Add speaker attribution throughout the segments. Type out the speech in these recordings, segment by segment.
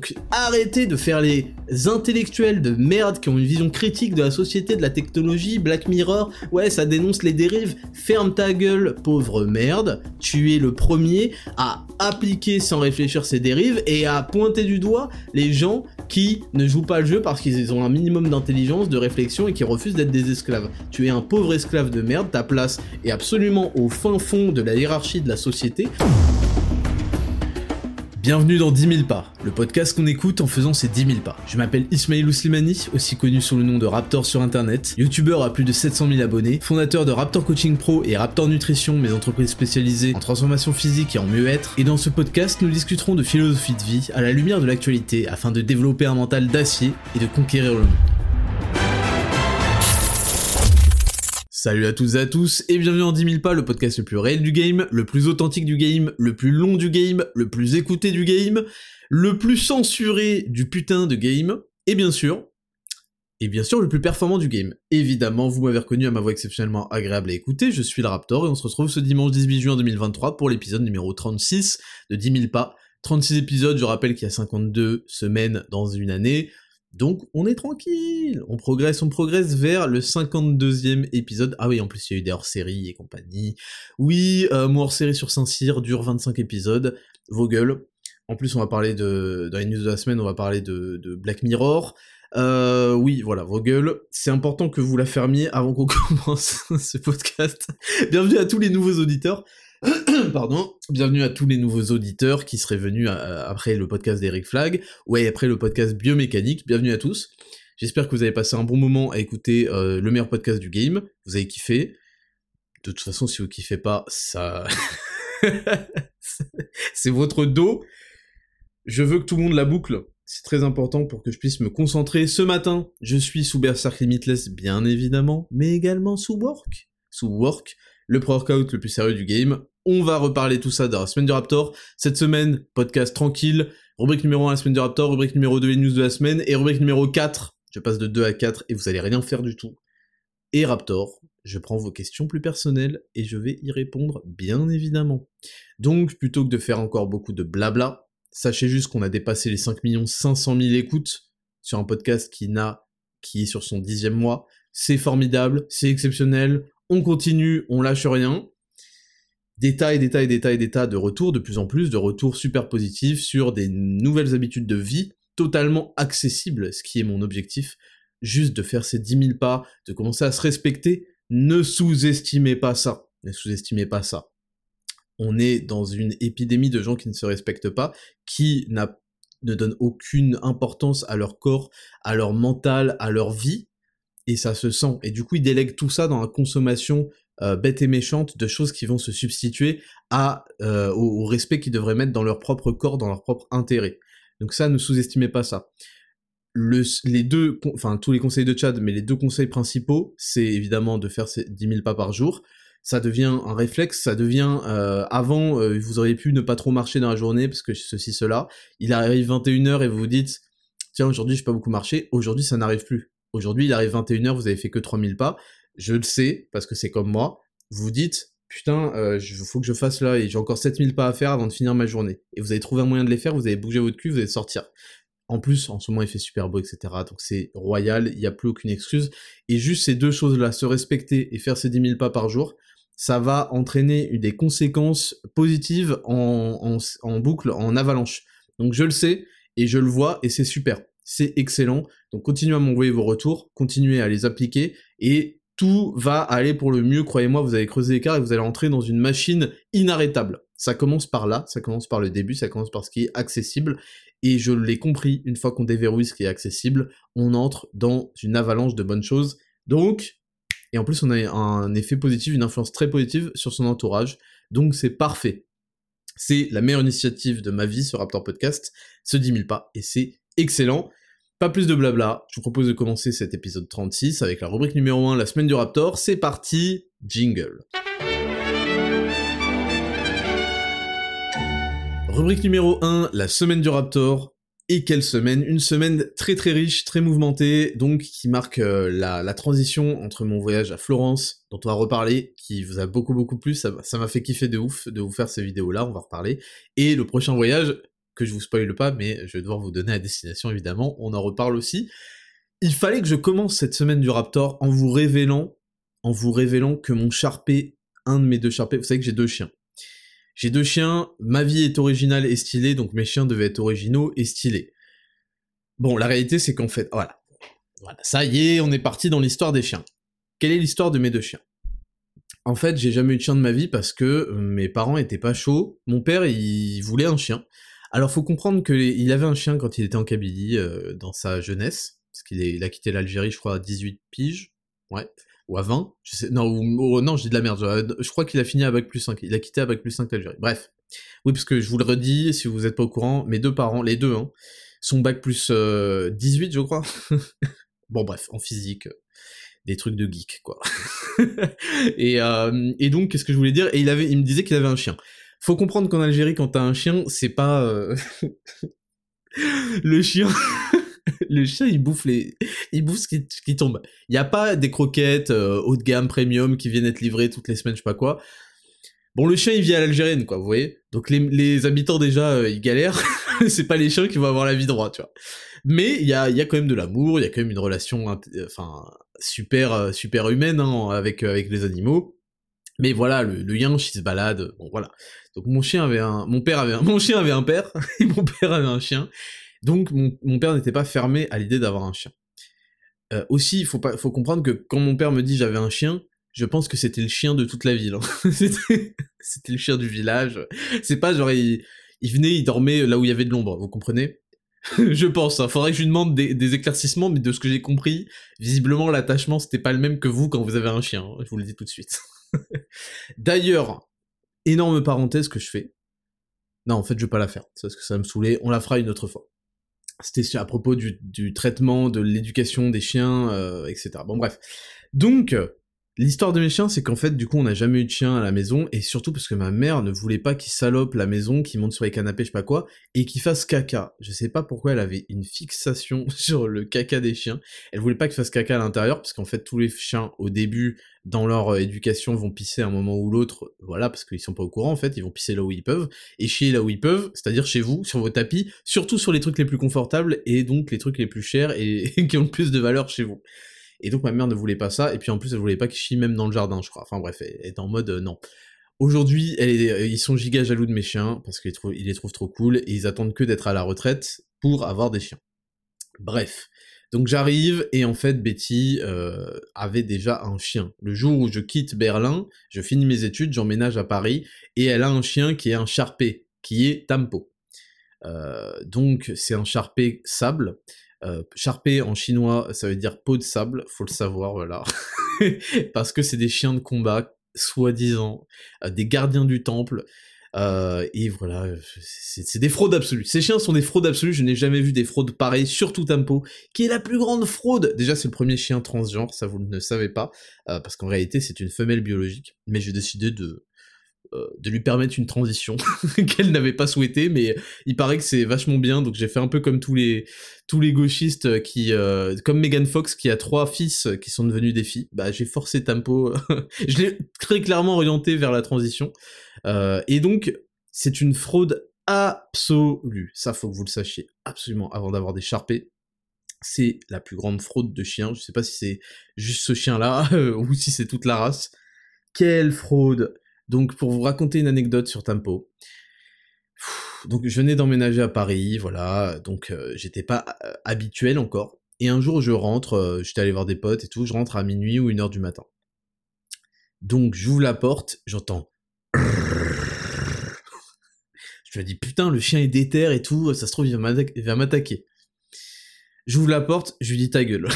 Speaker 1: Donc arrêtez de faire les intellectuels de merde qui ont une vision critique de la société, de la technologie, Black Mirror, ouais ça dénonce les dérives, ferme ta gueule pauvre merde, tu es le premier à appliquer sans réfléchir ces dérives et à pointer du doigt les gens qui ne jouent pas le jeu parce qu'ils ont un minimum d'intelligence, de réflexion et qui refusent d'être des esclaves. Tu es un pauvre esclave de merde, ta place est absolument au fin fond de la hiérarchie de la société. Bienvenue dans 10 000 pas, le podcast qu'on écoute en faisant ses 10 000 pas. Je m'appelle Ismail Slimani, aussi connu sous le nom de Raptor sur internet, youtubeur à plus de 700 000 abonnés, fondateur de Raptor Coaching Pro et Raptor Nutrition, mes entreprises spécialisées en transformation physique et en mieux-être. Et dans ce podcast, nous discuterons de philosophie de vie à la lumière de l'actualité afin de développer un mental d'acier et de conquérir le monde. Salut à toutes et à tous, et bienvenue dans 10 000 pas, le podcast le plus réel du game, le plus authentique du game, le plus long du game, le plus écouté du game, le plus censuré du putain de game, et bien sûr, le plus performant du game. Évidemment, vous m'avez reconnu à ma voix exceptionnellement agréable à écouter, je suis le Raptor, et on se retrouve ce dimanche 18 juin 2023 pour l'épisode numéro 36 de 10 000 pas. 36 épisodes, je rappelle qu'il y a 52 semaines dans une année, donc on est tranquille, on progresse vers le 52e épisode. Ah oui, en plus il y a eu des hors-séries et compagnie. Oui, mon hors-série sur Saint-Cyr dure 25 épisodes, vos gueules. En plus on va parler dans les news de la semaine, on va parler de Black Mirror. Oui, voilà, vos gueules. C'est important que vous la fermiez avant qu'on commence ce podcast. Bienvenue à tous les nouveaux auditeurs. Pardon, bienvenue à tous les nouveaux auditeurs qui seraient venus après le podcast d'Eric Flag, ouais, après le podcast Biomécanique, bienvenue à tous. J'espère que vous avez passé un bon moment à écouter le meilleur podcast du game, vous avez kiffé. De toute façon, si vous kiffez pas, ça... c'est votre dos. Je veux que tout le monde la boucle, c'est très important pour que je puisse me concentrer. Ce matin, je suis sous Berserk Limitless, bien évidemment, mais également sous Work, le pre-workout le plus sérieux du game. On va reparler tout ça dans la semaine du Raptor. Cette semaine, podcast tranquille, rubrique numéro 1 la semaine du Raptor, rubrique numéro 2 les news de la semaine, et rubrique numéro 4, je passe de 2 à 4 et vous allez rien faire du tout. Et Raptor, je prends vos questions plus personnelles et je vais y répondre bien évidemment. Donc, plutôt que de faire encore beaucoup de blabla, sachez juste qu'on a dépassé les 5 500 000 écoutes sur un podcast qui est sur son 10e mois. C'est formidable, c'est exceptionnel, on continue, on lâche rien. Des tas de retours, de plus en plus, de retours super positifs sur des nouvelles habitudes de vie totalement accessibles, ce qui est mon objectif, juste de faire ces 10 000 pas, de commencer à se respecter. Ne sous-estimez pas ça, On est dans une épidémie de gens qui ne se respectent pas, qui ne donnent aucune importance à leur corps, à leur mental, à leur vie, et ça se sent. Et du coup, ils délèguent tout ça dans la consommation bête et méchante de choses qui vont se substituer au respect qu'ils devraient mettre dans leur propre corps, dans leur propre intérêt. Donc ça, ne sous-estimez pas ça. Tous les conseils de Tchad, mais les deux conseils principaux, c'est évidemment de faire ces 10 000 pas par jour. Ça devient un réflexe, ça devient... avant, vous auriez pu ne pas trop marcher dans la journée, parce que ceci, cela. Il arrive 21h et vous vous dites, tiens, aujourd'hui, j'ai pas beaucoup marché. Aujourd'hui, ça n'arrive plus. Aujourd'hui, il arrive 21h, vous avez fait que 3000 pas. Je le sais, parce que c'est comme moi. Vous vous dites, putain, faut que je fasse là, et j'ai encore 7000 pas à faire avant de finir ma journée. Et vous avez trouvé un moyen de les faire, vous avez bougé votre cul, vous allez sortir. En plus, en ce moment, il fait super beau, etc. Donc c'est royal, il n'y a plus aucune excuse. Et juste ces deux choses-là, se respecter et faire ces 10 000 pas par jour, ça va entraîner des conséquences positives en boucle, en avalanche. Donc je le sais, et je le vois, et c'est super. C'est excellent. Donc continuez à m'envoyer vos retours, continuez à les appliquer, et tout va aller pour le mieux, croyez-moi, vous allez creuser l'écart et vous allez entrer dans une machine inarrêtable. Ça commence par là, ça commence par le début, ça commence par ce qui est accessible, et je l'ai compris, une fois qu'on déverrouille ce qui est accessible, on entre dans une avalanche de bonnes choses. Donc, et en plus on a un effet positif, une influence très positive sur son entourage, donc c'est parfait. C'est la meilleure initiative de ma vie, ce Raptor Podcast, ce 10 000 pas, et c'est excellent. Pas plus de blabla, je vous propose de commencer cet épisode 36 avec la rubrique numéro 1, la semaine du Raptor. C'est parti, jingle. Rubrique numéro 1, la semaine du Raptor. Et quelle semaine? Une semaine très très riche, très mouvementée, donc qui marque la transition entre mon voyage à Florence, dont on va reparler, qui vous a beaucoup plu, ça m'a fait kiffer de ouf de vous faire ces vidéos-là, on va reparler, et le prochain voyage que je vous spoile pas, mais je vais devoir vous donner la destination évidemment, on en reparle aussi. Il fallait que je commence cette semaine du Raptor en vous révélant que mon Sharpei, un de mes 2 Sharpei, vous savez que j'ai 2 chiens. J'ai 2 chiens, ma vie est originale et stylée, donc mes chiens devaient être originaux et stylés. Bon, la réalité c'est qu'en fait, voilà, ça y est, on est parti dans l'histoire des chiens. Quelle est l'histoire de mes 2 chiens? En fait, j'ai jamais eu de chien de ma vie parce que mes parents étaient pas chauds. Mon père, il voulait un chien. Alors, faut comprendre qu'il avait un chien quand il était en Kabylie, dans sa jeunesse, parce qu'il a quitté l'Algérie, je crois, à 18 piges, ouais, ou à 20, je sais, non, non, je dis de la merde, je crois qu'il a fini à Bac+5, il a quitté à Bac+5 l'Algérie, bref. Oui, parce que je vous le redis, si vous êtes pas au courant, mes 2 parents, les 2, hein, sont Bac+18, je crois. Bon, bref, en physique, des trucs de geek, quoi. et donc, qu'est-ce que je voulais dire? Et il me disait qu'il avait un chien. Faut comprendre qu'en Algérie, quand t'as un chien, c'est pas... le chien... le chien, il bouffe ce qui tombe. Il y a pas des croquettes haut de gamme, premium, qui viennent être livrées toutes les semaines, je sais pas quoi. Bon, le chien, il vit à l'algérienne, quoi, vous voyez? Donc les habitants, déjà, ils galèrent. C'est pas les chiens qui vont avoir la vie droite, tu vois. Mais il y a quand même de l'amour, il y a quand même une relation, super humaine, hein, avec les animaux. Mais voilà, le yinche, il se balade, bon, voilà. Donc mon chien avait mon chien avait un père, et mon père avait un chien. Donc mon père n'était pas fermé à l'idée d'avoir un chien. Aussi, faut comprendre que quand mon père me dit j'avais un chien, je pense que c'était le chien de toute la ville. Hein. C'était le chien du village. C'est pas genre il venait, il dormait là où il y avait de l'ombre, vous comprenez? Je pense, hein. Faudrait que je lui demande des éclaircissements, mais de ce que j'ai compris, visiblement l'attachement c'était pas le même que vous quand vous avez un chien, hein. Je vous le dis tout de suite. D'ailleurs, énorme parenthèse que je fais. Non, en fait, je vais pas la faire, parce que ça va me saouler, on la fera une autre fois. C'était à propos du traitement, de l'éducation des chiens, etc. Bon bref. Donc, l'histoire de mes chiens, c'est qu'en fait, du coup, on n'a jamais eu de chien à la maison, et surtout parce que ma mère ne voulait pas qu'il salope la maison, qu'il monte sur les canapés, je sais pas quoi, et qu'il fasse caca. Je sais pas pourquoi elle avait une fixation sur le caca des chiens. Elle voulait pas qu'il fasse caca à l'intérieur, parce qu'en fait, tous les chiens, au début, dans leur éducation, vont pisser à un moment ou l'autre, voilà, parce qu'ils sont pas au courant, en fait, ils vont pisser là où ils peuvent, et chier là où ils peuvent, c'est-à-dire chez vous, sur vos tapis, surtout sur les trucs les plus confortables, et donc les trucs les plus chers, et qui ont le plus de valeur chez vous. Et donc ma mère ne voulait pas ça, et puis en plus elle voulait pas qu'ils chient même dans le jardin, je crois. Enfin bref, elle est en mode non. Aujourd'hui, ils sont giga jaloux de mes chiens, parce qu'ils les trouvent trop cool, et ils attendent que d'être à la retraite pour avoir des chiens. Bref. Donc j'arrive, et en fait Betty avait déjà un chien. Le jour où je quitte Berlin, je finis mes études, j'emménage à Paris, et elle a un chien qui est un Sharpei, qui est Tampo. Donc c'est un Sharpei sable. Sharpei en chinois, ça veut dire peau de sable, faut le savoir, voilà. Parce que c'est des chiens de combat, soi-disant, des gardiens du temple, et voilà, c'est des fraudes absolues. Ces chiens sont des fraudes absolues, je n'ai jamais vu des fraudes pareilles, surtout Tampo, qui est la plus grande fraude. Déjà, c'est le premier chien transgenre, ça vous ne le savez pas, parce qu'en réalité, c'est une femelle biologique, mais j'ai décidé de lui permettre une transition qu'elle n'avait pas souhaité, mais il paraît que c'est vachement bien, donc j'ai fait un peu comme tous les gauchistes qui, comme Megan Fox qui a 3 fils qui sont devenus des filles, bah j'ai forcé Tampo, je l'ai très clairement orienté vers la transition, et donc c'est une fraude absolue, ça faut que vous le sachiez, absolument, avant d'avoir des Sharpei. C'est la plus grande fraude de chien, je sais pas si c'est juste ce chien-là, ou si c'est toute la race. Quelle fraude! Donc, pour vous raconter une anecdote sur Tampo, donc je venais d'emménager à Paris, voilà, donc j'étais pas habituel encore, et un jour je rentre, j'étais allé voir des potes et tout, je rentre à minuit ou 1h du matin. Donc j'ouvre la porte, j'entends... Je me dis, putain, le chien est déter et tout, ça se trouve, il va m'attaquer. J'ouvre la porte, je lui dis ta gueule.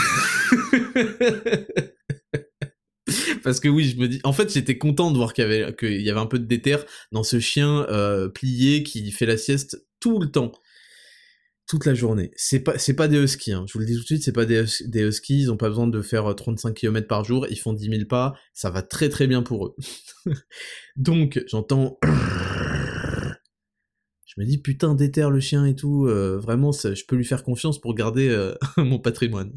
Speaker 1: Parce que oui, je me dis, en fait, j'étais content de voir qu'il y avait un peu de déter dans ce chien plié qui fait la sieste tout le temps, toute la journée. C'est pas des huskies, hein. Je vous le dis tout de suite, c'est pas des huskies, ils ont pas besoin de faire 35 km par jour, ils font 10 000 pas, ça va très très bien pour eux. Donc, j'entends... Je me dis, putain, déter le chien et tout, vraiment, je peux lui faire confiance pour garder mon patrimoine.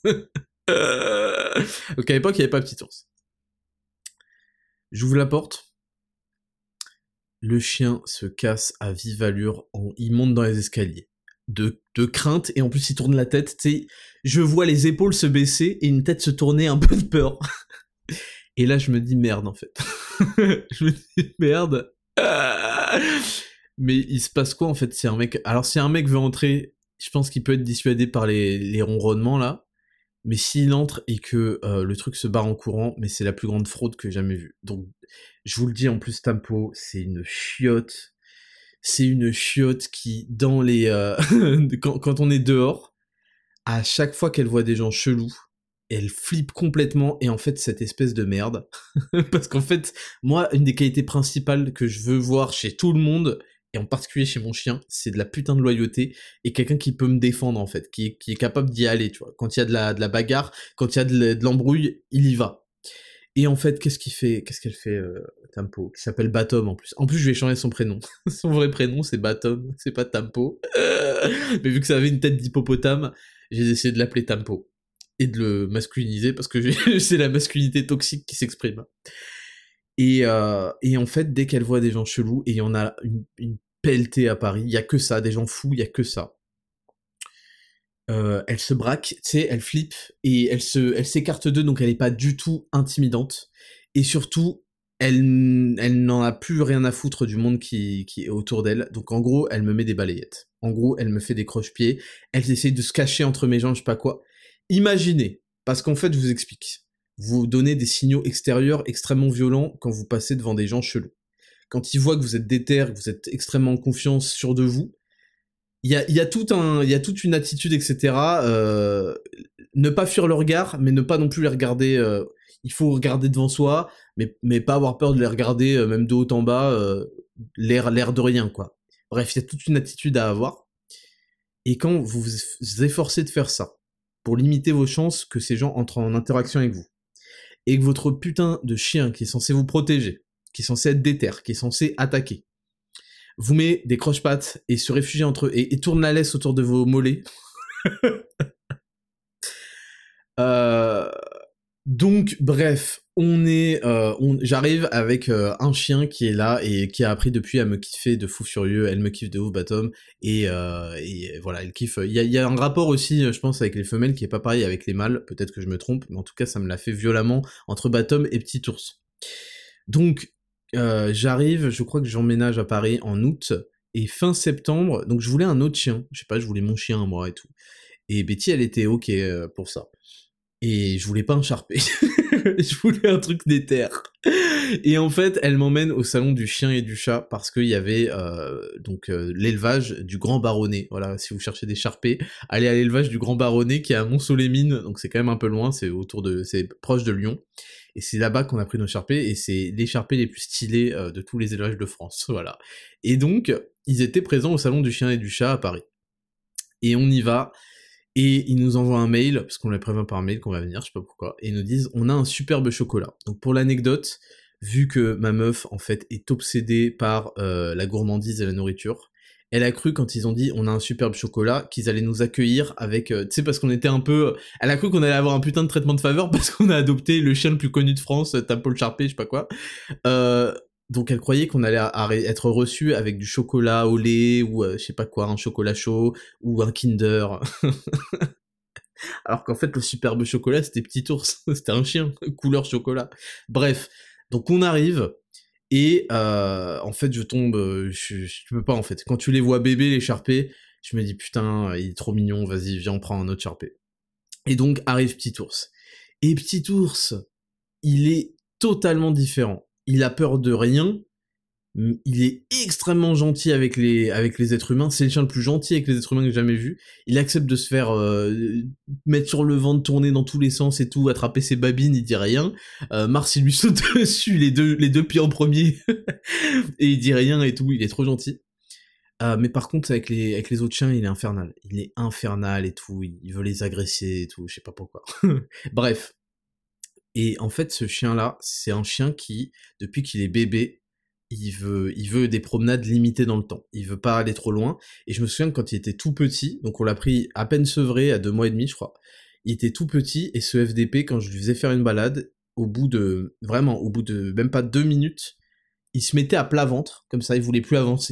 Speaker 1: Donc à l'époque, il n'y avait pas Petit Ours. J'ouvre la porte. Le chien se casse à vive allure, il monte dans les escaliers. De crainte, et en plus il tourne la tête, tu sais, je vois les épaules se baisser et une tête se tourner un peu de peur. Et là je me dis merde en fait. Je me dis merde. Mais il se passe quoi en fait si un mec... Alors si un mec veut entrer, je pense qu'il peut être dissuadé par les ronronnements là. Mais s'il entre et que le truc se barre en courant, mais c'est la plus grande fraude que j'ai jamais vue. Donc, je vous le dis en plus, Tempo, c'est une chiotte. C'est une chiotte qui, dans les... quand on est dehors, à chaque fois qu'elle voit des gens chelous, elle flippe complètement, et en fait, cette espèce de merde. Parce qu'en fait, moi, une des qualités principales que je veux voir chez tout le monde, et en particulier chez mon chien, c'est de la putain de loyauté, et quelqu'un qui peut me défendre, en fait, qui est capable d'y aller, tu vois. Quand il y a de la bagarre, quand il y a de l'embrouille, il y va. Et en fait, qu'est-ce qu'elle fait, Tempo, qui s'appelle Batom en plus. En plus, je vais changer son prénom. Son vrai prénom, c'est Batom, c'est pas Tempo. Mais vu que ça avait une tête d'hippopotame, j'ai essayé de l'appeler Tempo. Et de le masculiniser, parce que c'est la masculinité toxique qui s'exprime. Et en fait, dès qu'elle voit des gens chelous, et il y en a une pelletée à Paris, il y a que ça, des gens fous, il y a que ça. Elle se braque, tu sais, elle flippe, et elle s'écarte d'eux, donc elle est pas du tout intimidante. Et surtout, elle n'en a plus rien à foutre du monde qui est autour d'elle. Donc en gros, elle me met des balayettes. En gros, elle me fait des croche-pieds. Elle essaye de se cacher entre mes jambes, je sais pas quoi. Imaginez, parce qu'en fait, je vous explique. Vous donnez des signaux extérieurs extrêmement violents quand vous passez devant des gens chelous. Quand ils voient que vous êtes déter, que vous êtes extrêmement confiant, sûr de vous, il y a toute une attitude, etc. Ne pas fuir le regard, mais ne pas non plus les regarder. Il faut regarder devant soi, mais pas avoir peur de les regarder, même de haut en bas, l'air de rien, quoi. Bref, il y a toute une attitude à avoir. Et quand vous vous efforcez de faire ça, pour limiter vos chances que ces gens entrent en interaction avec vous, et que votre putain de chien qui est censé vous protéger, qui est censé être déter, qui est censé attaquer, vous met des croche-pattes et se réfugie entre eux et tourne la laisse autour de vos mollets. euh, donc, bref, j'arrive avec un chien qui est là et qui a appris depuis à me kiffer de fou furieux. Elle me kiffe de ouf, Batom, et voilà, elle kiffe. Il y a un rapport aussi, je pense, avec les femelles qui est pas pareil avec les mâles. Peut-être que je me trompe, mais en tout cas, ça me l'a fait violemment entre Batom et Petit Ours. Donc, j'arrive, je crois que j'emménage à Paris en août, et fin septembre, donc je voulais un autre chien, je sais pas, je voulais mon chien, moi, et tout. Et Betty, elle était ok pour ça. Et je voulais pas un Sharpei, je voulais un truc d'éther. Et en fait, elle m'emmène au salon du chien et du chat, parce qu'il y avait l'élevage du Grand Baronnet. Voilà, si vous cherchez des Sharpeis, allez à l'élevage du Grand Baronnet, qui est à Mont-Soleil-Mines, donc c'est quand même un peu loin, c'est proche de Lyon. Et c'est là-bas qu'on a pris nos Sharpeis, et c'est les Sharpeis les plus stylés de tous les élevages de France, voilà. Et donc, ils étaient présents au salon du chien et du chat à Paris. Et on y va, et ils nous envoient un mail, parce qu'on les prévient par mail qu'on va venir, je sais pas pourquoi, et ils nous disent, on a un superbe chocolat. Donc pour l'anecdote, vu que ma meuf, en fait, est obsédée par la gourmandise et la nourriture, elle a cru, quand ils ont dit on a un superbe chocolat, qu'ils allaient nous accueillir avec, tu sais, parce qu'on était un peu... Elle a cru qu'on allait avoir un putain de traitement de faveur parce qu'on a adopté le chien le plus connu de France, Tempo le Sharpei, je sais pas quoi. Donc elle croyait qu'on allait être reçu avec du chocolat au lait, ou je sais pas quoi, un chocolat chaud, ou un Kinder. Alors qu'en fait, le superbe chocolat, c'était Petit Ours. C'était un chien, couleur chocolat. Bref, donc on arrive... Et en fait, je tombe, je peux pas en fait. Quand tu les vois bébés, les Sharpeis, je me dis putain, il est trop mignon, vas-y, viens, on prend un autre Sharpei. Et donc arrive Petit Ours. Et Petit Ours, il est totalement différent. Il a peur de rien. Il est extrêmement gentil avec les êtres humains. C'est le chien le plus gentil avec les êtres humains que j'ai jamais vu. Il accepte de se faire mettre sur le ventre, tourner dans tous les sens et tout, attraper ses babines, il dit rien. Mars, il lui saute dessus, les deux pieds en premier, et il dit rien et tout, il est trop gentil. Mais par contre, avec les autres chiens, il est infernal. Il est infernal et tout, il veut les agresser et tout, je sais pas pourquoi. Bref. Et en fait, ce chien-là, c'est un chien qui, depuis qu'il est bébé, il veut des promenades limitées dans le temps. Il veut pas aller trop loin. Et je me souviens que quand il était tout petit, donc on l'a pris à peine sevré, à 2 mois et demi, je crois. Il était tout petit, et ce FDP, quand je lui faisais faire une balade, au bout de même pas 2 minutes, il se mettait à plat ventre, comme ça, il voulait plus avancer.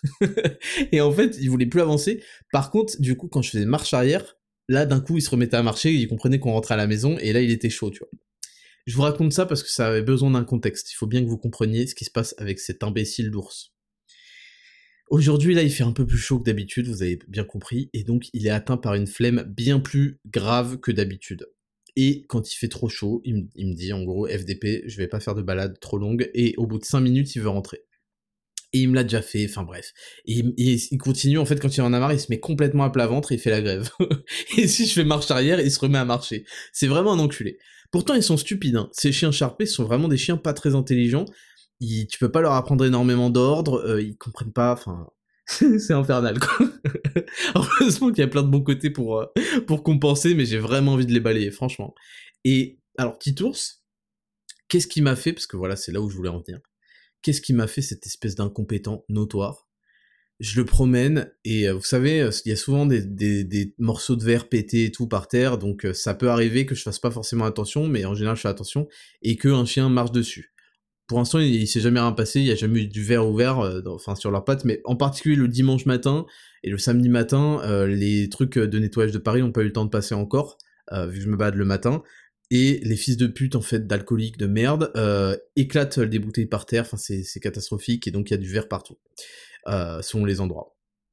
Speaker 1: Et en fait, il voulait plus avancer. Par contre, du coup, quand je faisais marche arrière, là, d'un coup, il se remettait à marcher, il comprenait qu'on rentrait à la maison, et là, il était chaud, tu vois. Je vous raconte ça parce que ça avait besoin d'un contexte. Il faut bien que vous compreniez ce qui se passe avec cet imbécile d'ours. Aujourd'hui, là, il fait un peu plus chaud que d'habitude, vous avez bien compris, et donc il est atteint par une flemme bien plus grave que d'habitude. Et quand il fait trop chaud, il me dit en gros, FDP, je vais pas faire de balade trop longue, et au bout de 5 minutes, il veut rentrer. Et il me l'a déjà fait, enfin bref. Et il continue, en fait, quand il en a marre, il se met complètement à plat ventre et il fait la grève. Et si je fais marche arrière, il se remet à marcher. C'est vraiment un enculé. Pourtant, ils sont stupides, hein. Ces chiens Sharpei sont vraiment des chiens pas très intelligents. Tu peux pas leur apprendre énormément d'ordre, ils comprennent pas, enfin... c'est infernal, quoi. Heureusement qu'il y a plein de bons côtés pour compenser, mais j'ai vraiment envie de les balayer, franchement. Et, alors, petit ours, qu'est-ce qui m'a fait, parce que voilà, c'est là où je voulais en venir, qu'est-ce qui m'a fait cette espèce d'incompétent notoire? Je le promène, et vous savez, il y a souvent des morceaux de verre pétés et tout par terre, donc ça peut arriver que je fasse pas forcément attention, mais en général je fais attention, et qu'un chien marche dessus. Pour l'instant, il s'est jamais rien passé, il y a jamais eu du verre ouvert, enfin sur leurs pattes, mais en particulier le dimanche matin et le samedi matin, les trucs de nettoyage de Paris n'ont pas eu le temps de passer encore, vu que je me balade le matin, et les fils de pute, en fait, d'alcooliques de merde, éclatent des bouteilles par terre, enfin c'est catastrophique, et donc il y a du verre partout, selon les endroits.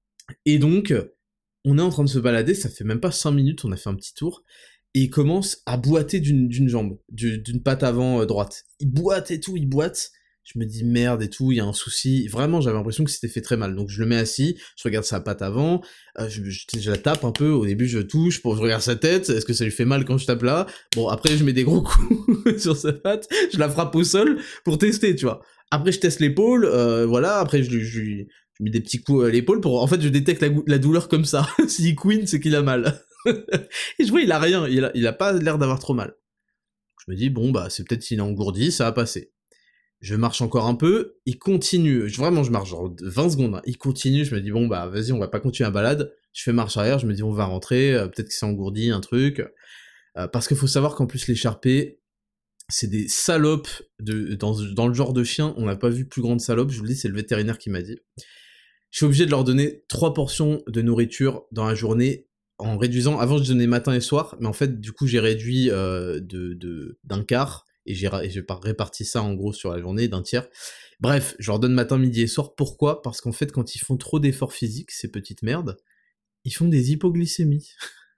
Speaker 1: Et donc, on est en train de se balader, ça fait même pas 5 minutes, on a fait un petit tour, et il commence à boiter d'une jambe, d'une patte avant droite. Il boite et tout, il boite. Je me dis merde et tout, il y a un souci. Vraiment, j'avais l'impression que c'était fait très mal. Donc je le mets assis, je regarde sa patte avant, je la tape un peu, au début je touche, je regarde sa tête, est-ce que ça lui fait mal quand je tape là? Bon, après je mets des gros coups sur sa patte, je la frappe au sol pour tester, tu vois. Après je teste l'épaule, voilà, après je mets des petits coups à l'épaule pour... En fait, je détecte la douleur comme ça. S'il queen, c'est qu'il a mal. Et je vois, il a rien, il a pas l'air d'avoir trop mal. Je me dis, bon, bah, c'est peut-être s'il est engourdi, ça va passer. Je marche encore un peu, il continue, vraiment, je marche genre 20 secondes, hein. Il continue, je me dis, bon, bah, vas-y, on va pas continuer la balade. Je fais marche arrière, je me dis, on va rentrer, peut-être qu'il s'est engourdi, un truc. Parce qu'il faut savoir qu'en plus, les Sharpei, c'est des salopes dans le genre de chien, on n'a pas vu plus grande salope, je vous le dis, c'est le vétérinaire qui m'a dit. Je suis obligé de leur donner 3 portions de nourriture dans la journée, en réduisant, avant je donnais matin et soir, mais en fait du coup j'ai réduit d'un quart, et j'ai réparti ça en gros sur la journée d'un tiers. Bref, je leur donne matin, midi et soir, pourquoi? Parce qu'en fait quand ils font trop d'efforts physiques, ces petites merdes, ils font des hypoglycémies.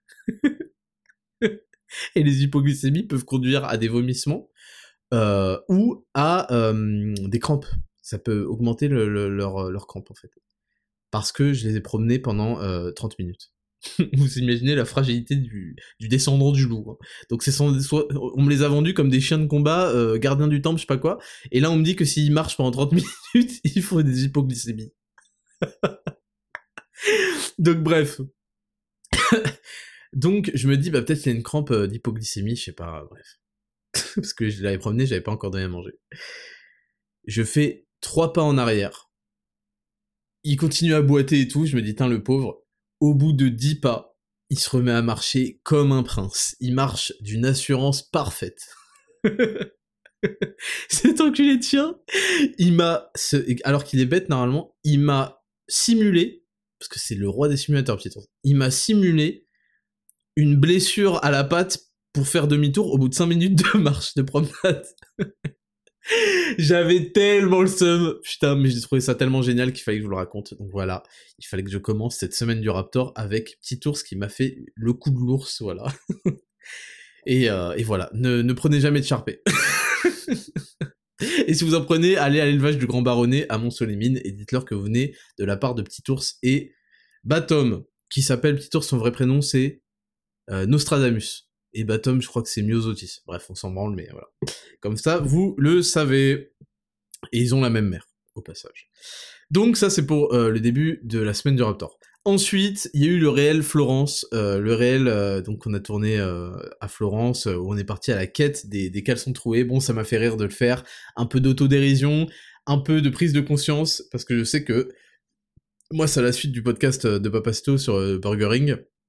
Speaker 1: Et les hypoglycémies peuvent conduire à des vomissements, ou à des crampes. Ça peut augmenter leur crampes en fait. Parce que je les ai promenés pendant 30 minutes. Vous imaginez la fragilité du descendant du loup. Hein. Donc on me les a vendus comme des chiens de combat, gardiens du temple, je sais pas quoi, et là on me dit que s'ils marchent pendant 30 minutes, il faut des hypoglycémies. Donc bref. Donc je me dis, bah peut-être qu'il y a une crampe d'hypoglycémie, je sais pas, bref. Parce que je l'avais promené, j'avais pas encore donné à manger. Je fais 3 pas en arrière. Il continue à boiter et tout, je me dis, le pauvre. Au bout de 10 pas, il se remet à marcher comme un prince. Il marche d'une assurance parfaite. Cet enculé de chien, alors qu'il est bête normalement, il m'a simulé, parce que c'est le roi des simulateurs, petit ours, il m'a simulé une blessure à la patte pour faire demi-tour au bout de 5 minutes de marche, de promenade. J'avais tellement le seum, putain, mais j'ai trouvé ça tellement génial qu'il fallait que je vous le raconte. Donc voilà, il fallait que je commence cette semaine du Raptor avec Petit Ours qui m'a fait le coup de l'ours, voilà. Et voilà, ne prenez jamais de Sharpei. Et si vous en prenez, allez à l'élevage du Grand Baronnet à Mont-Solémine et dites-leur que vous venez de la part de Petit Ours et Batom, qui s'appelle Petit Ours, son vrai prénom c'est Nostradamus. Et Batom, je crois que c'est Myosotis. Bref, on s'en branle, mais voilà. Comme ça, vous le savez. Et ils ont la même mère, au passage. Donc ça, c'est pour le début de la semaine du Raptor. Ensuite, il y a eu le réel Florence, le réel donc on a tourné à Florence, où on est parti à la quête des caleçons troués. Bon, ça m'a fait rire de le faire, un peu d'autodérision, un peu de prise de conscience, parce que je sais que moi, c'est à la suite du podcast de Papacito sur Burgering,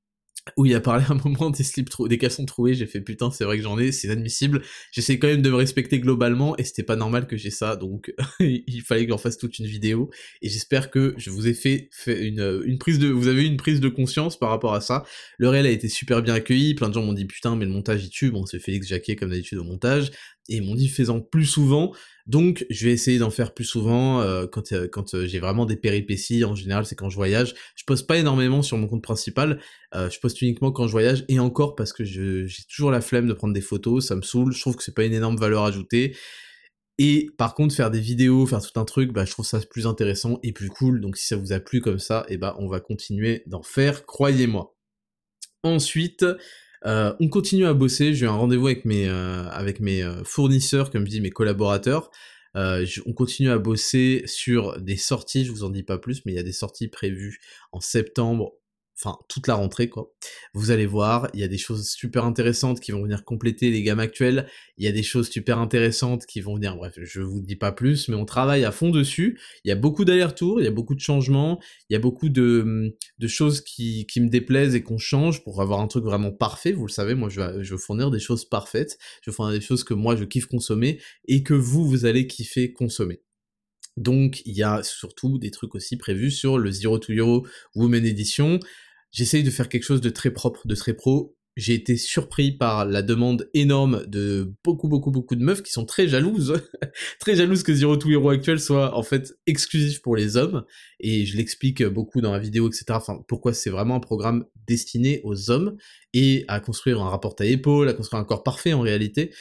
Speaker 1: où il a parlé à un moment des caleçons troués, j'ai fait putain, c'est vrai que j'en ai, c'est inadmissible. J'essaie quand même de me respecter globalement, et c'était pas normal que j'ai ça, donc il fallait que j'en fasse toute une vidéo, et j'espère que je vous ai fait vous avez eu une prise de conscience par rapport à ça. Le réel a été super bien accueilli, plein de gens m'ont dit putain, mais le montage il tue, bon c'est Félix Jacquet comme d'habitude au montage, et ils m'ont dit fais-en plus souvent, donc je vais essayer d'en faire plus souvent, quand j'ai vraiment des péripéties, en général c'est quand je voyage. Je poste pas énormément sur mon compte principal, je poste uniquement quand je voyage, et encore parce que j'ai toujours la flemme de prendre des photos, ça me saoule, je trouve que c'est pas une énorme valeur ajoutée, et par contre faire des vidéos, faire tout un truc, bah je trouve ça plus intéressant et plus cool, donc si ça vous a plu comme ça, et bah on va continuer d'en faire, croyez-moi. Ensuite, on continue à bosser, j'ai eu un rendez-vous avec mes fournisseurs, comme je dis, mes collaborateurs. On continue à bosser sur des sorties, je vous en dis pas plus, mais il y a des sorties prévues en septembre, enfin toute la rentrée quoi. Vous allez voir, il y a des choses super intéressantes qui vont venir compléter les gammes actuelles, il y a des choses super intéressantes qui vont venir, bref, je vous dis pas plus, mais on travaille à fond dessus, il y a beaucoup d'allers-retours, il y a beaucoup de changements, il y a beaucoup de choses qui me déplaisent et qu'on change pour avoir un truc vraiment parfait. Vous le savez, moi je veux fournir des choses parfaites, je veux fournir des choses que moi je kiffe consommer et que vous allez kiffer consommer. Donc il y a surtout des trucs aussi prévus sur le Zero to Hero Women Edition. J'essaye de faire quelque chose de très propre, de très pro. J'ai été surpris par la demande énorme de beaucoup de meufs qui sont très jalouses, très jalouses que Zero to Hero actuel soit en fait exclusif pour les hommes, et je l'explique beaucoup dans la vidéo, etc. Enfin, pourquoi c'est vraiment un programme destiné aux hommes, et à construire un rapport à épaule, à construire un corps parfait en réalité,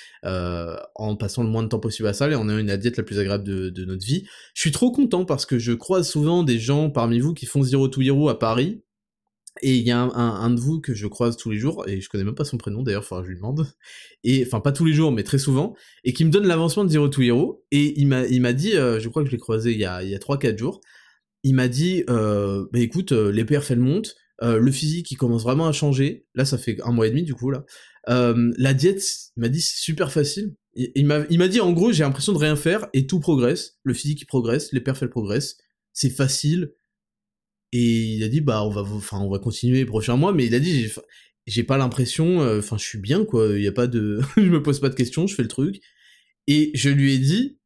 Speaker 1: en passant le moins de temps possible à ça, et en ayant une diète la plus agréable de notre vie. Je suis trop content parce que je croise souvent des gens parmi vous qui font Zero to Hero à Paris, et il y a un de vous que je croise tous les jours, et je connais même pas son prénom d'ailleurs, faudra que je lui demande, et enfin pas tous les jours, mais très souvent, et qui me donne l'avancement de Zero to Hero, et il m'a dit, je crois que je l'ai croisé il y a 3-4 jours, il m'a dit, bah écoute, les perfs elles montent, le physique il commence vraiment à changer, là ça fait 1 mois et demi du coup là, la diète, il m'a dit c'est super facile, il m'a dit en gros j'ai l'impression de rien faire, et tout progresse, le physique il progresse, les perfs elles progressent, c'est facile, et il a dit bah on va continuer les prochains mois, mais il a dit j'ai pas l'impression, enfin je suis bien quoi, il y a pas de, je me pose pas de questions, je fais le truc, et je lui ai dit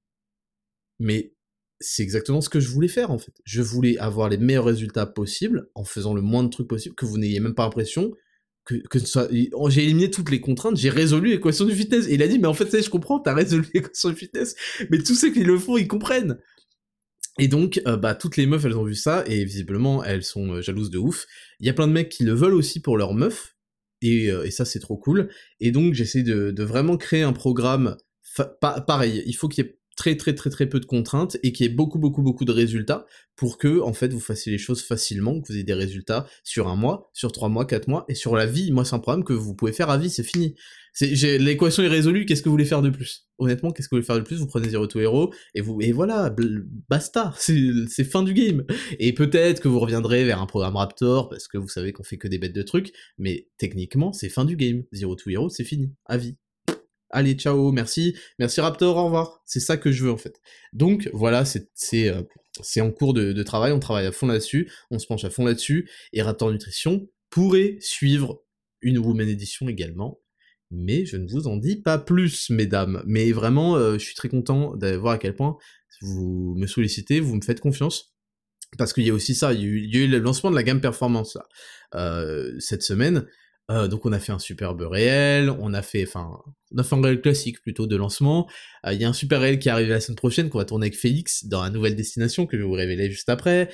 Speaker 1: mais c'est exactement ce que je voulais faire en fait. Je voulais avoir les meilleurs résultats possibles en faisant le moins de trucs possible, que vous n'ayez même pas l'impression que ce soit. J'ai éliminé toutes les contraintes, j'ai résolu l'équation du fitness. Et il a dit mais en fait ça je comprends, t'as résolu l'équation du fitness, mais tous ceux qui le font ils comprennent. Et donc, bah, toutes les meufs, elles ont vu ça, et visiblement, elles sont jalouses de ouf. Il y a plein de mecs qui le veulent aussi pour leurs meufs, et ça, c'est trop cool. Et donc, j'essaie de vraiment créer un programme pareil. Il faut qu'il y ait très peu de contraintes, et qu'il y ait beaucoup de résultats, pour que, en fait, vous fassiez les choses facilement, que vous ayez des résultats sur 1 mois, sur 3 mois, 4 mois, et sur la vie. Moi, c'est un programme que vous pouvez faire à vie, c'est fini. L'équation est résolue, qu'est-ce que vous voulez faire de plus? Honnêtement, qu'est-ce que vous voulez faire de plus? Vous prenez Zero to Hero, et voilà, basta, c'est fin du game. Et peut-être que vous reviendrez vers un programme Raptor, parce que vous savez qu'on fait que des bêtes de trucs, mais techniquement, c'est fin du game. Zero to Hero, c'est fini, à vie. Allez, ciao, merci Raptor, au revoir. C'est ça que je veux en fait. Donc voilà, c'est en cours de travail, on travaille à fond là-dessus, on se penche à fond là-dessus, et Raptor Nutrition pourrait suivre une Women Edition également, mais je ne vous en dis pas plus, mesdames. Mais vraiment, je suis très content de voir à quel point vous me sollicitez, vous me faites confiance, parce qu'il y a aussi ça, il y a eu le lancement de la gamme performance là, cette semaine. Donc on a fait un superbe réel, on a fait un réel classique plutôt de lancement. Il y a un super réel qui arrive la semaine prochaine qu'on va tourner avec Félix dans la nouvelle destination que je vais vous révéler juste après.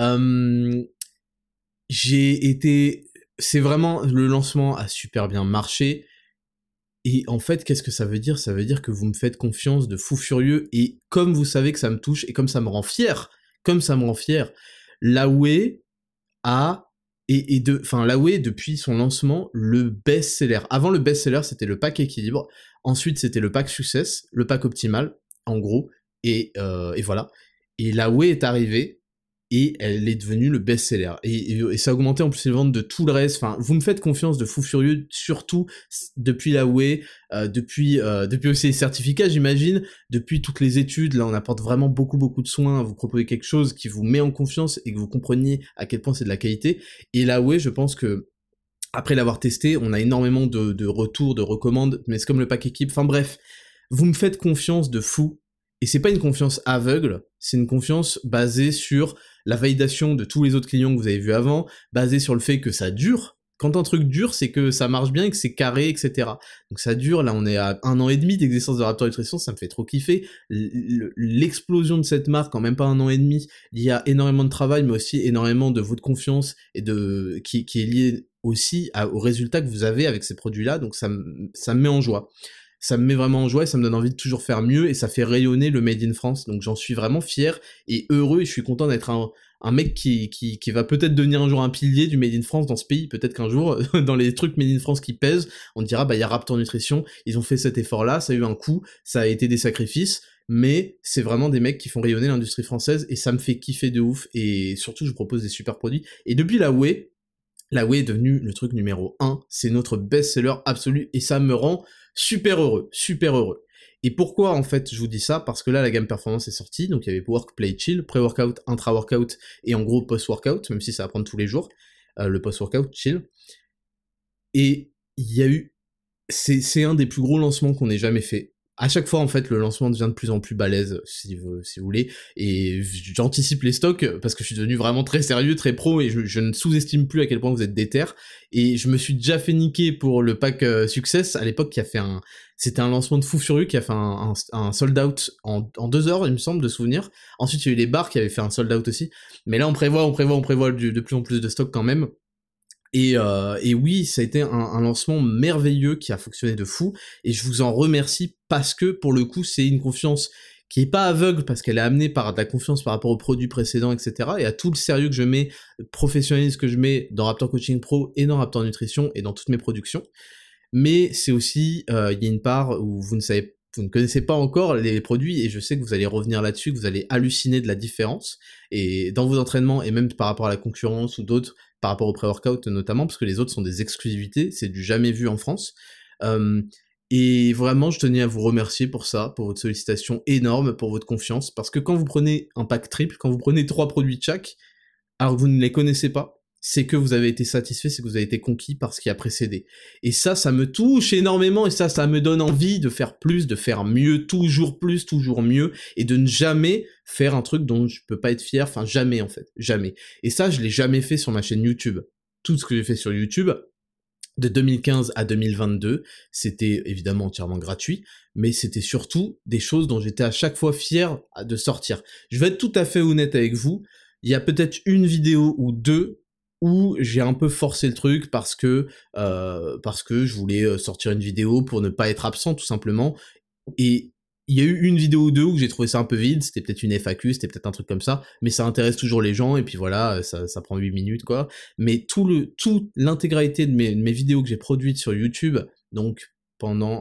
Speaker 1: C'est vraiment, le lancement a super bien marché. Et en fait, qu'est-ce que ça veut dire? Ça veut dire que vous me faites confiance de fou furieux, et comme vous savez que ça me touche, et comme ça me rend fier, la Whey a, la Whey, depuis son lancement, le best-seller. Avant, le best-seller, c'était le pack équilibre, ensuite c'était le pack success, le pack optimal, en gros, et voilà. Et la Whey est arrivée, et elle est devenue le best-seller. Et ça a augmenté en plus les ventes de tout le reste. Enfin, vous me faites confiance de fou furieux, surtout depuis la Whey, depuis aussi les certificats, j'imagine, depuis toutes les études. Là, on apporte vraiment beaucoup de soins à vous proposer quelque chose qui vous met en confiance, et que vous compreniez à quel point c'est de la qualité. Et la Whey, je pense que Après l'avoir testé, on a énormément de retours, de recommandes, mais c'est comme le pack équipe, enfin bref, vous me faites confiance de fou, et c'est pas une confiance aveugle, c'est une confiance basée sur la validation de tous les autres clients que vous avez vus avant, basée sur le fait que ça dure. Quand un truc dure, c'est que ça marche bien et que c'est carré, etc. Donc ça dure, là on est à 1 an et demi d'existence de Raptor Nutrition, ça me fait trop kiffer. L'explosion de cette marque en même pas 1 an et demi, il y a énormément de travail, mais aussi énormément de votre confiance et qui est lié aussi aux résultats que vous avez avec ces produits-là, donc ça me met en joie. Ça me met vraiment en joie et ça me donne envie de toujours faire mieux et ça fait rayonner le Made in France, donc j'en suis vraiment fier et heureux et je suis content d'être un mec qui va peut-être devenir un jour un pilier du Made in France dans ce pays, peut-être qu'un jour, dans les trucs Made in France qui pèsent, on dira bah il y a Raptor Nutrition, ils ont fait cet effort-là, ça a eu un coût, ça a été des sacrifices, mais c'est vraiment des mecs qui font rayonner l'industrie française et ça me fait kiffer de ouf et surtout je propose des super produits. Et depuis la whey est devenue le truc numéro 1, c'est notre best-seller absolu, et ça me rend super heureux, super heureux. Et pourquoi en fait je vous dis ça? Parce que là la gamme performance est sortie, donc il y avait Work, Play, Chill, pré-workout, intra-workout, et en gros post-workout, même si ça va prendre tous les jours, le post-workout, Chill. Et il y a eu... C'est un des plus gros lancements qu'on ait jamais fait. À chaque fois, en fait, le lancement devient de plus en plus balèze, si vous voulez, et j'anticipe les stocks, parce que je suis devenu vraiment très sérieux, très pro, et je ne sous-estime plus à quel point vous êtes déter, et je me suis déjà fait niquer pour le pack Success, à l'époque, qui a fait c'était un lancement de fou furieux, qui a fait un sold-out en 2 heures, il me semble, de souvenir. Ensuite, il y a eu les bars, qui avaient fait un sold-out aussi, mais là, on prévoit de plus en plus de stocks quand même. Et oui, ça a été un lancement merveilleux qui a fonctionné de fou, et je vous en remercie parce que, pour le coup, c'est une confiance qui est pas aveugle, parce qu'elle est amenée par de la confiance par rapport aux produits précédents, etc., et à tout le sérieux que je mets, professionnalisme que je mets dans Raptor Coaching Pro, et dans Raptor Nutrition, et dans toutes mes productions. Mais c'est aussi, il y a une part où vous ne connaissez pas encore les produits, et je sais que vous allez revenir là-dessus, que vous allez halluciner de la différence, et dans vos entraînements, et même par rapport à la concurrence ou d'autres, par rapport au pré-workout notamment, parce que les autres sont des exclusivités, c'est du jamais vu en France. Et vraiment, je tenais à vous remercier pour ça, pour votre sollicitation énorme, pour votre confiance, parce que quand vous prenez un pack triple, quand vous prenez 3 produits de chaque, alors que vous ne les connaissez pas, c'est que vous avez été satisfait, c'est que vous avez été conquis par ce qui a précédé. Et ça me touche énormément, et ça me donne envie de faire plus, de faire mieux, toujours plus, toujours mieux, et de ne jamais faire un truc dont je peux pas être fier, enfin jamais en fait, jamais. Et ça, je l'ai jamais fait sur ma chaîne YouTube. Tout ce que j'ai fait sur YouTube, de 2015 à 2022, c'était évidemment entièrement gratuit, mais c'était surtout des choses dont j'étais à chaque fois fier de sortir. Je vais être tout à fait honnête avec vous, il y a peut-être une vidéo ou deux où j'ai un peu forcé le truc parce que je voulais sortir une vidéo pour ne pas être absent tout simplement, et il y a eu une vidéo ou deux où j'ai trouvé ça un peu vide, c'était peut-être une FAQ, c'était peut-être un truc comme ça, mais ça intéresse toujours les gens, et puis voilà, ça prend 8 minutes, quoi. Mais l'intégralité de mes vidéos que j'ai produites sur YouTube, donc pendant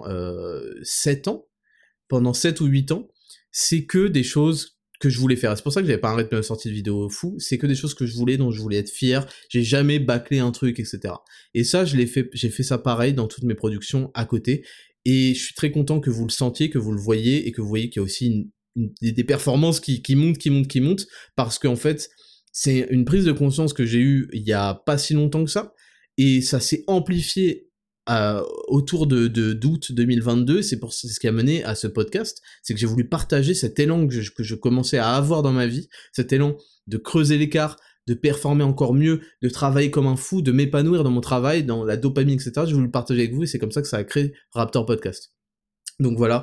Speaker 1: 7 ans, pendant 7 ou 8 ans, c'est que des choses que je voulais faire. C'est pour ça que j'avais pas un rythme de sortie de vidéo fou, c'est que des choses que je voulais, dont je voulais être fier, j'ai jamais bâclé un truc, etc. Et ça, j'ai fait ça pareil dans toutes mes productions à côté, et je suis très content que vous le sentiez, que vous le voyez, et que vous voyez qu'il y a aussi des performances qui montent, parce qu'en fait, c'est une prise de conscience que j'ai eue il y a pas si longtemps que ça, et ça s'est amplifié autour d'août 2022, c'est ce qui a mené à ce podcast, c'est que j'ai voulu partager cet élan que je commençais à avoir dans ma vie, cet élan de creuser l'écart, de performer encore mieux, de travailler comme un fou, de m'épanouir dans mon travail, dans la dopamine, etc. Je voulais le partager avec vous, et c'est comme ça que ça a créé Raptor Podcast. Donc voilà,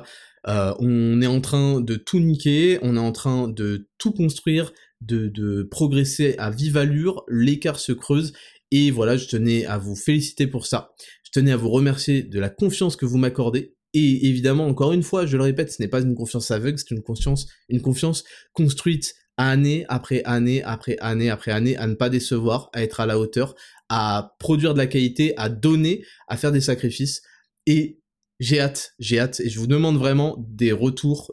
Speaker 1: on est en train de tout niquer, on est en train de tout construire, de progresser à vive allure, l'écart se creuse, et voilà, je tenais à vous féliciter pour ça. Je tenais à vous remercier de la confiance que vous m'accordez, et évidemment, encore une fois, je le répète, ce n'est pas une confiance aveugle, c'est une confiance construite année après année après année après année, à ne pas décevoir, à être à la hauteur, à produire de la qualité, à donner, à faire des sacrifices, et j'ai hâte, et je vous demande vraiment des retours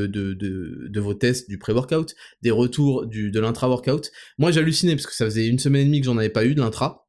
Speaker 1: de vos tests du pré-workout, des retours de l'intra-workout. Moi j'hallucinais, parce que ça faisait 1 semaine et demie que j'en avais pas eu de l'intra,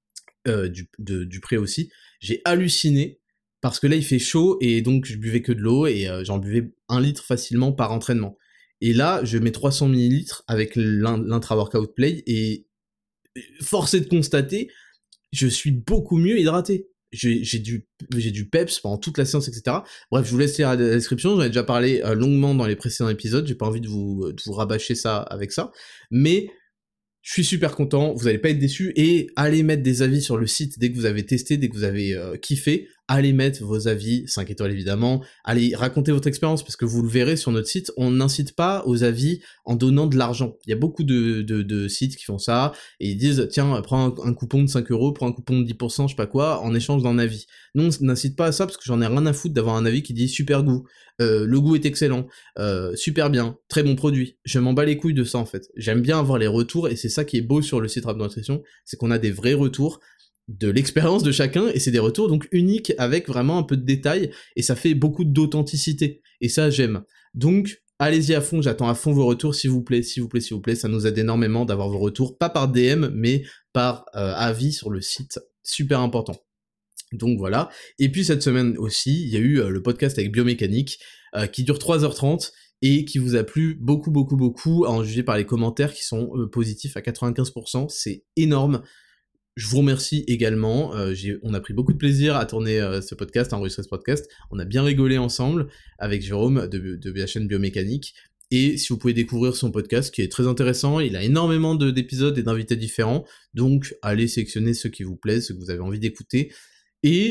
Speaker 1: du pré aussi. J'ai halluciné, parce que là il fait chaud, et donc je buvais que de l'eau, et j'en buvais 1 litre facilement par entraînement. Et là, je mets 300 ml avec l'intra-workout play, et force est de constater, je suis beaucoup mieux hydraté. J'ai du peps pendant toute la séance, etc. Bref, je vous laisse lire la description, j'en ai déjà parlé longuement dans les précédents épisodes, j'ai pas envie de vous rabâcher ça avec ça, mais je suis super content, vous allez pas être déçus, et allez mettre des avis sur le site dès que vous avez testé, dès que vous avez kiffé, allez mettre vos avis, 5 étoiles évidemment, allez raconter votre expérience, parce que vous le verrez sur notre site, on n'incite pas aux avis en donnant de l'argent. Il y a beaucoup de sites qui font ça, et ils disent, tiens, prends un coupon de 5 euros, prends un coupon de 10%, je sais pas quoi, en échange d'un avis. Non, on n'incite pas à ça, parce que j'en ai rien à foutre d'avoir un avis qui dit super goût, le goût est excellent, super bien, très bon produit. Je m'en bats les couilles de ça en fait. J'aime bien avoir les retours, et c'est ça qui est beau sur le site Rap Nutrition, c'est qu'on a des vrais retours de l'expérience de chacun, et c'est des retours donc uniques avec vraiment un peu de détails, et ça fait beaucoup d'authenticité, et ça j'aime. Donc allez-y à fond, j'attends à fond vos retours, s'il vous plaît, s'il vous plaît, s'il vous plaît, ça nous aide énormément d'avoir vos retours, pas par DM, mais par avis sur le site, super important. Donc voilà, et puis cette semaine aussi, il y a eu le podcast avec Biomécanique, qui dure 3h30, et qui vous a plu beaucoup, à en juger par les commentaires qui sont positifs à 95%, c'est énorme. Je vous remercie également, on a pris beaucoup de plaisir à tourner ce podcast, à enregistrer ce podcast, on a bien rigolé ensemble avec Jérôme de la chaîne Biomécanique, et si vous pouvez découvrir son podcast qui est très intéressant, il a énormément d'épisodes et d'invités différents, donc allez sélectionner ceux qui vous plaisent, ceux que vous avez envie d'écouter, et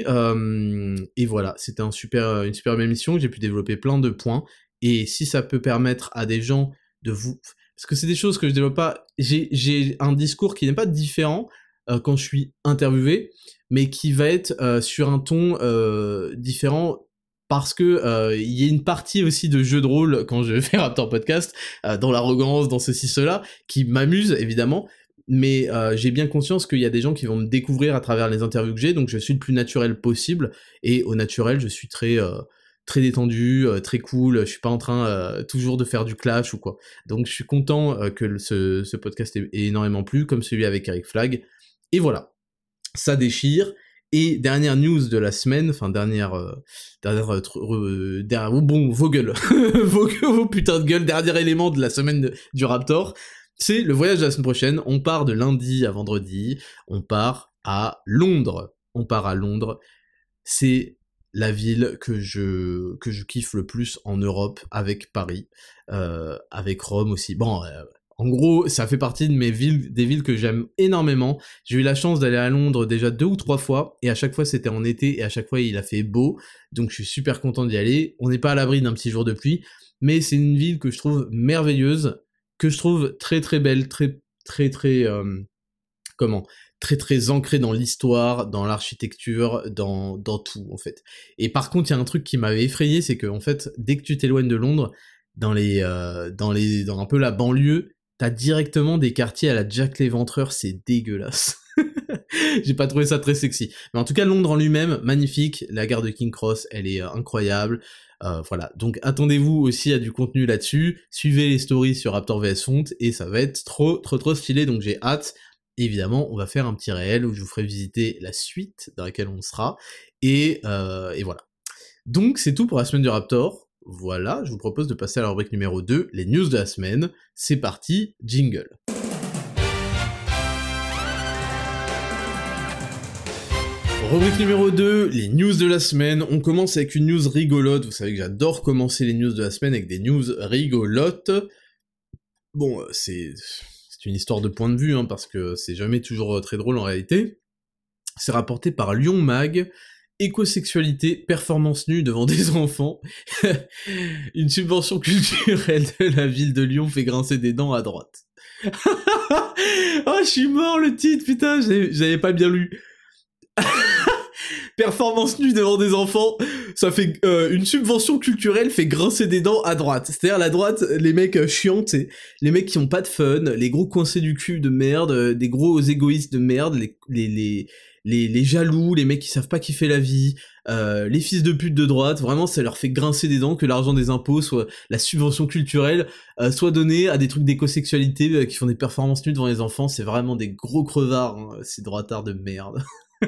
Speaker 1: voilà, c'était une super émission, j'ai pu développer plein de points, et si ça peut permettre à des gens de vous... Parce que c'est des choses que je développe pas, j'ai un discours qui n'est pas différent, quand je suis interviewé, mais qui va être sur un ton différent, parce que il y a une partie aussi de jeu de rôle quand je fais Raptor Podcast, dans l'arrogance, dans ceci, cela, qui m'amuse évidemment, mais j'ai bien conscience qu'il y a des gens qui vont me découvrir à travers les interviews que j'ai, donc je suis le plus naturel possible, et au naturel je suis très détendu, très cool, je suis pas en train toujours de faire du clash ou quoi. Donc je suis content que ce podcast ait énormément plu, comme celui avec Eric Flag. Et voilà, ça déchire. Et dernière news de la semaine, enfin vos gueules, vos putains de gueules, dernier élément de la semaine du Raptor, c'est le voyage de la semaine prochaine. On part de lundi à vendredi, on part à Londres. C'est la ville que je kiffe le plus en Europe, avec Paris, avec Rome aussi. Bon, en gros, ça fait partie de des villes que j'aime énormément. J'ai eu la chance d'aller à Londres déjà 2 ou 3 fois, et à chaque fois c'était en été, et à chaque fois il a fait beau, donc je suis super content d'y aller. On n'est pas à l'abri d'un petit jour de pluie, mais c'est une ville que je trouve merveilleuse, que je trouve très belle, très ancrée dans l'histoire, dans l'architecture, dans tout en fait. Et par contre, il y a un truc qui m'avait effrayé, c'est que en fait, dès que tu t'éloignes de Londres, dans un peu la banlieue, t'as directement des quartiers à la Jack l'Éventreur, c'est dégueulasse. J'ai pas trouvé ça très sexy. Mais en tout cas, Londres en lui-même, magnifique. La gare de King Cross, elle est incroyable. Voilà. Donc attendez-vous aussi à du contenu là-dessus. Suivez les stories sur Raptor vs Font, et ça va être trop stylé. Donc j'ai hâte. Évidemment, on va faire un petit réel où je vous ferai visiter la suite dans laquelle on sera. Et voilà. Donc c'est tout pour la semaine du Raptor. Voilà, je vous propose de passer à la rubrique numéro 2, les news de la semaine. C'est parti, jingle. Rubrique numéro 2, les news de la semaine. On commence avec une news rigolote. Vous savez que j'adore commencer les news de la semaine avec des news rigolotes. Bon, c'est une histoire de point de vue, hein, parce que c'est jamais toujours très drôle en réalité. C'est rapporté par Lyon Mag. Écosexualité, performance nue devant des enfants. Une subvention culturelle de la ville de Lyon fait grincer des dents à droite. Oh, je suis mort, le titre, putain, j'avais pas bien lu. Performance nue devant des enfants, ça fait une subvention culturelle fait grincer des dents à droite. C'est-à-dire la droite, les mecs chiants, les mecs qui ont pas de fun, les gros coincés du cul de merde, des gros égoïstes de merde, les jaloux, les mecs qui savent pas kiffer la vie, les fils de pute de droite, vraiment ça leur fait grincer des dents que l'argent des impôts, soit la subvention culturelle, soit donnée à des trucs d'écosexualité qui font des performances nues devant les enfants. C'est vraiment des gros crevards, hein, ces droitards de merde.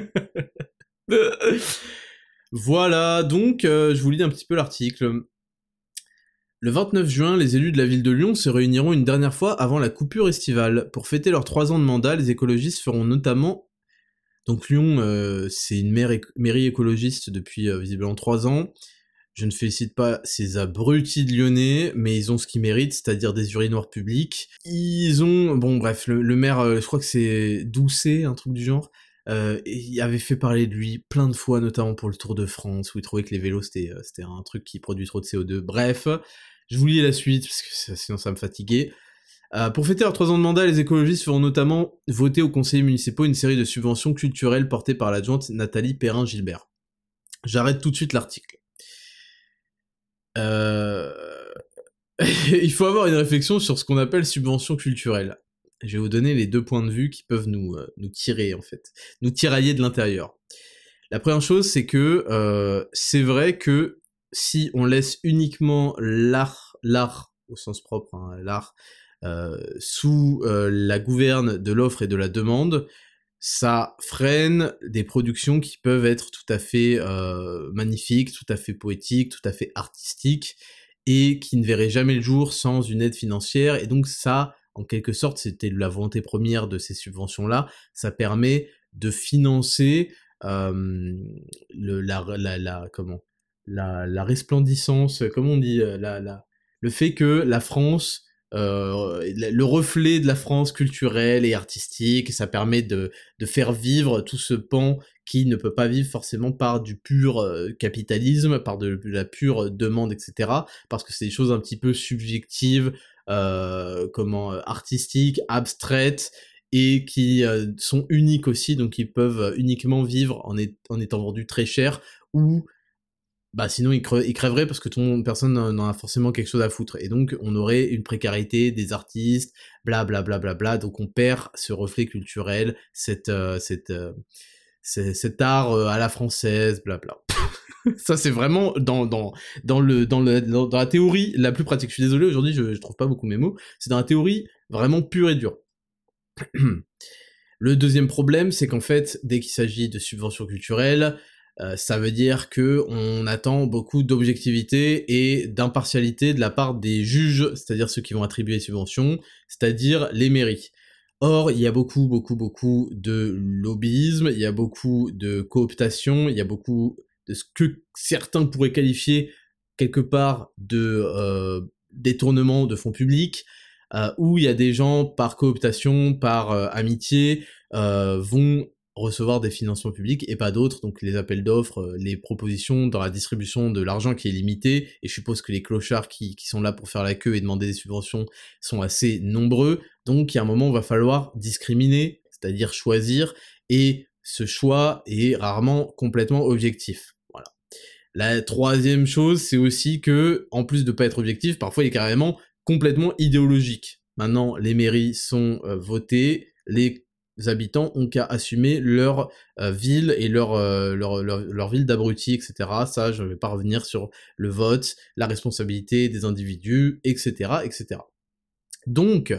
Speaker 1: Voilà, donc je vous lis un petit peu l'article. Le 29 juin, les élus de la ville de Lyon se réuniront une dernière fois avant la coupure estivale. Pour fêter leurs 3 ans de mandat, les écologistes feront notamment Donc Lyon, c'est une mairie écologiste depuis visiblement 3 ans. Je ne félicite pas ces abrutis de Lyonnais, mais ils ont ce qu'ils méritent, c'est-à-dire des urinoirs publics. Ils ont... Bon bref, le maire, je crois que c'est Doucet, un truc du genre, il avait fait parler de lui plein de fois, notamment pour le Tour de France, où il trouvait que les vélos, c'était un truc qui produit trop de CO2. Bref, je vous lis la suite, parce que sinon ça me fatiguait. Pour fêter leurs 3 ans de mandat, les écologistes feront notamment voter aux conseillers municipaux une série de subventions culturelles portées par l'adjointe Nathalie Perrin-Gilbert. J'arrête tout de suite l'article. Il faut avoir une réflexion sur ce qu'on appelle subvention culturelle. Je vais vous donner les 2 points de vue qui peuvent nous tirer, en fait. Nous tirailler de l'intérieur. La première chose, c'est que c'est vrai que si on laisse uniquement l'art au sens propre, hein, l'art, sous la gouverne de l'offre et de la demande, ça freine des productions qui peuvent être tout à fait magnifiques, tout à fait poétiques, tout à fait artistiques, et qui ne verraient jamais le jour sans une aide financière. Et donc ça, en quelque sorte, c'était la volonté première de ces subventions-là, ça permet de financer la resplendissance, comment on dit, le fait que la France, le reflet de la France culturelle et artistique, ça permet de faire vivre tout ce pan qui ne peut pas vivre forcément par du pur capitalisme, par de la pure demande, etc. Parce que c'est des choses un petit peu subjectives, artistiques, abstraites, et qui sont uniques aussi, donc ils peuvent uniquement vivre en étant vendus très cher, ou bah sinon ils crèveraient parce que personne n'en a forcément quelque chose à foutre, et donc on aurait une précarité des artistes, bla bla bla bla bla, donc on perd ce reflet culturel, cet art à la française, bla bla. Ça c'est vraiment dans la théorie la plus pratique. Je suis désolé, aujourd'hui je trouve pas beaucoup mes mots, c'est dans la théorie vraiment pure et dure. Le deuxième problème, c'est qu'en fait, dès qu'il s'agit de subventions culturelles, ça veut dire que on attend beaucoup d'objectivité et d'impartialité de la part des juges, c'est-à-dire ceux qui vont attribuer les subventions, c'est-à-dire les mairies. Or, il y a beaucoup de lobbyisme, il y a beaucoup de cooptation, il y a beaucoup de ce que certains pourraient qualifier quelque part de détournement de fonds publics, où il y a des gens par cooptation, par amitié, vont recevoir des financements publics et pas d'autres, donc les appels d'offres, les propositions dans la distribution de l'argent qui est limité, et je suppose que les clochards qui sont là pour faire la queue et demander des subventions sont assez nombreux, donc il y a un moment où il va falloir discriminer, c'est-à-dire choisir, et ce choix est rarement complètement objectif. Voilà. La troisième chose, c'est aussi que, en plus de pas être objectif, parfois il est carrément complètement idéologique. Maintenant, les mairies sont votées, les habitants ont qu'à assumer leur ville et leur ville d'abrutis, etc. Ça, je ne vais pas revenir sur le vote, la responsabilité des individus, etc., etc. Donc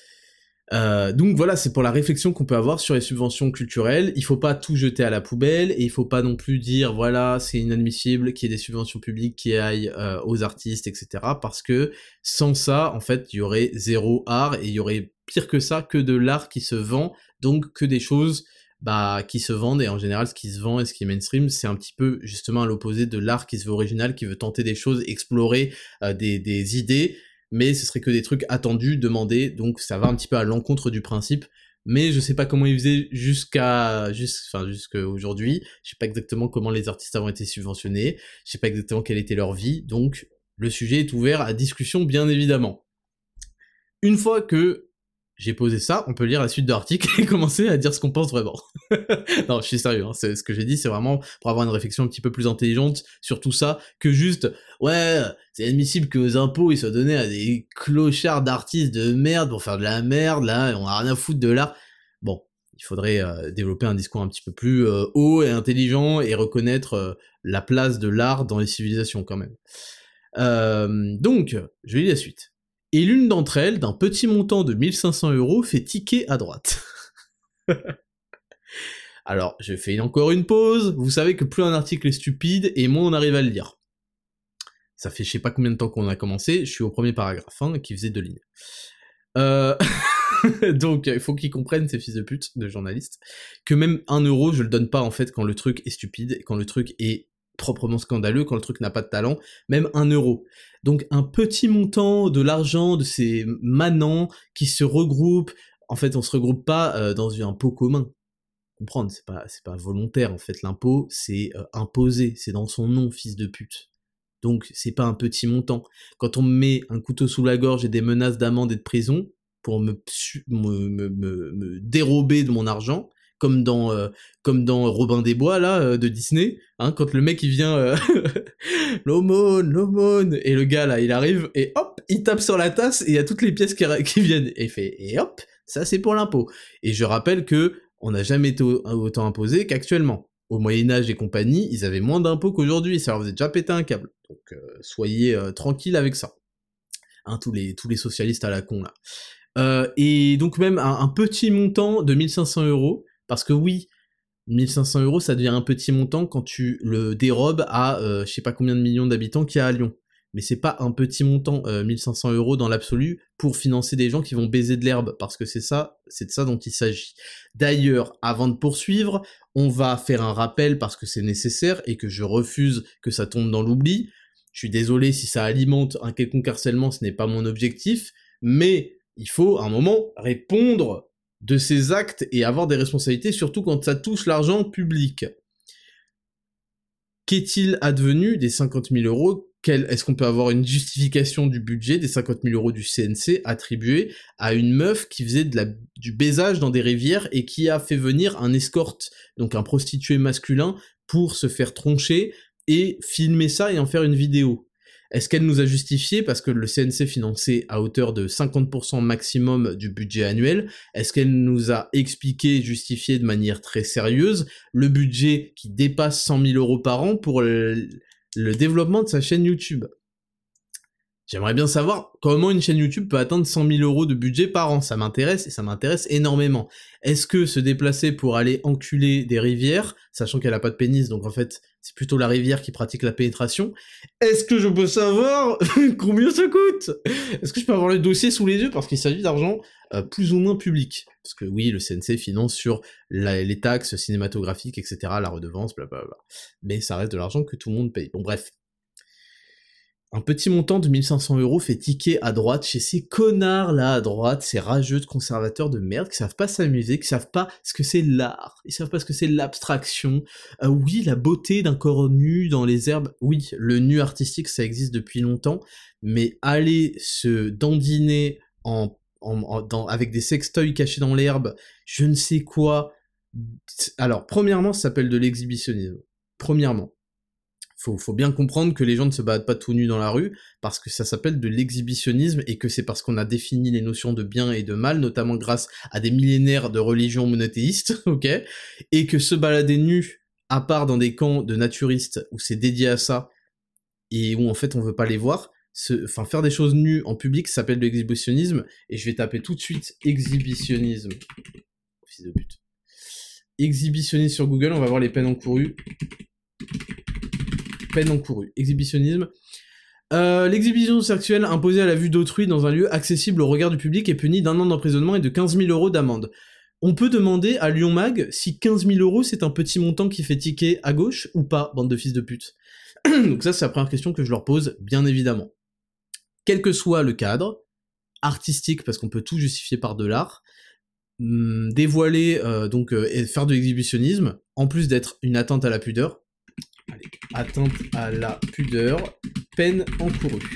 Speaker 1: voilà, c'est pour la réflexion qu'on peut avoir sur les subventions culturelles. Il faut pas tout jeter à la poubelle, et il faut pas non plus dire, voilà, c'est inadmissible qu'il y ait des subventions publiques qui aillent aux artistes, etc. Parce que sans ça, en fait, il y aurait zéro art, et il y aurait pire que ça, que de l'art qui se vend, donc que des choses qui se vendent, et en général, ce qui se vend et ce qui est mainstream, c'est un petit peu justement à l'opposé de l'art qui se veut original, qui veut tenter des choses, explorer des idées, mais ce serait que des trucs attendus, demandés, donc ça va un petit peu à l'encontre du principe, mais je sais pas comment ils faisaient jusqu'à aujourd'hui, je sais pas exactement comment les artistes ont été subventionnés, je sais pas exactement quelle était leur vie, donc le sujet est ouvert à discussion bien évidemment. Une fois que j'ai posé ça, on peut lire la suite de l'article et commencer à dire ce qu'on pense vraiment. Non, je suis sérieux, hein, ce que j'ai dit, c'est vraiment pour avoir une réflexion un petit peu plus intelligente sur tout ça, que juste, ouais, c'est admissible que aux impôts, ils soient donnés à des clochards d'artistes de merde pour faire de la merde, là, on a rien à foutre de l'art. Bon, il faudrait développer un discours un petit peu plus haut et intelligent, et reconnaître la place de l'art dans les civilisations, quand même. Donc, je lis la suite. Et l'une d'entre elles, d'un petit montant de 1500 €, fait ticker à droite. Alors, je fais encore une pause, vous savez que plus un article est stupide, et moins on arrive à le lire. Ça fait je sais pas combien de temps qu'on a commencé, je suis au premier paragraphe, qui faisait 2 lignes. Donc, il faut qu'ils comprennent, ces fils de pute, de journalistes, que même 1 euro, je le donne pas, en fait, quand le truc est stupide, quand le truc est proprement scandaleux, quand le truc n'a pas de talent, même 1 euro. Donc, un petit montant de l'argent de ces manants qui se regroupent, en fait, on se regroupe pas dans un pot commun. Comprendre, c'est pas volontaire, en fait, l'impôt, c'est imposé, c'est dans son nom, fils de pute. Donc, c'est pas un petit montant. Quand on me met un couteau sous la gorge et des menaces d'amende et de prison pour me dérober de mon argent, comme dans Robin des Bois, là, de Disney, hein, quand le mec, il vient, l'aumône, et le gars, là, il arrive, et hop, il tape sur la tasse, et il y a toutes les pièces qui viennent, et il fait, et hop, ça, c'est pour l'impôt. Et je rappelle que on n'a jamais été autant imposé qu'actuellement. Au Moyen-Âge et compagnie, ils avaient moins d'impôts qu'aujourd'hui, ça leur faisait déjà péter un câble. Donc, soyez tranquilles avec ça. Hein, tous les socialistes à la con, là. Et donc même un petit montant de 1500 euros, parce que oui, 1500 euros, ça devient un petit montant quand tu le dérobes à je sais pas combien de millions d'habitants qu'il y a à Lyon. Mais c'est pas un petit montant, 1500 euros dans l'absolu, pour financer des gens qui vont baiser de l'herbe, parce que c'est de ça dont il s'agit. D'ailleurs, avant de poursuivre, on va faire un rappel parce que c'est nécessaire et que je refuse que ça tombe dans l'oubli. Je suis désolé si ça alimente un quelconque harcèlement, ce n'est pas mon objectif, mais il faut, à un moment, répondre de ses actes et avoir des responsabilités, surtout quand ça touche l'argent public. Qu'est-il advenu des 50 000 euros? Est-ce qu'on peut avoir une justification du budget des 50 000 euros du CNC attribués à une meuf qui faisait du baisage dans des rivières et qui a fait venir un escorte, donc un prostitué masculin, pour se faire troncher et filmer ça et en faire une vidéo? Est-ce qu'elle nous a justifié parce que le CNC finançait à hauteur de 50% maximum du budget annuel? Est-ce qu'elle nous a expliqué et justifié de manière très sérieuse le budget qui dépasse 100 000 euros par an pour le développement de sa chaîne YouTube? J'aimerais bien savoir comment une chaîne YouTube peut atteindre 100 000 euros de budget par an. Ça m'intéresse, et ça m'intéresse énormément. Est-ce que se déplacer pour aller enculer des rivières, sachant qu'elle a pas de pénis, donc en fait, c'est plutôt la rivière qui pratique la pénétration, est-ce que je peux savoir combien ça coûte? Est-ce que je peux avoir le dossier sous les yeux, parce qu'il s'agit d'argent plus ou moins public? Parce que oui, le CNC finance sur les taxes cinématographiques, etc., la redevance, blablabla. Mais ça reste de l'argent que tout le monde paye. Bon bref. Un petit montant de 1500 euros fait ticker à droite chez ces connards là à droite, ces rageux de conservateurs de merde qui savent pas s'amuser, qui savent pas ce que c'est l'art, ils savent pas ce que c'est l'abstraction. Oui, la beauté d'un corps nu dans les herbes, oui, le nu artistique ça existe depuis longtemps, mais aller se dandiner avec des sextoys cachés dans l'herbe, je ne sais quoi. Alors, premièrement, ça s'appelle de l'exhibitionnisme. Premièrement. Faut bien comprendre que les gens ne se battent pas tout nus dans la rue, parce que ça s'appelle de l'exhibitionnisme, et que c'est parce qu'on a défini les notions de bien et de mal, notamment grâce à des millénaires de religions monothéistes, ok, et que se balader nu, à part dans des camps de naturistes, où c'est dédié à ça, et où en fait on veut pas les voir, faire des choses nues en public, ça s'appelle de l'exhibitionnisme, et je vais taper tout de suite exhibitionnisme. Fils de pute. Exhibitionnisme sur Google, on va voir les peines encourues. Peine encourue. Exhibitionnisme. L'exhibition sexuelle imposée à la vue d'autrui dans un lieu accessible au regard du public est punie d'1 an d'emprisonnement et de 15 000 euros d'amende. On peut demander à Lyon Mag si 15 000 euros c'est un petit montant qui fait ticker à gauche ou pas, bande de fils de pute. Donc ça c'est la première question que je leur pose, bien évidemment. Quel que soit le cadre, artistique parce qu'on peut tout justifier par de l'art, dévoiler, et faire de l'exhibitionnisme, en plus d'être une atteinte à la pudeur, allez, atteinte à la pudeur, peine encourue.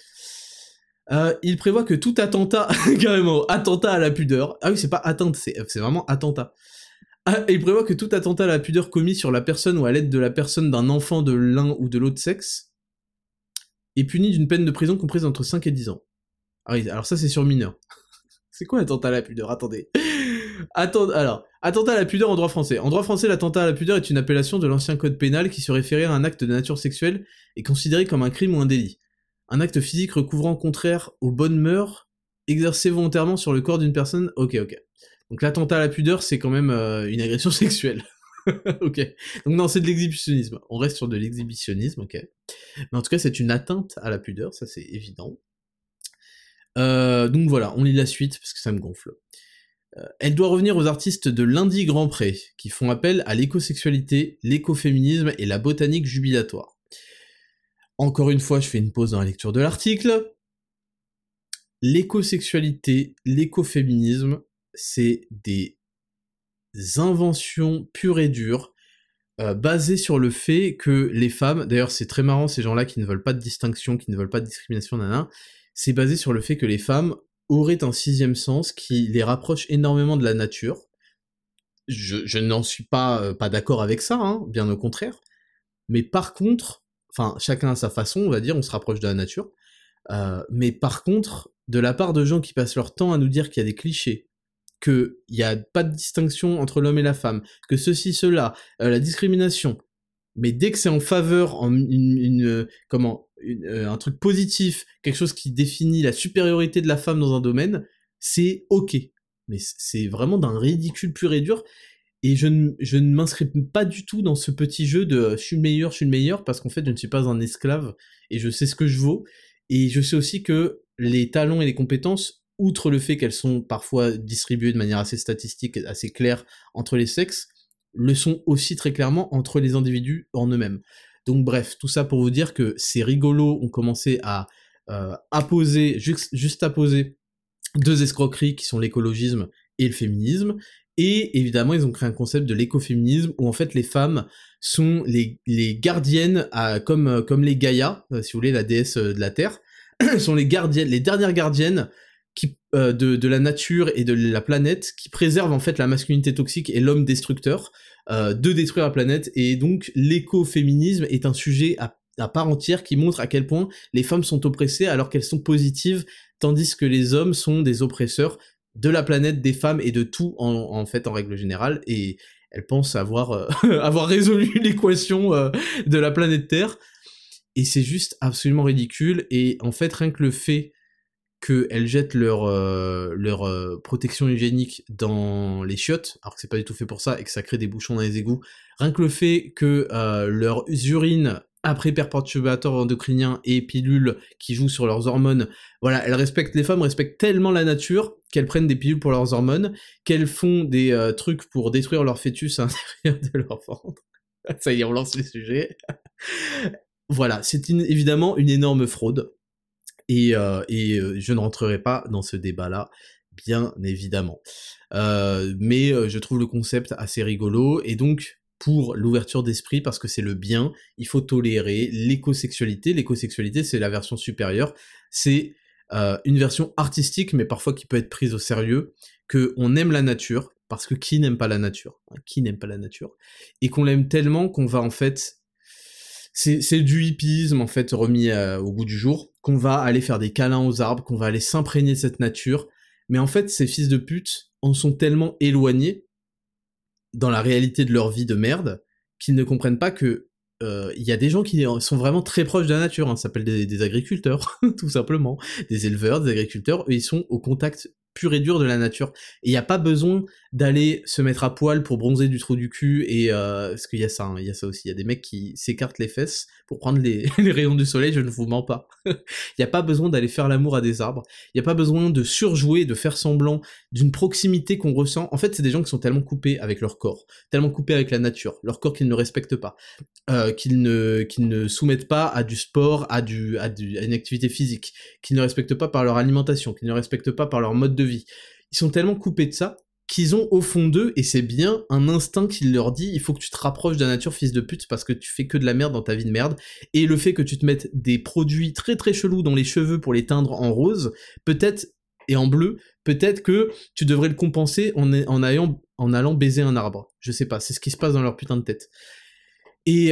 Speaker 1: Il prévoit que tout attentat, carrément, attentat à la pudeur, ah oui, c'est pas atteinte, c'est vraiment attentat. Il prévoit que tout attentat à la pudeur commis sur la personne ou à l'aide de la personne d'un enfant de l'un ou de l'autre sexe est puni d'une peine de prison comprise entre 5 et 10 ans. Ah oui, alors ça c'est sur mineur. C'est quoi attentat à la pudeur? Attendez. Alors, attentat à la pudeur en droit français. En droit français, l'attentat à la pudeur est une appellation de l'ancien code pénal qui se référait à un acte de nature sexuelle et considéré comme un crime ou un délit. Un acte physique recouvrant contraire aux bonnes mœurs, exercé volontairement sur le corps d'une personne... Ok. Donc l'attentat à la pudeur, c'est quand même une agression sexuelle. Ok. Donc non, c'est de l'exhibitionnisme. On reste sur de l'exhibitionnisme, ok. Mais en tout cas, c'est une atteinte à la pudeur, ça c'est évident. Donc voilà, on lit la suite parce que ça me gonfle. Elle doit revenir aux artistes de Lundi Grand Pré, qui font appel à l'écosexualité, l'écoféminisme et la botanique jubilatoire. Encore une fois, je fais une pause dans la lecture de l'article. L'écosexualité, l'écoféminisme, c'est des inventions pures et dures, basées sur le fait que les femmes, d'ailleurs c'est très marrant ces gens-là qui ne veulent pas de distinction, qui ne veulent pas de discrimination, nanana, c'est basé sur le fait que les femmes auraient un sixième sens qui les rapproche énormément de la nature. Je n'en suis pas d'accord avec ça, hein, bien au contraire. Mais par contre, enfin, chacun à sa façon, on va dire, on se rapproche de la nature. Mais par contre, de la part de gens qui passent leur temps à nous dire qu'il y a des clichés, qu'il n'y a pas de distinction entre l'homme et la femme, que ceci, cela, la discrimination, mais dès que c'est en faveur, un truc positif, quelque chose qui définit la supériorité de la femme dans un domaine, c'est ok. Mais c'est vraiment d'un ridicule pur et dur, et je ne m'inscris pas du tout dans ce petit jeu de je suis le meilleur, parce qu'en fait je ne suis pas un esclave, et je sais ce que je vaux, et je sais aussi que les talents et les compétences, outre le fait qu'elles sont parfois distribuées de manière assez statistique, assez claire entre les sexes, le sont aussi très clairement entre les individus en eux-mêmes. Donc bref, tout ça pour vous dire que ces rigolos ont commencé à juste apposer deux escroqueries qui sont l'écologisme et le féminisme, et évidemment ils ont créé un concept de l'écoféminisme où en fait les femmes sont les gardiennes, comme les Gaïa, si vous voulez, la déesse de la Terre, sont les gardiennes, les dernières gardiennes de la nature et de la planète, qui préservent en fait la masculinité toxique et l'homme destructeur, de détruire la planète, et donc l'écoféminisme est un sujet à part entière qui montre à quel point les femmes sont oppressées alors qu'elles sont positives, tandis que les hommes sont des oppresseurs de la planète, des femmes et de tout en fait en règle générale, et elles pensent avoir résolu l'équation de la planète Terre, et c'est juste absolument ridicule, et en fait rien que le fait qu'elles jettent leur protection hygiénique dans les chiottes, alors que c'est pas du tout fait pour ça, et que ça crée des bouchons dans les égouts, rien que le fait que leurs urines après perturbateurs endocriniens et pilules qui jouent sur leurs hormones, voilà, les femmes respectent tellement la nature qu'elles prennent des pilules pour leurs hormones, qu'elles font des trucs pour détruire leur fœtus à l'intérieur de leur ventre. Ça y est, on lance les sujets. Voilà, c'est évidemment une énorme fraude. Et je ne rentrerai pas dans ce débat-là, bien évidemment. Mais je trouve le concept assez rigolo, et donc, pour l'ouverture d'esprit, parce que c'est le bien, il faut tolérer l'écosexualité. L'écosexualité, c'est la version supérieure, c'est une version artistique, mais parfois qui peut être prise au sérieux, qu'on aime la nature, parce que qui n'aime pas la nature, hein, qui n'aime pas la nature, et qu'on l'aime tellement qu'on va en fait... C'est du hippisme en fait remis au goût du jour, qu'on va aller faire des câlins aux arbres, qu'on va aller s'imprégner de cette nature, mais en fait ces fils de pute en sont tellement éloignés dans la réalité de leur vie de merde qu'ils ne comprennent pas que y a des gens qui sont vraiment très proches de la nature, hein, ça s'appelle des agriculteurs, tout simplement, des éleveurs, des agriculteurs, eux ils sont au contact pur et dur de la nature, et il n'y a pas besoin d'aller se mettre à poil pour bronzer du trou du cul, et parce qu'il y a ça, hein, il y a ça aussi, il y a des mecs qui s'écartent les fesses pour prendre les rayons du soleil, je ne vous mens pas. Il n'y a pas besoin d'aller faire l'amour à des arbres, il n'y a pas besoin de surjouer, de faire semblant d'une proximité qu'on ressent. En fait, c'est des gens qui sont tellement coupés avec leur corps, tellement coupés avec la nature, leur corps qu'ils ne respectent pas, qu'ils ne soumettent pas à du sport, à une activité physique, qu'ils ne respectent pas par leur alimentation, qu'ils ne respectent pas par leur mode de vie. Ils sont tellement coupés de ça qu'ils ont au fond d'eux, et c'est bien, un instinct qui leur dit il faut que tu te rapproches de la nature, fils de pute, parce que tu fais que de la merde dans ta vie de merde, et le fait que tu te mettes des produits très très chelous dans les cheveux pour les teindre en rose, peut-être, et en bleu, peut-être que tu devrais le compenser en allant baiser un arbre. Je sais pas, c'est ce qui se passe dans leur putain de tête. Et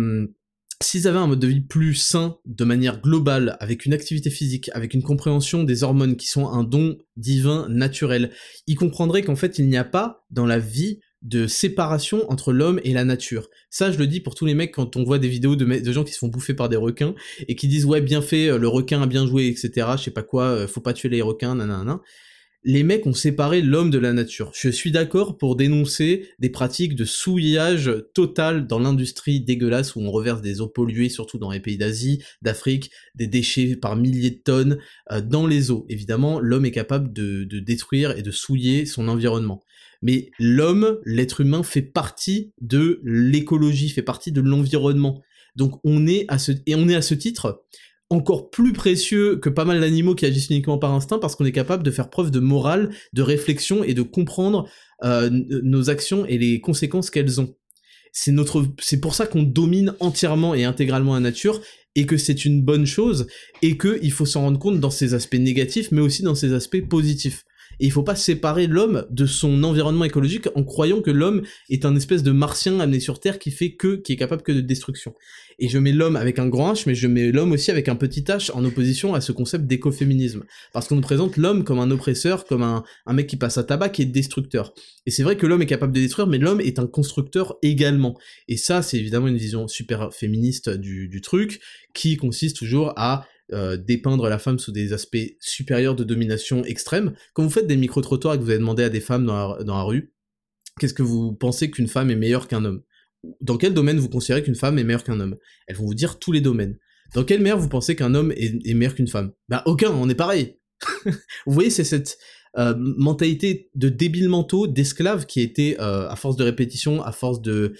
Speaker 1: s'ils avaient un mode de vie plus sain, de manière globale, avec une activité physique, avec une compréhension des hormones qui sont un don divin naturel, ils comprendraient qu'en fait il n'y a pas dans la vie de séparation entre l'homme et la nature. Ça, je le dis pour tous les mecs quand on voit des vidéos de gens qui se font bouffer par des requins, et qui disent ouais bien fait, le requin a bien joué, etc., je sais pas quoi, faut pas tuer les requins, nanana. les mecs ont séparé l'homme de la nature. Je suis d'accord pour dénoncer des pratiques de souillage total dans l'industrie dégueulasse où on reverse des eaux polluées, surtout dans les pays d'Asie, d'Afrique, des déchets par milliers de tonnes dans les eaux. Évidemment, l'homme est capable de détruire et de souiller son environnement. Mais l'homme, l'être humain, fait partie de l'écologie, fait partie de l'environnement. Donc on est à ce titre encore plus précieux que pas mal d'animaux qui agissent uniquement par instinct parce qu'on est capable de faire preuve de morale, de réflexion et de comprendre nos actions et les conséquences qu'elles ont. C'est pour ça qu'on domine entièrement et intégralement la nature et que c'est une bonne chose et qu'il faut s'en rendre compte dans ses aspects négatifs mais aussi dans ses aspects positifs. Et il faut pas séparer l'homme de son environnement écologique en croyant que l'homme est un espèce de martien amené sur Terre qui est capable que de destruction. Et je mets l'homme avec un grand H, mais je mets l'homme aussi avec un petit H en opposition à ce concept d'écoféminisme. Parce qu'on nous présente l'homme comme un oppresseur, comme un mec qui passe à tabac, qui est destructeur. Et c'est vrai que l'homme est capable de détruire, mais l'homme est un constructeur également. Et ça, c'est évidemment une vision super féministe du truc, qui consiste toujours à dépeindre la femme sous des aspects supérieurs de domination extrême. Quand vous faites des micro-trottoirs et que vous allez demander à des femmes dans la rue, qu'est-ce que vous pensez qu'une femme est meilleure qu'un homme? Dans quel domaine vous considérez qu'une femme est meilleure qu'un homme? Elles vont vous dire tous les domaines. Dans quelle mesure vous pensez qu'un homme est meilleur qu'une femme? Bah aucun, on est pareil. Vous voyez, c'est cette mentalité de débiles mentaux, d'esclaves qui a été, à force de répétition, à force de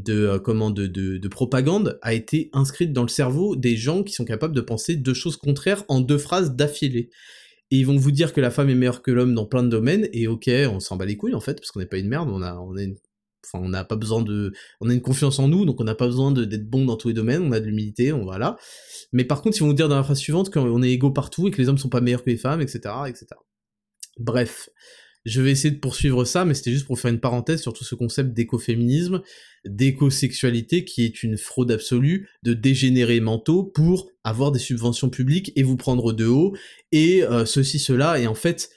Speaker 1: propagande, a été inscrite dans le cerveau des gens qui sont capables de penser deux choses contraires en deux phrases d'affilée. Et ils vont vous dire que la femme est meilleure que l'homme dans plein de domaines, et ok, on s'en bat les couilles en fait, parce qu'on n'est pas une merde, on n'a pas besoin on a une confiance en nous, donc on n'a pas besoin d'être bon dans tous les domaines, on a de l'humilité, voilà. Mais par contre, ils vont vous dire dans la phrase suivante qu'on est égaux partout et que les hommes sont pas meilleurs que les femmes, etc., etc. Bref, je vais essayer de poursuivre ça, mais c'était juste pour faire une parenthèse sur tout ce concept d'écoféminisme, d'écosexualité, qui est une fraude absolue, de dégénérés mentaux pour avoir des subventions publiques et vous prendre de haut, et ceci, cela, et en fait,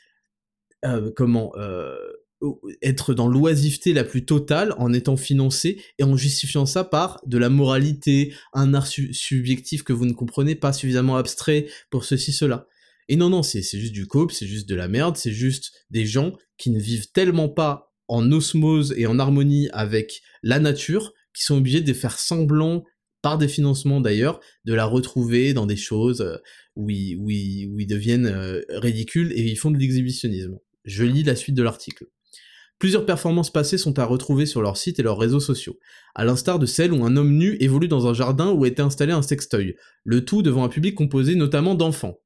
Speaker 1: être dans l'oisiveté la plus totale en étant financé et en justifiant ça par de la moralité, un art subjectif que vous ne comprenez pas, suffisamment abstrait pour ceci, cela. Et non, c'est juste du cope, c'est juste de la merde, c'est juste des gens qui ne vivent tellement pas en osmose et en harmonie avec la nature, qui sont obligés de faire semblant, par des financements d'ailleurs, de la retrouver dans des choses où ils deviennent ridicules et ils font de l'exhibitionnisme. Je lis la suite de l'article. Plusieurs performances passées sont à retrouver sur leur site et leurs réseaux sociaux, à l'instar de celle où un homme nu évolue dans un jardin où était installé un sextoy, le tout devant un public composé notamment d'enfants.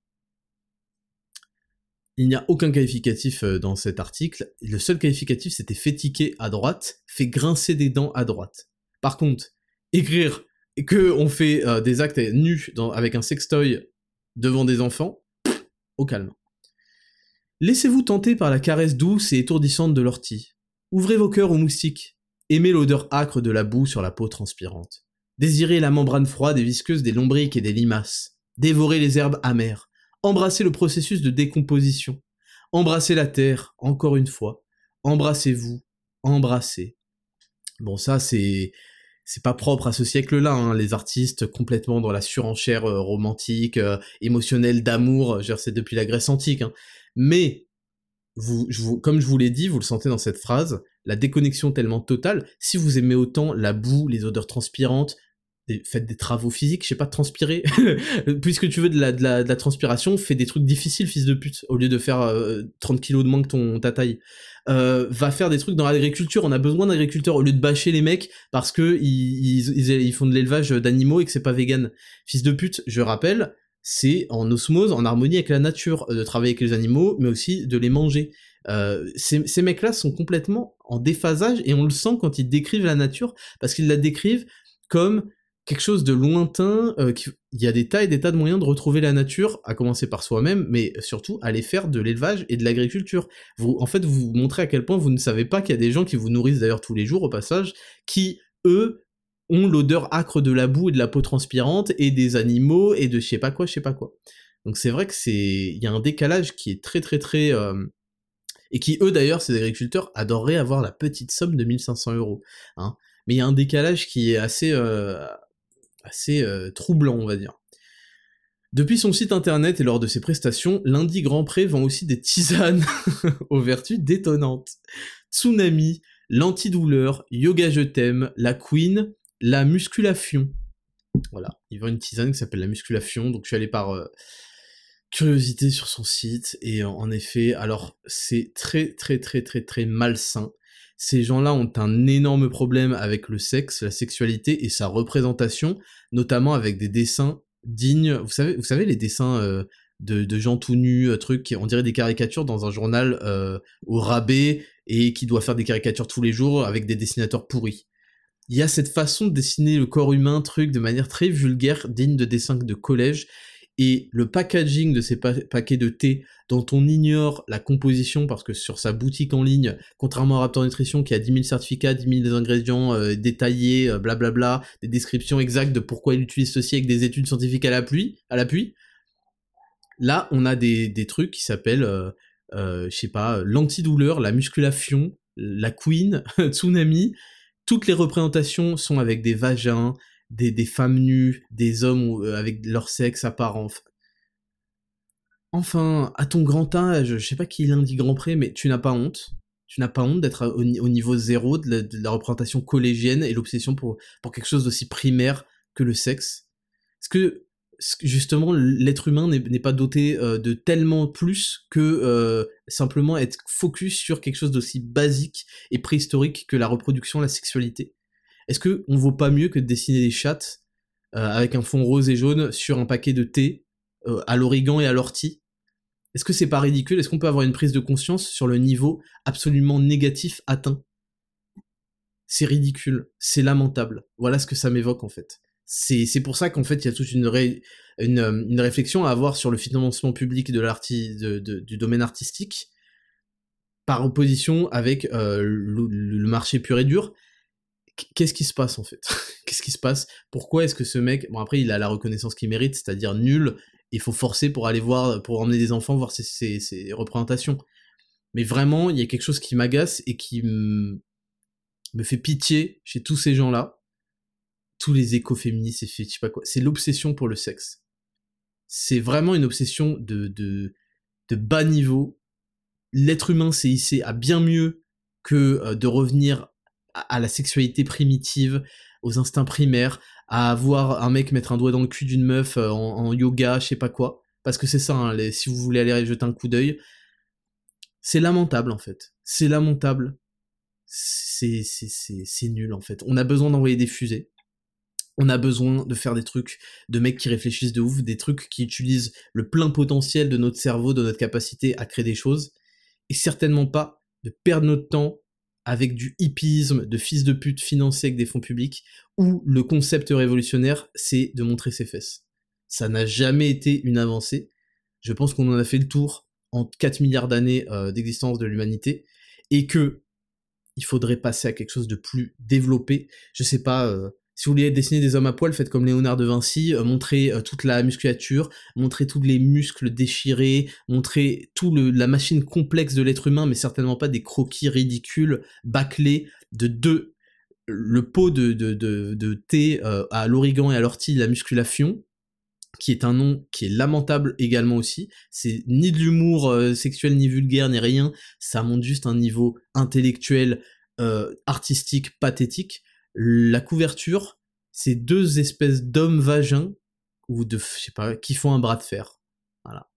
Speaker 1: Il n'y a aucun qualificatif dans cet article, le seul qualificatif c'était fait tiquer à droite, fait grincer des dents à droite. Par contre, écrire que on fait des actes nus avec un sextoy devant des enfants, au calme. Laissez-vous tenter par la caresse douce et étourdissante de l'ortie. Ouvrez vos cœurs aux moustiques. Aimez l'odeur âcre de la boue sur la peau transpirante. Désirez la membrane froide et visqueuse des lombriques et des limaces. Dévorez les herbes amères. Embrassez le processus de décomposition. Embrassez la terre, encore une fois. Embrassez-vous. Embrassez. Bon, ça, c'est pas propre à ce siècle-là, hein, les artistes complètement dans la surenchère romantique, émotionnelle, d'amour, c'est depuis la Grèce antique, hein. Mais, comme je vous l'ai dit, vous le sentez dans cette phrase, la déconnexion tellement totale, si vous aimez autant la boue, les odeurs transpirantes, faites des travaux physiques, je sais pas, transpirer, puisque tu veux de la transpiration, fais des trucs difficiles, fils de pute, au lieu de faire 30 kilos de moins que ta taille. Va faire des trucs dans l'agriculture, on a besoin d'agriculteurs, au lieu de bâcher les mecs, parce que ils font de l'élevage d'animaux et que c'est pas vegan. Fils de pute, je rappelle, c'est en osmose, en harmonie avec la nature, de travailler avec les animaux, mais aussi de les manger. Ces mecs-là sont complètement en déphasage, et on le sent quand ils décrivent la nature, parce qu'ils la décrivent comme quelque chose de lointain, il y a des tas et des tas de moyens de retrouver la nature, à commencer par soi-même, mais surtout aller faire de l'élevage et de l'agriculture. Vous montrez à quel point vous ne savez pas qu'il y a des gens qui vous nourrissent d'ailleurs tous les jours au passage, qui, eux, ont l'odeur âcre de la boue et de la peau transpirante, et des animaux, et de je sais pas quoi. Donc c'est vrai que il y a un décalage qui est très très très... et qui, eux d'ailleurs, ces agriculteurs, adoreraient avoir la petite somme de 1500 €, hein. Mais il y a un décalage qui est assez troublant, on va dire. Depuis son site internet et lors de ses prestations, Lundi Grand Pré vend aussi des tisanes aux vertus détonnantes. Tsunami, l'antidouleur, Yoga Je t'aime, la Queen, la musculation. Voilà, il vend une tisane qui s'appelle la musculation, donc je suis allé par curiosité sur son site, et en effet, alors c'est très très très très très malsain. Ces gens-là ont un énorme problème avec le sexe, la sexualité et sa représentation, notamment avec des dessins dignes. Vous savez les dessins de gens tout nus, trucs, on dirait des caricatures dans un journal au rabais et qui doit faire des caricatures tous les jours avec des dessinateurs pourris. Il y a cette façon de dessiner le corps humain, truc, de manière très vulgaire, digne de dessins de collège, et le packaging de ces paquets de thé dont on ignore la composition parce que sur sa boutique en ligne, contrairement à Raptor Nutrition qui a 10 000 certificats, 10 000 ingrédients détaillés, blablabla, des descriptions exactes de pourquoi il utilise ceci avec des études scientifiques à l'appui, là on a des trucs qui s'appellent, je sais pas, l'antidouleur, la musculation, la Queen, Tsunami, toutes les représentations sont avec des vagins, des femmes nues, des hommes avec leur sexe apparent. Enfin, à ton grand âge, je sais pas qui est Lundi Grand Pré, mais tu n'as pas honte. Tu n'as pas honte d'être au niveau zéro de la représentation collégienne et l'obsession pour quelque chose d'aussi primaire que le sexe. Est-ce que justement l'être humain n'est pas doté de tellement plus que simplement être focus sur quelque chose d'aussi basique et préhistorique que la reproduction, la sexualité? Est-ce que on vaut pas mieux que de dessiner des chattes avec un fond rose et jaune sur un paquet de thé à l'origan et à l'ortie? Est-ce que c'est pas ridicule? Est-ce qu'on peut avoir une prise de conscience sur le niveau absolument négatif atteint? C'est ridicule, c'est lamentable. Voilà ce que ça m'évoque en fait. C'est pour ça qu'en fait il y a toute une réflexion à avoir sur le financement public du domaine artistique par opposition avec le marché pur et dur. Qu'est-ce qui se passe en fait? Qu'est-ce qui se passe? Pourquoi est-ce que ce mec, bon après il a la reconnaissance qu'il mérite, c'est-à-dire nul, il faut forcer pour aller voir, pour emmener des enfants voir ses représentations. Mais vraiment, il y a quelque chose qui m'agace et qui me fait pitié chez tous ces gens-là, tous les écoféministes et je sais pas quoi, c'est l'obsession pour le sexe. C'est vraiment une obsession de bas niveau. L'être humain s'est hissé à bien mieux que de revenir à la sexualité primitive, aux instincts primaires, à voir un mec mettre un doigt dans le cul d'une meuf en yoga, je sais pas quoi. Parce que c'est ça, hein, si vous voulez aller jeter un coup d'œil, c'est lamentable en fait. C'est lamentable. C'est nul en fait. On a besoin d'envoyer des fusées. On a besoin de faire des trucs de mecs qui réfléchissent de ouf, des trucs qui utilisent le plein potentiel de notre cerveau, de notre capacité à créer des choses, et certainement pas de perdre notre temps avec du hippisme, de fils de pute financé avec des fonds publics, où le concept révolutionnaire, c'est de montrer ses fesses. Ça n'a jamais été une avancée. Je pense qu'on en a fait le tour en 4 milliards d'années d'existence de l'humanité, et que il faudrait passer à quelque chose de plus développé. Je sais pas, si vous voulez dessiner des hommes à poil, faites comme Léonard de Vinci, montrer toute la musculature, montrer tous les muscles déchirés, montrer la machine complexe de l'être humain, mais certainement pas des croquis ridicules, bâclés, le pot de thé à l'origan et à l'ortie, la musculation, qui est un nom qui est lamentable également aussi. C'est ni de l'humour sexuel, ni vulgaire, ni rien. Ça montre juste un niveau intellectuel, artistique, pathétique. La couverture, c'est deux espèces d'hommes vagins, ou je sais pas, qui font un bras de fer. Voilà.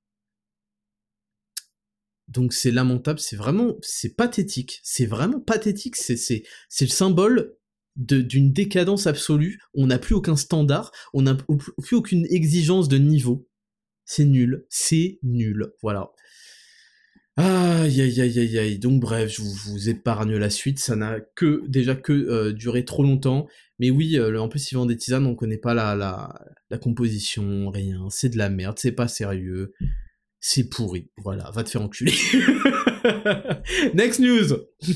Speaker 1: Donc c'est lamentable, c'est pathétique. C'est vraiment pathétique, c'est le symbole d'une décadence absolue. On n'a plus aucun standard, on n'a plus aucune exigence de niveau. C'est nul, voilà. Aïe aïe aïe aïe aïe, donc bref, je vous épargne la suite, ça n'a déjà duré trop longtemps, mais oui, en plus ils vendent des tisanes, on connaît pas la composition, rien, c'est de la merde, c'est pas sérieux, c'est pourri, voilà, va te faire enculer. Next news.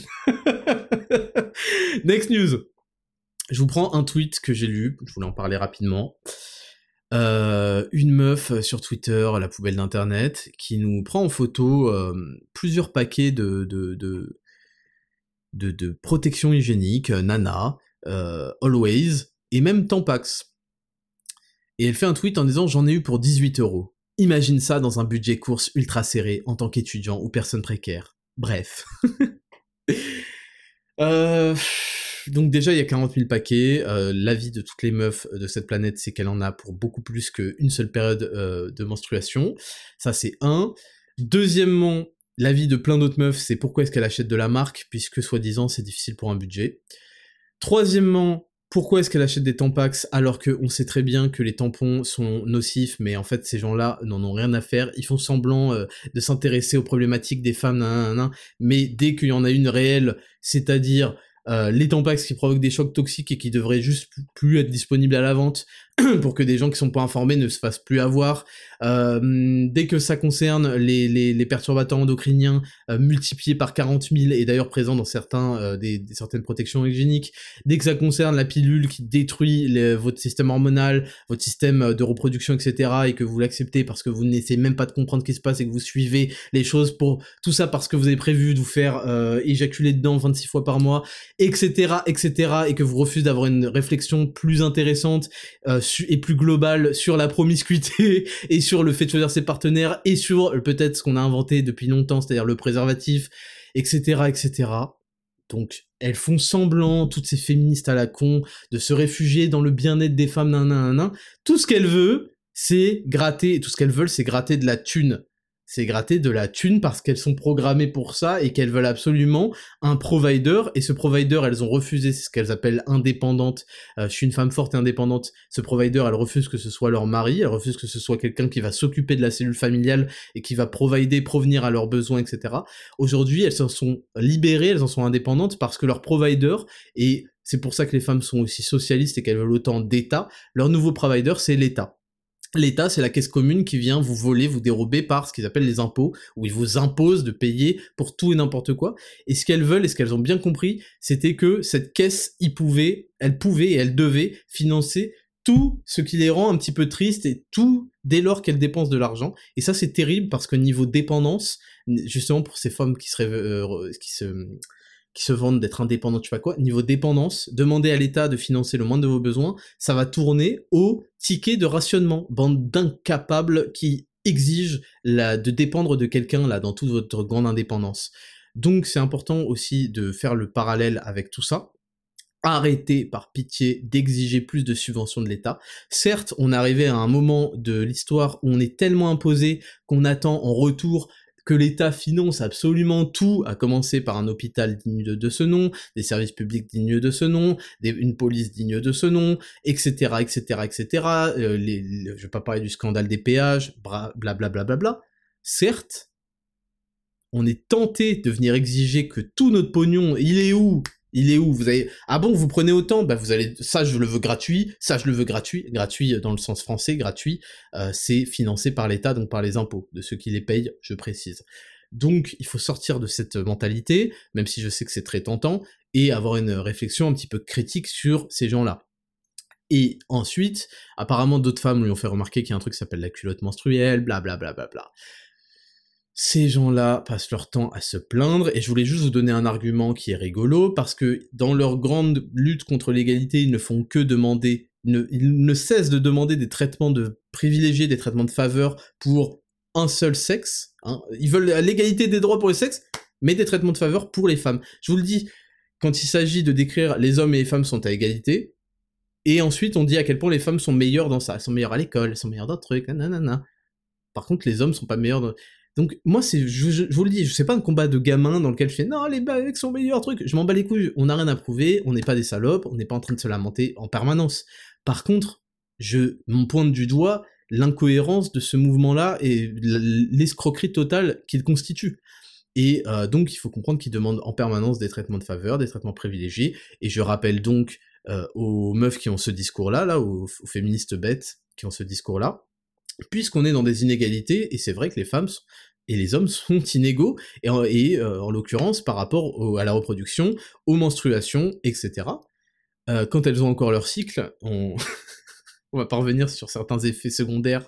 Speaker 1: Next news. Je vous prends un tweet que j'ai lu, je voulais en parler rapidement. Une meuf sur Twitter, la poubelle d'internet, qui nous prend en photo plusieurs paquets de protection hygiénique, Nana, Always, et même Tampax. Et elle fait un tweet en disant « J'en ai eu pour 18 €. Imagine ça dans un budget course ultra serré en tant qu'étudiant ou personne précaire. Bref. » Donc déjà, il y a 40 000 paquets. L'avis de toutes les meufs de cette planète, c'est qu'elle en a pour beaucoup plus qu'une seule période de menstruation. Ça, c'est un. Deuxièmement, l'avis de plein d'autres meufs, c'est pourquoi est-ce qu'elle achète de la marque, puisque soi-disant, c'est difficile pour un budget. Troisièmement, pourquoi est-ce qu'elle achète des Tampax alors qu'on sait très bien que les tampons sont nocifs, mais en fait ces gens-là n'en ont rien à faire, ils font semblant de s'intéresser aux problématiques des femmes, mais dès qu'il y en a une réelle, c'est-à-dire les Tampax qui provoquent des chocs toxiques et qui devraient juste plus être disponibles à la vente pour que des gens qui sont pas informés ne se fassent plus avoir, dès que ça concerne les perturbateurs endocriniens multipliés par 40 000 et d'ailleurs présents dans certaines protections hygiéniques, dès que ça concerne la pilule qui détruit votre système hormonal, votre système de reproduction, etc., et que vous l'acceptez parce que vous n'essayez même pas de comprendre ce qui se passe et que vous suivez les choses pour tout ça parce que vous avez prévu de vous faire éjaculer dedans 26 fois par mois, etc., et que vous refusez d'avoir une réflexion plus intéressante et plus globale sur la promiscuité et sur le fait de choisir ses partenaires et sur peut-être ce qu'on a inventé depuis longtemps, c'est-à-dire le préservatif, etc., etc. Donc, elles font semblant, toutes ces féministes à la con, de se réfugier dans le bien-être des femmes, Tout ce qu'elles veulent, c'est gratter, tout ce qu'elles veulent, c'est gratter de la thune. C'est gratter de la thune parce qu'elles sont programmées pour ça et qu'elles veulent absolument un provider, et ce provider, elles ont refusé, c'est ce qu'elles appellent indépendante. Je suis une femme forte et indépendante. Ce provider, elle refuse que ce soit leur mari, elle refuse que ce soit quelqu'un qui va s'occuper de la cellule familiale et qui va provenir à leurs besoins, etc. Aujourd'hui, elles s'en sont libérées, elles en sont indépendantes parce que leur provider, et c'est pour ça que les femmes sont aussi socialistes et qu'elles veulent autant d'État, leur nouveau provider, c'est l'État. L'État, c'est la caisse commune qui vient vous voler, vous dérober par ce qu'ils appellent les impôts, où ils vous imposent de payer pour tout et n'importe quoi. Et ce qu'elles veulent, et ce qu'elles ont bien compris, c'était que cette caisse, elle pouvait et elle devait financer tout ce qui les rend un petit peu tristes et tout dès lors qu'elles dépensent de l'argent. Et ça, c'est terrible parce que niveau dépendance, justement pour ces femmes qui se vendent d'être indépendantes, je sais pas quoi, niveau dépendance, demander à l'État de financer le moindre de vos besoins, ça va tourner au ticket de rationnement, bande d'incapables qui exigent de dépendre de quelqu'un là dans toute votre grande indépendance. Donc c'est important aussi de faire le parallèle avec tout ça. Arrêtez par pitié d'exiger plus de subventions de l'État. Certes, on est arrivé à un moment de l'histoire où on est tellement imposé qu'on attend en retour que l'État finance absolument tout, à commencer par un hôpital digne de ce nom, des services publics dignes de ce nom, une police digne de ce nom, etc., etc., etc. Je vais pas parler du scandale des péages, blablabla. Certes, on est tenté de venir exiger que tout notre pognon, il est où ? Vous avez, ah bon, vous prenez autant? Bah, vous allez, ça, je le veux gratuit, ça, je le veux gratuit dans le sens français, gratuit, c'est financé par l'État, donc par les impôts, de ceux qui les payent, je précise. Donc, il faut sortir de cette mentalité, même si je sais que c'est très tentant, et avoir une réflexion un petit peu critique sur ces gens-là. Et ensuite, apparemment, d'autres femmes lui ont fait remarquer qu'il y a un truc qui s'appelle la culotte menstruelle, blablabla. Ces gens-là passent leur temps à se plaindre, et je voulais juste vous donner un argument qui est rigolo, parce que dans leur grande lutte contre l'égalité, ils ne font que demander, ils ne cessent de demander des traitements de privilégiés, des traitements de faveur pour un seul sexe, hein. Ils veulent l'égalité des droits pour les sexes, mais des traitements de faveur pour les femmes. Je vous le dis, quand il s'agit de décrire les hommes et les femmes sont à égalité, et ensuite on dit à quel point les femmes sont meilleures dans ça, elles sont meilleures à l'école, elles sont meilleures dans le truc, nanana. Par contre, les hommes sont pas meilleurs dans... Donc, moi, je vous le dis, c'est pas un combat de gamin dans lequel je fais, non, les mecs sont meilleurs, truc. Je m'en bats les couilles, on n'a rien à prouver, on n'est pas des salopes, on n'est pas en train de se lamenter en permanence. Par contre, mon pointe du doigt l'incohérence de ce mouvement-là et l'escroquerie totale qu'il constitue. Et donc, il faut comprendre qu'ils demandent en permanence des traitements de faveur, des traitements privilégiés, et je rappelle donc aux meufs qui ont ce discours-là, aux féministes bêtes qui ont ce discours-là, puisqu'on est dans des inégalités, et c'est vrai que les femmes et les hommes sont inégaux, et en l'occurrence par rapport à la reproduction, aux menstruations, etc. Quand elles ont encore leur cycle, on va pas revenir sur certains effets secondaires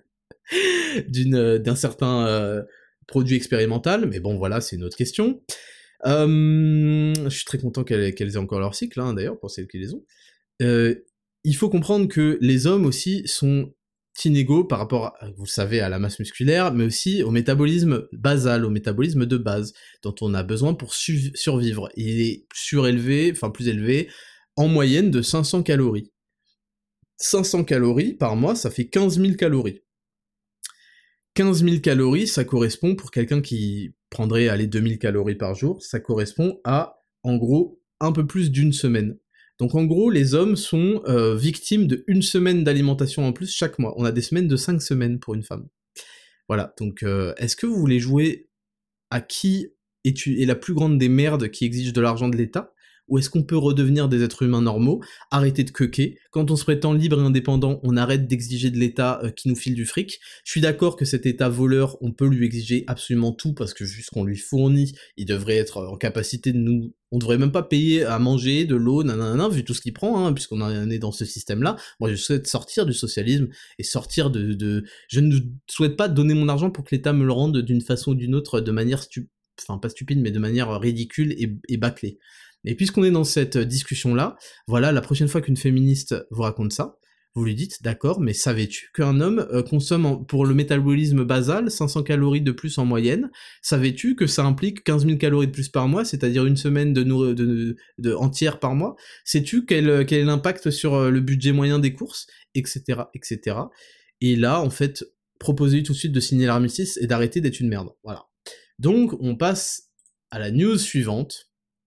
Speaker 1: d'un certain produit expérimental, mais bon voilà, c'est une autre question. Je suis très content qu'elles aient encore leur cycle, hein, d'ailleurs, pour celles qui les ont. il faut comprendre que les hommes aussi sont inégaux par rapport, vous le savez, à la masse musculaire, mais aussi au métabolisme basal, au métabolisme de base, dont on a besoin pour survivre. Il est surélevé, enfin plus élevé, en moyenne de 500 calories. 500 calories par mois, ça fait 15 000 calories. 15 000 calories, ça correspond, pour quelqu'un qui prendrait, allez, 2 000 calories par jour, ça correspond à, en gros, un peu plus d'une semaine. Donc en gros, les hommes sont victimes de 1 semaine d'alimentation en plus chaque mois. On a des semaines de 5 semaines pour une femme. Voilà, donc est-ce que vous voulez jouer à qui est la plus grande des merdes qui exige de l'argent de l'État ? Ou est-ce qu'on peut redevenir des êtres humains normaux, arrêter de queuquer, quand on se prétend libre et indépendant, on arrête d'exiger de l'État qui nous file du fric. Je suis d'accord que cet État voleur, on peut lui exiger absolument tout, parce que juste qu'on lui fournit, il devrait être en capacité de nous... On devrait même pas payer à manger, de l'eau, nanana, vu tout ce qu'il prend, hein, puisqu'on est dans ce système-là. Moi, je souhaite sortir du socialisme, et sortir de... Je ne souhaite pas donner mon argent pour que l'État me le rende d'une façon ou d'une autre, de manière enfin pas stupide, mais de manière ridicule et bâclée. Et puisqu'on est dans cette discussion-là, voilà, la prochaine fois qu'une féministe vous raconte ça, vous lui dites, d'accord, mais savais-tu qu'un homme consomme pour le métabolisme basal 500 calories de plus en moyenne? Savais-tu que ça implique 15 000 calories de plus par mois, c'est-à-dire une semaine entière par mois? Sais-tu quel est l'impact sur le budget moyen des courses? Etc., etc. Et là, en fait, proposez-lui tout de suite de signer l'armistice et d'arrêter d'être une merde. Voilà. Donc, on passe à la news suivante.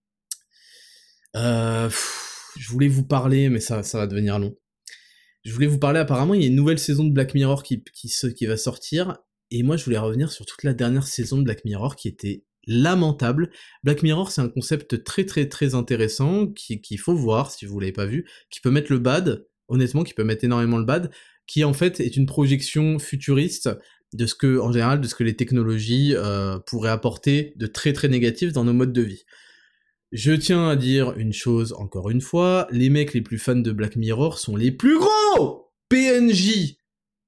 Speaker 1: Je voulais vous parler, mais ça va devenir long. Je voulais vous parler, apparemment, il y a une nouvelle saison de Black Mirror qui va sortir, et moi je voulais revenir sur toute la dernière saison de Black Mirror qui était lamentable. Black Mirror, c'est un concept très très très intéressant, qu'il faut voir si vous l'avez pas vu, qui peut mettre le bad, honnêtement, qui peut mettre énormément le bad, qui en fait est une projection futuriste de ce que les technologies pourraient apporter de très très négatif dans nos modes de vie. Je tiens à dire une chose encore une fois, les mecs les plus fans de Black Mirror sont les plus gros PNJ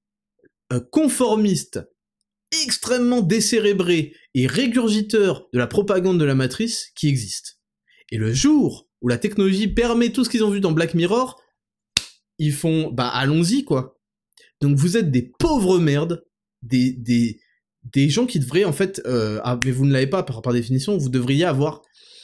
Speaker 1: conformistes, extrêmement décérébrés et régurgiteurs de la propagande de la matrice qui existent. Et le jour où la technologie permet tout ce qu'ils ont vu dans Black Mirror, ils font, bah allons-y quoi. Donc vous êtes des pauvres merdes, des gens qui devraient en fait, mais vous ne l'avez pas par définition, vous devriez avoir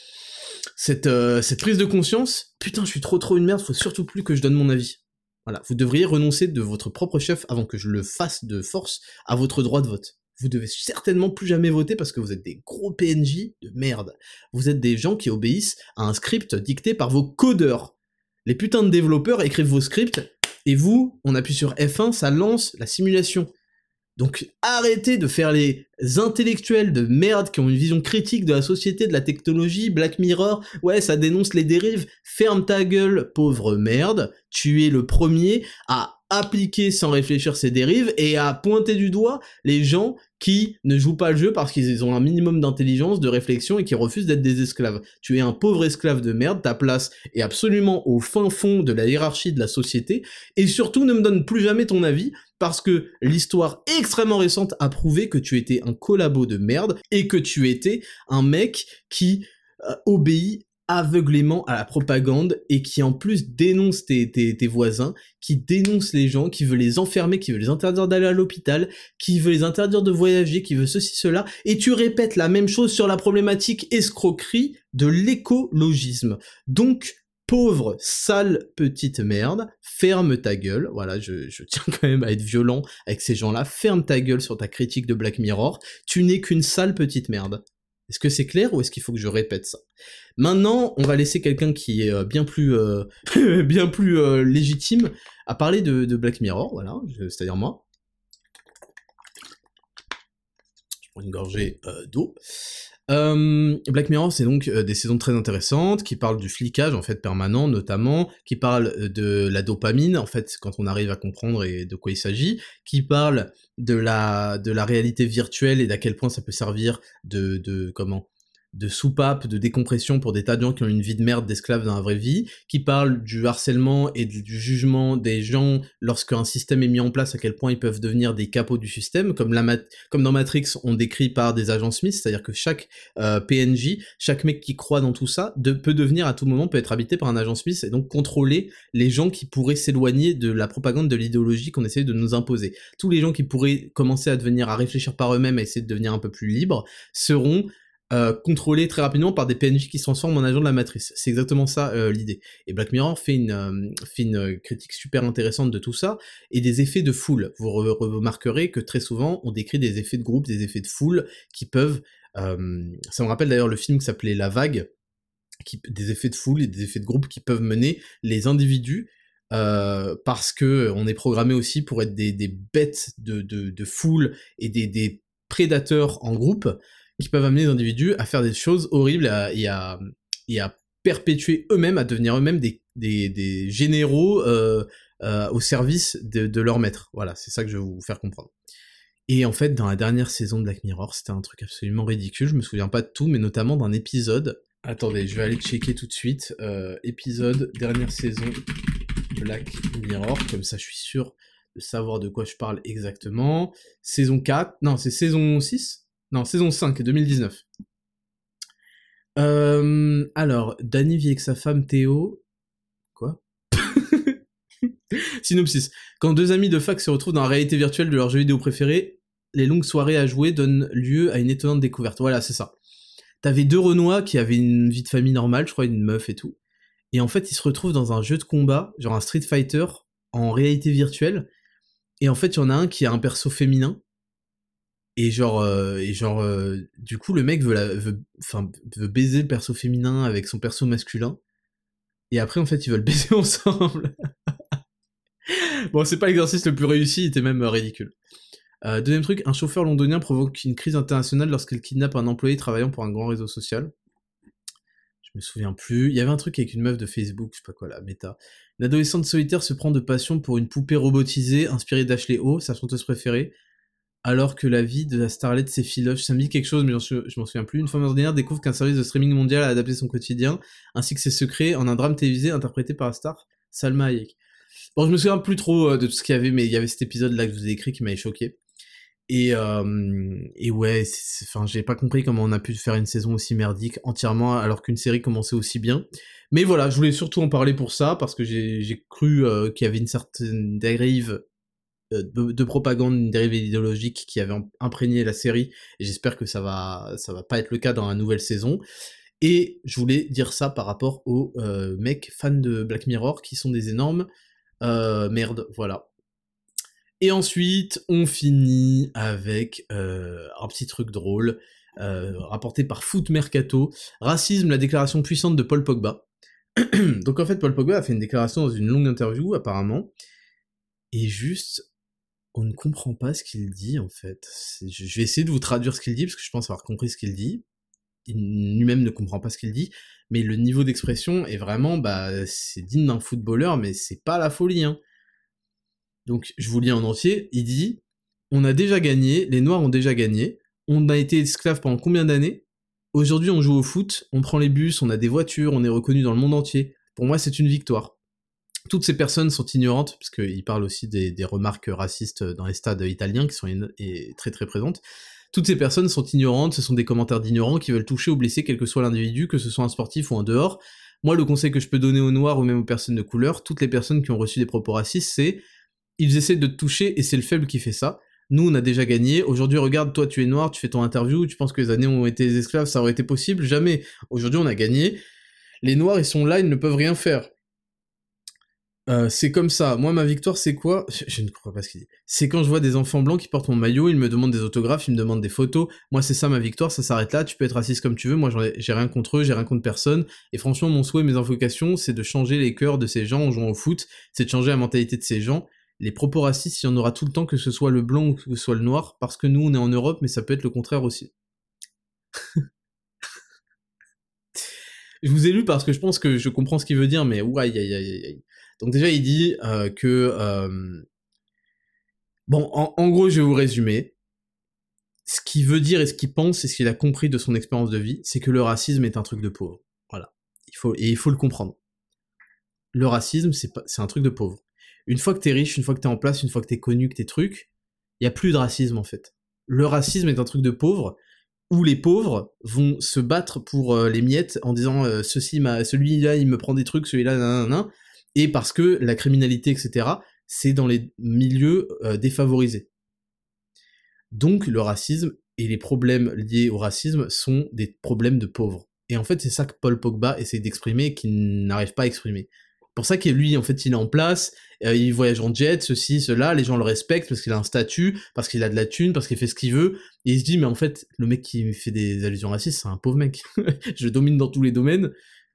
Speaker 1: cette prise de conscience, putain je suis trop une merde, faut surtout plus que je donne mon avis. Voilà, vous devriez renoncer de votre propre chef avant que je le fasse de force à votre droit de vote. Vous devez certainement plus jamais voter parce que vous êtes des gros PNJ de merde. Vous êtes des gens qui obéissent à un script dicté par vos codeurs. Les putains de développeurs écrivent vos scripts, et vous, on appuie sur F1, ça lance la simulation. Donc arrêtez de faire les intellectuels de merde qui ont une vision critique de la société, de la technologie, Black Mirror, ouais ça dénonce les dérives, ferme ta gueule pauvre merde, tu es le premier à appliquer sans réfléchir ces dérives et à pointer du doigt les gens qui ne jouent pas le jeu parce qu'ils ont un minimum d'intelligence, de réflexion et qui refusent d'être des esclaves. Tu es un pauvre esclave de merde, ta place est absolument au fin fond de la hiérarchie de la société, et surtout ne me donne plus jamais ton avis, parce que l'histoire extrêmement récente a prouvé que tu étais un collabo de merde, et que tu étais un mec qui obéit aveuglément à la propagande, et qui en plus dénonce tes voisins, qui dénonce les gens, qui veut les enfermer, qui veut les interdire d'aller à l'hôpital, qui veut les interdire de voyager, qui veut ceci, cela, et tu répètes la même chose sur la problématique escroquerie de l'écologisme. Donc, pauvre, sale petite merde, ferme ta gueule, voilà, je tiens quand même à être violent avec ces gens-là, ferme ta gueule sur ta critique de Black Mirror, tu n'es qu'une sale petite merde. Est-ce que c'est clair ou est-ce qu'il faut que je répète ça? Maintenant, on va laisser quelqu'un qui est bien plus légitime à parler de Black Mirror, voilà, c'est-à-dire moi. Je prends une gorgée d'eau. Black Mirror, c'est donc des saisons très intéressantes qui parlent du flicage en fait permanent notamment, qui parlent de la dopamine en fait quand on arrive à comprendre et de quoi il s'agit, qui parlent de la réalité virtuelle et d'à quel point ça peut servir de de soupape, de décompression pour des tas de gens qui ont une vie de merde d'esclaves dans la vraie vie, qui parle du harcèlement et du jugement des gens lorsqu'un système est mis en place, à quel point ils peuvent devenir des capots du système, comme dans Matrix, on décrit par des agents Smith, c'est-à-dire que chaque PNJ, chaque mec qui croit dans tout ça, peut devenir à tout moment, peut être habité par un agent Smith, et donc contrôler les gens qui pourraient s'éloigner de la propagande, de l'idéologie qu'on essaie de nous imposer. Tous les gens qui pourraient commencer à réfléchir par eux-mêmes, à essayer de devenir un peu plus libres, seront contrôlés très rapidement par des PNJ qui se transforment en agents de la matrice. C'est exactement ça l'idée. Et Black Mirror fait une critique super intéressante de tout ça, et des effets de foule. Vous remarquerez que très souvent, on décrit des effets de groupe, des effets de foule, qui peuvent... ça me rappelle d'ailleurs le film qui s'appelait La Vague, des effets de foule et des effets de groupe qui peuvent mener les individus, parce que on est programmé aussi pour être des bêtes de foule et des prédateurs en groupe, qui peuvent amener les individus à faire des choses horribles et à perpétuer eux-mêmes, à devenir eux-mêmes des généraux au service de leur maître. Voilà, c'est ça que je vais vous faire comprendre. Et en fait, dans la dernière saison de Black Mirror, c'était un truc absolument ridicule, je me souviens pas de tout, mais notamment d'un épisode... Attendez, je vais aller checker tout de suite. Épisode, dernière saison, Black Mirror, comme ça je suis sûr de savoir de quoi je parle exactement. Saison 4, non, c'est saison 6 ? Non, saison 5, 2019. Alors, Danny vit avec sa femme Théo... Quoi ? Synopsis. Quand deux amis de fac se retrouvent dans la réalité virtuelle de leur jeu vidéo préféré, les longues soirées à jouer donnent lieu à une étonnante découverte. Voilà, c'est ça. T'avais deux Renois qui avaient une vie de famille normale, je crois, une meuf et tout. Et en fait, ils se retrouvent dans un jeu de combat, genre un Street Fighter, en réalité virtuelle. Et en fait, il y en a un qui a un perso féminin. Et du coup, le mec veut baiser le perso féminin avec son perso masculin. Et après, en fait, ils veulent baiser ensemble. Bon, c'est pas l'exercice le plus réussi, il était même ridicule. Deuxième truc, un chauffeur londonien provoque une crise internationale lorsqu'il kidnappe un employé travaillant pour un grand réseau social. Je me souviens plus. Il y avait un truc avec une meuf de Facebook, je sais pas quoi, la méta. Une adolescente solitaire se prend de passion pour une poupée robotisée inspirée d'Ashley O, sa chanteuse préférée, alors que la vie de la starlette s'effiloche. Ça me dit quelque chose, mais je m'en souviens plus. Une femme ordinaire découvre qu'un service de streaming mondial a adapté son quotidien, ainsi que ses secrets, en un drame télévisé interprété par la star Salma Hayek. Bon, je me souviens plus trop de tout ce qu'il y avait, mais il y avait cet épisode-là que je vous ai écrit qui m'avait choqué. Et ouais, enfin, j'ai pas compris comment on a pu faire une saison aussi merdique entièrement alors qu'une série commençait aussi bien. Mais voilà, je voulais surtout en parler pour ça, parce que j'ai cru qu'il y avait une certaine dérive de propagande, une dérive idéologique qui avait imprégné la série, et j'espère que ça va pas être le cas dans la nouvelle saison. Et je voulais dire ça par rapport aux mecs fans de Black Mirror qui sont des énormes merdes, voilà. Et ensuite, on finit avec un petit truc drôle, rapporté par Foot Mercato. Racisme, la déclaration puissante de Paul Pogba. Donc en fait, Paul Pogba a fait une déclaration dans une longue interview, apparemment, et juste, on ne comprend pas ce qu'il dit, en fait. Je vais essayer de vous traduire ce qu'il dit, parce que je pense avoir compris ce qu'il dit. Il lui-même ne comprend pas ce qu'il dit, mais le niveau d'expression est vraiment, c'est digne d'un footballeur, mais c'est pas la folie, hein. Donc, je vous lis en entier, il dit « On a déjà gagné, les Noirs ont déjà gagné, on a été esclaves pendant combien d'années? Aujourd'hui, on joue au foot, on prend les bus, on a des voitures, on est reconnu dans le monde entier. Pour moi, c'est une victoire. » Toutes ces personnes sont ignorantes, parce qu'il parle aussi des remarques racistes dans les stades italiens, qui sont très très présentes. Toutes ces personnes sont ignorantes, ce sont des commentaires d'ignorants qui veulent toucher ou blesser quel que soit l'individu, que ce soit un sportif ou en dehors. Moi, le conseil que je peux donner aux Noirs ou même aux personnes de couleur, toutes les personnes qui ont reçu des propos racistes, c'est ils essaient de te toucher et c'est le faible qui fait ça. Nous, on a déjà gagné. Aujourd'hui, regarde, toi, tu es noir, tu fais ton interview, tu penses que les années ont été des esclaves, ça aurait été possible? Jamais. Aujourd'hui, on a gagné. Les Noirs, ils sont là, ils ne peuvent rien faire. C'est comme ça. Moi, ma victoire, c'est quoi? Je ne crois pas ce qu'il dit. C'est quand je vois des enfants blancs qui portent mon maillot, ils me demandent des autographes, ils me demandent des photos. Moi, c'est ça ma victoire, ça s'arrête là. Tu peux être raciste comme tu veux. Moi, j'ai rien contre eux, j'ai rien contre personne. Et franchement, mon souhait, mes invocations, c'est de changer les cœurs de ces gens en jouant au foot. C'est de changer la mentalité de ces gens. Les propos racistes, il y en aura tout le temps, que ce soit le blanc ou que ce soit le noir, parce que nous, on est en Europe, mais ça peut être le contraire aussi. Je vous ai lu parce que je pense que je comprends ce qu'il veut dire, mais ouaille. Donc déjà, il dit que... Bon, en gros, je vais vous résumer. ce qu'il veut dire et ce qu'il pense et ce qu'il a compris de son expérience de vie, c'est que le racisme est un truc de pauvre. Voilà. Il faut le comprendre. Le racisme, c'est un truc de pauvre. Une fois que t'es riche, une fois que t'es en place, une fois que t'es connu, que t'es truc, il y a plus de racisme en fait. Le racisme est un truc de pauvre, où les pauvres vont se battre pour les miettes en disant celui-là il me prend des trucs, celui-là nanana, et parce que la criminalité, etc., c'est dans les milieux défavorisés. Donc le racisme et les problèmes liés au racisme sont des problèmes de pauvres. Et en fait, c'est ça que Paul Pogba essaie d'exprimer et qu'il n'arrive pas à exprimer. Pour ça que lui, en fait, il est en place, il voyage en jet, ceci, cela, les gens le respectent parce qu'il a un statut, parce qu'il a de la thune, parce qu'il fait ce qu'il veut, et il se dit, mais en fait, le mec qui fait des allusions racistes, c'est un pauvre mec. Je domine dans tous les domaines,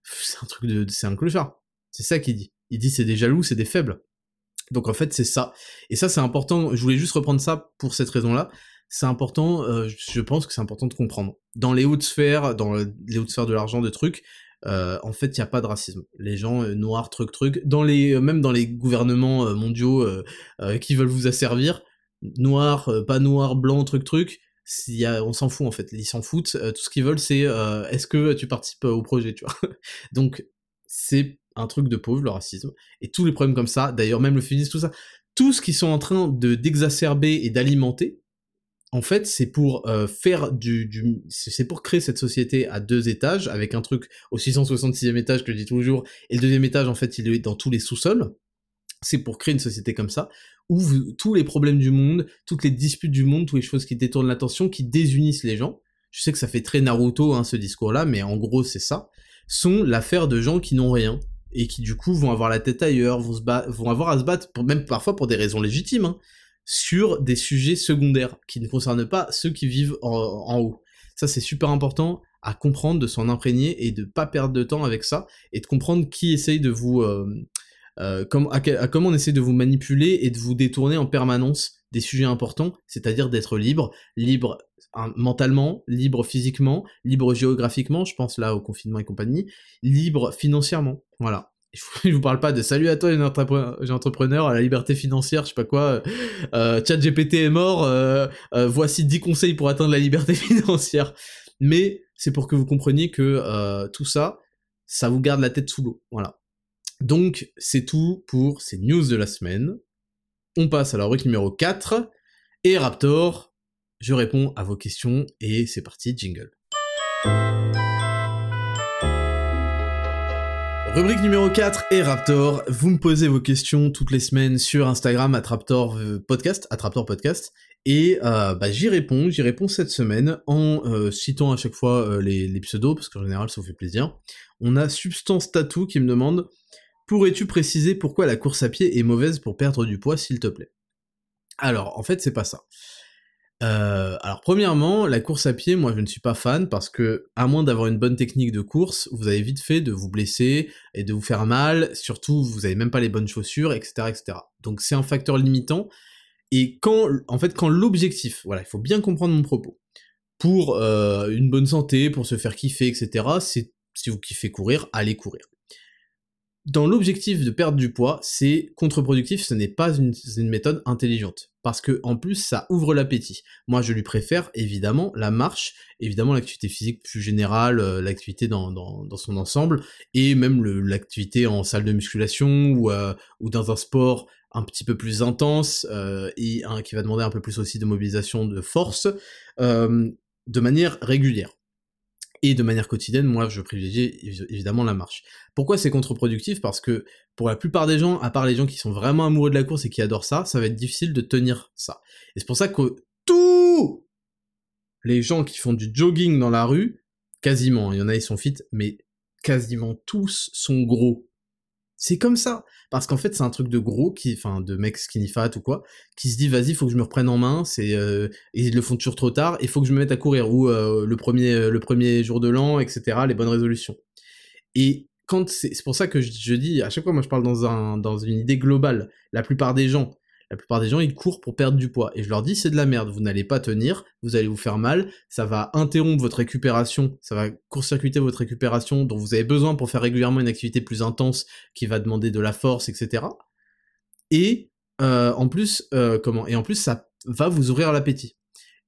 Speaker 1: c'est un clochard. C'est ça qu'il dit. Il dit, c'est des jaloux, c'est des faibles. Donc en fait, c'est ça. Et ça, c'est important, je voulais juste reprendre ça pour cette raison-là. C'est important, je pense que c'est important de comprendre. Dans les hautes sphères de l'argent, de trucs, en fait, il y a pas de racisme. Les gens noirs, truc, même dans les gouvernements mondiaux qui veulent vous asservir, noir, pas noir, blanc, truc, on s'en fout en fait. Ils s'en foutent. Tout ce qu'ils veulent, c'est est-ce que tu participes au projet, tu vois. Donc c'est un truc de pauvre, le racisme. Et tous les problèmes comme ça, d'ailleurs même le féminisme, tout ça, tout ce qu'ils sont en train d'exacerber et d'alimenter, en fait, c'est pour faire c'est pour créer cette société à 2 étages, avec un truc au 666e étage que je dis toujours, et le 2e étage, en fait, il est dans tous les sous-sols. C'est pour créer une société comme ça, où tous les problèmes du monde, toutes les disputes du monde, toutes les choses qui détournent l'attention, qui désunissent les gens, je sais que ça fait très Naruto, hein, ce discours-là, mais en gros, c'est ça, sont l'affaire de gens qui n'ont rien, et qui du coup vont avoir la tête ailleurs, vont avoir à se battre, même parfois pour des raisons légitimes, hein, sur des sujets secondaires qui ne concernent pas ceux qui vivent en haut. Ça, c'est super important à comprendre, de s'en imprégner et de pas perdre de temps avec ça, et de comprendre qui essaye de vous... comment on essaie de vous manipuler et de vous détourner en permanence des sujets importants, c'est-à-dire d'être libre mentalement, libre physiquement, libre géographiquement, je pense là au confinement et compagnie, libre financièrement, voilà. Je vous parle pas de salut à toi, jeune entrepreneur, à la liberté financière, je sais pas quoi, ChatGPT est mort, voici 10 conseils pour atteindre la liberté financière. Mais c'est pour que vous compreniez que tout ça, ça vous garde la tête sous l'eau, voilà. Donc, c'est tout pour ces news de la semaine. On passe à la rubrique numéro 4, et Raptor, je réponds à vos questions, et c'est parti, jingle. Rubrique numéro 4, et Raptor, vous me posez vos questions toutes les semaines sur Instagram, @Raptor Podcast, et j'y réponds cette semaine en citant à chaque fois les pseudos, parce qu'en général ça vous fait plaisir. On a Substance Tattoo qui me demande: pourrais-tu préciser pourquoi la course à pied est mauvaise pour perdre du poids, s'il te plaît? Alors, en fait, c'est pas ça. Alors, premièrement, la course à pied, moi, je ne suis pas fan, parce que, à moins d'avoir une bonne technique de course, vous avez vite fait de vous blesser et de vous faire mal, surtout, vous avez même pas les bonnes chaussures, etc., etc. Donc, c'est un facteur limitant, et quand l'objectif, voilà, il faut bien comprendre mon propos, pour une bonne santé, pour se faire kiffer, etc., c'est, si vous kiffez courir, allez courir. Dans l'objectif de perdre du poids, c'est contre-productif, ce n'est pas une méthode intelligente. Parce que, en plus, ça ouvre l'appétit. Moi, je lui préfère, évidemment, la marche, évidemment, l'activité physique plus générale, l'activité dans son ensemble, et même l'activité en salle de musculation, ou dans un sport un petit peu plus intense, et qui va demander un peu plus aussi de mobilisation de force, de manière régulière. Et de manière quotidienne, moi, je privilégie évidemment la marche. Pourquoi c'est contre-productif? Parce que pour la plupart des gens, à part les gens qui sont vraiment amoureux de la course et qui adorent ça, ça va être difficile de tenir ça. Et c'est pour ça que tous les gens qui font du jogging dans la rue, quasiment, il y en a ils sont fit, mais quasiment tous sont gros. C'est comme ça, parce qu'en fait c'est un truc de gros, de mecs skinny fat ou quoi, qui se dit vas-y faut que je me reprenne en main, ils le font toujours trop tard, il faut que je me mette à courir, ou le premier jour de l'an, etc., les bonnes résolutions. Et c'est pour ça que je dis, à chaque fois moi je parle dans une idée globale, la plupart des gens ils courent pour perdre du poids, et je leur dis c'est de la merde, vous n'allez pas tenir, vous allez vous faire mal, ça va interrompre votre récupération, ça va court-circuiter votre récupération dont vous avez besoin pour faire régulièrement une activité plus intense qui va demander de la force, etc. Et en plus ça va vous ouvrir l'appétit.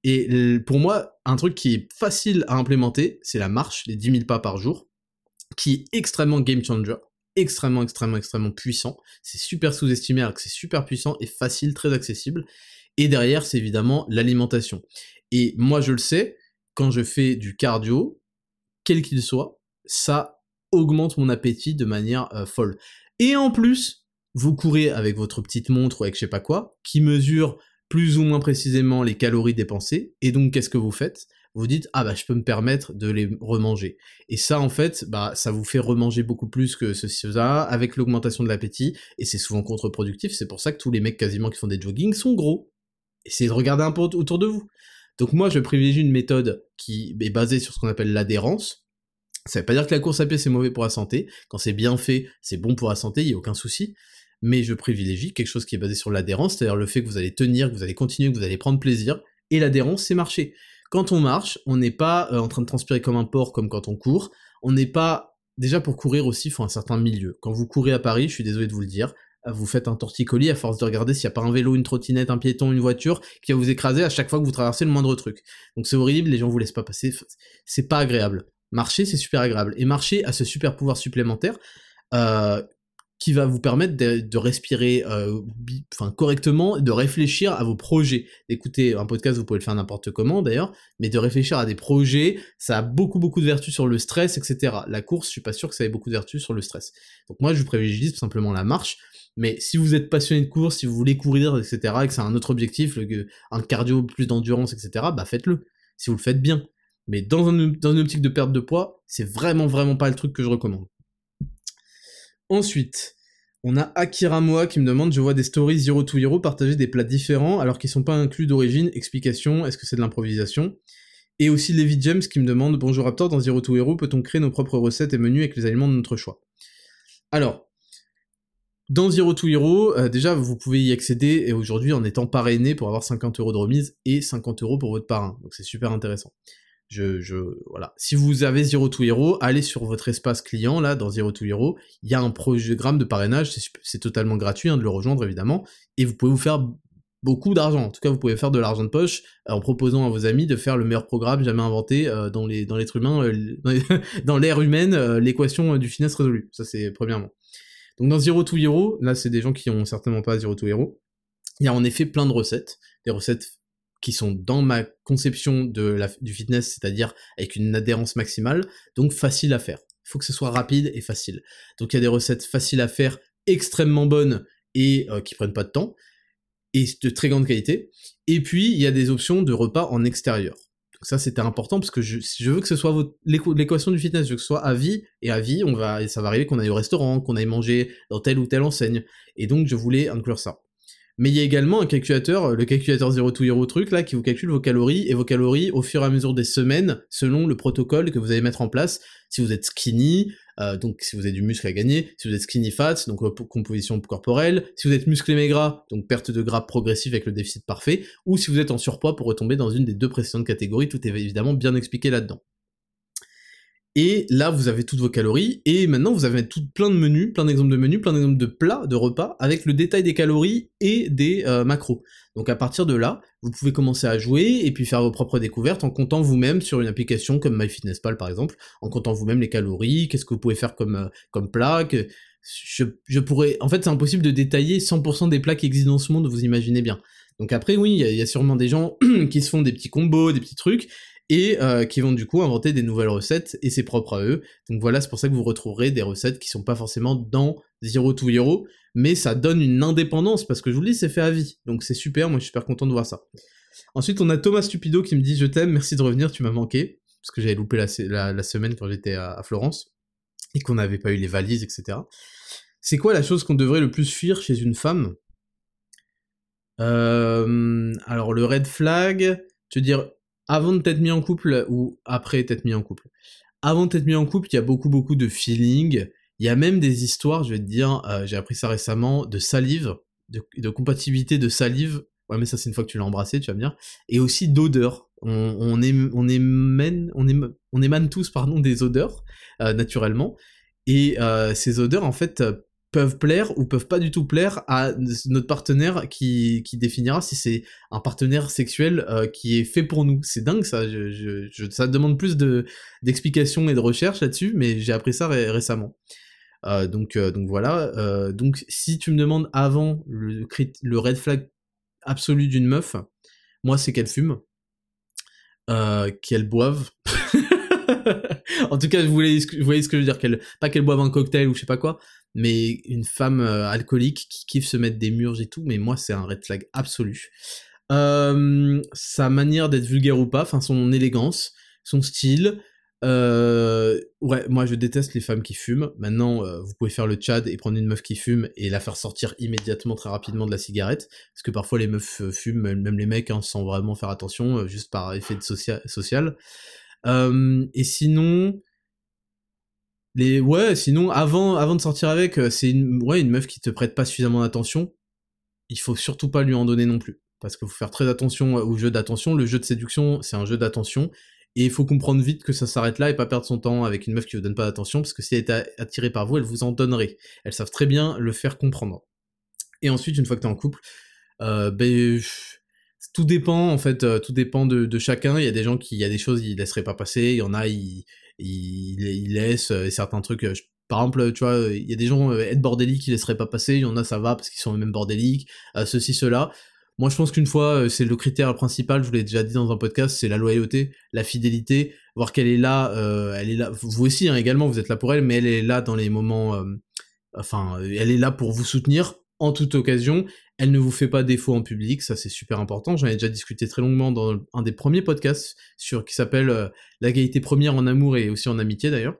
Speaker 1: Pour moi, un truc qui est facile à implémenter, c'est la marche, les 10 000 pas par jour, qui est extrêmement game changer, extrêmement, extrêmement, extrêmement puissant. C'est super sous-estimé alors que c'est super puissant et facile, très accessible. Et derrière, c'est évidemment l'alimentation. Et moi, je le sais, quand je fais du cardio, quel qu'il soit, ça augmente mon appétit de manière folle. Et en plus, vous courez avec votre petite montre ou avec je sais pas quoi, qui mesure plus ou moins précisément les calories dépensées, et donc qu'est-ce que vous faites ? Vous dites, ah bah je peux me permettre de les remanger. Et ça en fait, bah ça vous fait remanger beaucoup plus que ceci-là, avec l'augmentation de l'appétit, et c'est souvent contre-productif, c'est pour ça que tous les mecs quasiment qui font des jogging sont gros. Essayez de regarder un peu autour de vous. Donc moi je privilégie une méthode qui est basée sur ce qu'on appelle l'adhérence. Ça veut pas dire que la course à pied c'est mauvais pour la santé, quand c'est bien fait, c'est bon pour la santé, il y a aucun souci, mais je privilégie quelque chose qui est basé sur l'adhérence, c'est-à-dire le fait que vous allez tenir, que vous allez continuer, que vous allez prendre plaisir, et l'adhérence c'est marcher. Quand on marche, on n'est pas en train de transpirer comme un porc comme quand on court, on n'est pas... Déjà pour courir aussi, il faut un certain milieu. Quand vous courez à Paris, je suis désolé de vous le dire, vous faites un torticolis à force de regarder s'il n'y a pas un vélo, une trottinette, un piéton, une voiture qui va vous écraser à chaque fois que vous traversez le moindre truc. Donc c'est horrible, les gens vous laissent pas passer, c'est pas agréable. Marcher, c'est super agréable. Et marcher a ce super pouvoir supplémentaire qui va vous permettre de respirer correctement, de réfléchir à vos projets. Écoutez, un podcast, vous pouvez le faire n'importe comment d'ailleurs, mais de réfléchir à des projets, ça a beaucoup de vertus sur le stress, etc. La course, je suis pas sûr que ça ait beaucoup de vertus sur le stress. Donc moi, je vous privilégie tout simplement la marche, mais si vous êtes passionné de course, si vous voulez courir, etc., et que c'est un autre objectif, un cardio, plus d'endurance, etc., bah faites-le, si vous le faites bien. Mais dans une optique de perte de poids, c'est vraiment pas le truc que je recommande. Ensuite, on a Akira Moa qui me demande, je vois des stories Zero to Hero partager des plats différents alors qu'ils sont pas inclus d'origine, explication, est-ce que c'est de l'improvisation ? Et aussi Levi James qui me demande, bonjour Raptor, dans Zero to Hero, peut-on créer nos propres recettes et menus avec les aliments de notre choix ? Alors, dans Zero to Hero, déjà vous pouvez y accéder et aujourd'hui en étant parrainé pour avoir 50 € de remise et 50 € pour votre parrain, donc c'est super intéressant. Voilà. Si vous avez Zero to Hero, allez sur votre espace client, là, dans Zero to Hero, il y a un programme de parrainage, c'est totalement gratuit de le rejoindre, évidemment, et vous pouvez vous faire beaucoup d'argent. En tout cas, vous pouvez faire de l'argent de poche en proposant à vos amis de faire le meilleur programme jamais inventé dans l'être humain, dans l'ère humaine, l'équation du finesse résolue. Ça, c'est premièrement. Donc dans Zero to Hero, là, c'est des gens qui ont certainement pas Zero to Hero, il y a en effet plein de recettes, des recettes qui sont dans ma conception du fitness, c'est-à-dire avec une adhérence maximale, donc facile à faire. Il faut que ce soit rapide et facile. Donc il y a des recettes faciles à faire, extrêmement bonnes et qui prennent pas de temps, et de très grande qualité. Et puis il y a des options de repas en extérieur. Donc ça c'était important parce que si je veux que ce soit l'équation du fitness, je veux que ce soit à vie, et à vie, ça va arriver qu'on aille au restaurant, qu'on aille manger dans telle ou telle enseigne. Et donc je voulais inclure ça. Mais il y a également un calculateur, le calculateur Zero to Hero truc là, qui vous calcule vos calories, et vos calories au fur et à mesure des semaines, selon le protocole que vous allez mettre en place. Si vous êtes skinny, donc si vous avez du muscle à gagner, si vous êtes skinny fat, donc composition corporelle, si vous êtes musclé mais gras, donc perte de gras progressive avec le déficit parfait, ou si vous êtes en surpoids pour retomber dans une des deux précédentes catégories, tout est évidemment bien expliqué là-dedans. Et là, vous avez toutes vos calories, et maintenant vous avez plein de menus, plein d'exemples de menus, plein d'exemples de plats, de repas, avec le détail des calories et des macros. Donc à partir de là, vous pouvez commencer à jouer, et puis faire vos propres découvertes en comptant vous-même sur une application comme MyFitnessPal par exemple, en comptant vous-même les calories, qu'est-ce que vous pouvez faire comme plat, je pourrais... En fait, c'est impossible de détailler 100% des plats qui existent dans ce monde, vous imaginez bien. Donc après, oui, il y a sûrement des gens qui se font des petits combos, des petits trucs, et qui vont du coup inventer des nouvelles recettes, et c'est propre à eux. Donc voilà, c'est pour ça que vous retrouverez des recettes qui sont pas forcément dans Zero to Hero, mais ça donne une indépendance, parce que je vous le dis, c'est fait à vie. Donc c'est super, moi je suis super content de voir ça. Ensuite, on a Thomas Stupido qui me dit « Je t'aime, merci de revenir, tu m'as manqué », parce que j'avais loupé la semaine quand j'étais à Florence, et qu'on n'avait pas eu les valises, etc. C'est quoi la chose qu'on devrait le plus fuir chez une femme ? Alors le red flag, je veux dire... Avant de t'être mis en couple ou après t'être mis en couple. Avant de t'être mis en couple, il y a beaucoup de feeling. Il y a même des histoires, je vais te dire, j'ai appris ça récemment, de salive, de compatibilité de salive. Ouais, mais ça c'est une fois que tu l'as embrassé, tu vas me dire. Et aussi d'odeur. On émane tous, des odeurs, naturellement. Et ces odeurs, en fait, peuvent plaire ou peuvent pas du tout plaire à notre partenaire qui définira si c'est un partenaire sexuel qui est fait pour nous. C'est dingue ça, ça demande plus d'explications et de recherches là-dessus, mais j'ai appris ça récemment. Donc voilà, donc si tu me demandes avant le red flag absolu d'une meuf, moi c'est qu'elle fume, qu'elle boive. En tout cas, vous voyez ce que je veux dire, pas qu'elle boive un cocktail ou je sais pas quoi, mais une femme alcoolique qui kiffe se mettre des murges et tout, mais moi c'est un red flag absolu. Sa manière d'être vulgaire ou pas, enfin son élégance, son style. Ouais, moi je déteste les femmes qui fument. Maintenant, vous pouvez faire le Tchad et prendre une meuf qui fume et la faire sortir immédiatement très rapidement de la cigarette, parce que parfois les meufs fument, même les mecs, hein, sans vraiment faire attention, juste par effet de social. Et sinon, sinon avant de sortir avec, c'est une meuf qui te prête pas suffisamment d'attention. Il faut surtout pas lui en donner non plus, parce qu'il faut faire très attention au jeu d'attention. Le jeu de séduction, c'est un jeu d'attention, et il faut comprendre vite que ça s'arrête là et pas perdre son temps avec une meuf qui vous donne pas d'attention, parce que si elle est attirée par vous, elle vous en donnerait. Elles savent très bien le faire comprendre. Et ensuite, une fois que t'es en couple, tout dépend en fait, tout dépend de chacun. Il y a des gens il y a des choses ils laisseraient pas passer, il y en a ils laissent, et certains trucs. Par exemple, tu vois, il y a des gens être bordéliques qui laisseraient pas passer, il y en a ça va parce qu'ils sont eux-mêmes bordéliques, ceci cela. Moi, je pense qu'une fois, c'est le critère principal. Je vous l'ai déjà dit dans un podcast, c'est la loyauté, la fidélité, voir qu'elle est là, elle est là. Vous aussi hein, également, vous êtes là pour elle, mais elle est là dans les moments. Elle est là pour vous soutenir en toute occasion. Elle ne vous fait pas défaut en public, ça c'est super important. J'en ai déjà discuté très longuement dans un des premiers podcasts qui s'appelle La qualité première en amour et aussi en amitié d'ailleurs.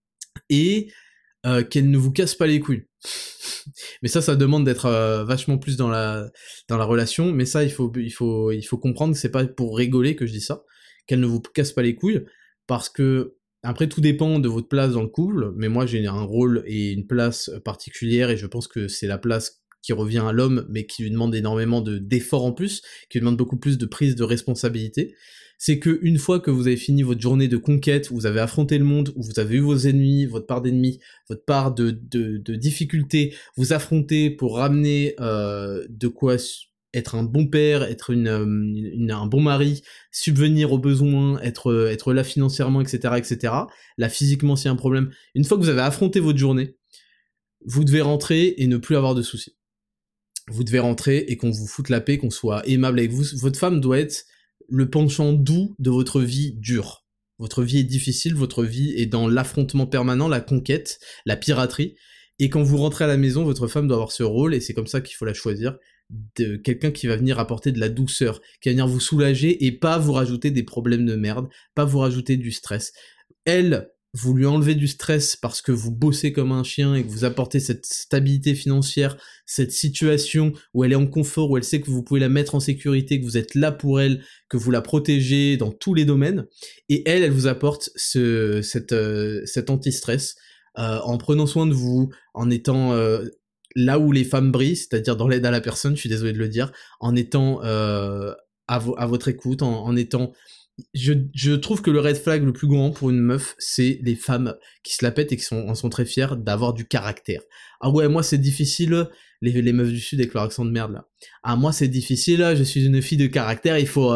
Speaker 1: Et qu'elle ne vous casse pas les couilles. Mais ça demande d'être vachement plus dans la relation. Mais ça, il faut comprendre que c'est pas pour rigoler que je dis ça. Qu'elle ne vous casse pas les couilles, parce que après tout dépend de votre place dans le couple. Mais moi j'ai un rôle et une place particulière, et je pense que c'est la place qui revient à l'homme, mais qui lui demande énormément d'efforts en plus, qui lui demande beaucoup plus de prise de responsabilité. C'est que une fois que vous avez fini votre journée de conquête, où vous avez affronté le monde, où vous avez eu vos ennemis, votre part d'ennemis, votre part de difficultés, vous affrontez pour ramener de quoi être un bon père, être un bon mari, subvenir aux besoins, être là financièrement, etc., etc. Là, physiquement, s'il y a un problème. Une fois que vous avez affronté votre journée, vous devez rentrer et ne plus avoir de soucis. Vous devez rentrer et qu'on vous foute la paix, qu'on soit aimable avec vous. Votre femme doit être le penchant doux de votre vie dure. Votre vie est difficile, votre vie est dans l'affrontement permanent, la conquête, la piraterie. Et quand vous rentrez à la maison, votre femme doit avoir ce rôle, et c'est comme ça qu'il faut la choisir, de quelqu'un qui va venir apporter de la douceur, qui va venir vous soulager et pas vous rajouter des problèmes de merde, pas vous rajouter du stress. Elle, vous lui enlevez du stress parce que vous bossez comme un chien et que vous apportez cette stabilité financière, cette situation où elle est en confort, où elle sait que vous pouvez la mettre en sécurité, que vous êtes là pour elle, que vous la protégez dans tous les domaines. Et elle vous apporte cet anti-stress, en prenant soin de vous, en étant là où les femmes brillent, c'est-à-dire dans l'aide à la personne, je suis désolé de le dire, en étant à votre écoute, en étant... Je trouve que le red flag le plus grand pour une meuf, c'est les femmes qui se la pètent et qui en sont très fières d'avoir du caractère. Ah ouais, moi c'est difficile, les meufs du Sud avec leur accent de merde là. Ah moi c'est difficile, je suis une fille de caractère, il faut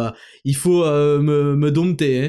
Speaker 1: me dompter, hein.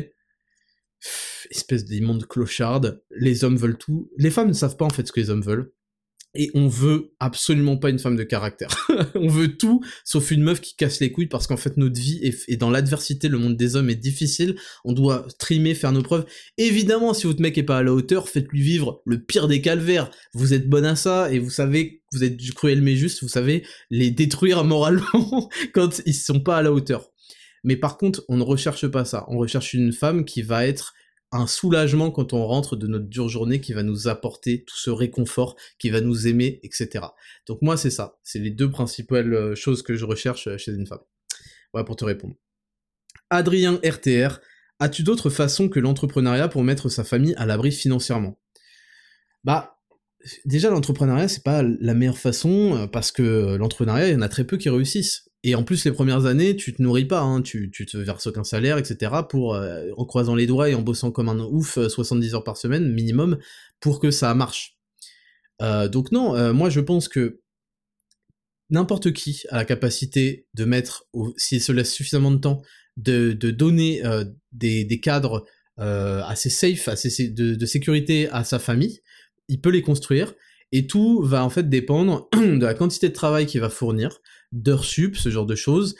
Speaker 1: Espèce d'immonde clocharde, les hommes veulent tout. Les femmes ne savent pas en fait ce que les hommes veulent. Et on veut absolument pas une femme de caractère. On veut tout, sauf une meuf qui casse les couilles, parce qu'en fait notre vie est dans l'adversité, le monde des hommes est difficile, on doit trimer, faire nos preuves. Évidemment, si votre mec est pas à la hauteur, faites-lui vivre le pire des calvaires. Vous êtes bonne à ça, et vous savez que vous êtes du cruel mais juste, vous savez les détruire moralement quand ils sont pas à la hauteur. Mais par contre, on ne recherche pas ça. On recherche une femme qui va être un soulagement quand on rentre de notre dure journée, qui va nous apporter tout ce réconfort, qui va nous aimer, etc. Donc moi c'est ça, c'est les deux principales choses que je recherche chez une femme. Voilà pour te répondre. Adrien RTR, as-tu d'autres façons que l'entrepreneuriat pour mettre sa famille à l'abri financièrement ? Bah, déjà l'entrepreneuriat c'est pas la meilleure façon, parce que l'entrepreneuriat, il y en a très peu qui réussissent. Et en plus, les premières années, tu te nourris pas, hein, tu te verses aucun salaire, etc. pour, en croisant les doigts et en bossant comme un ouf, 70 heures par semaine, minimum, pour que ça marche. Donc non, moi je pense que n'importe qui a la capacité de mettre, s'il se laisse suffisamment de temps, de donner des cadres assez safe, de sécurité à sa famille, il peut les construire, et tout va en fait dépendre de la quantité de travail qu'il va fournir, d'heures sup, ce genre de choses,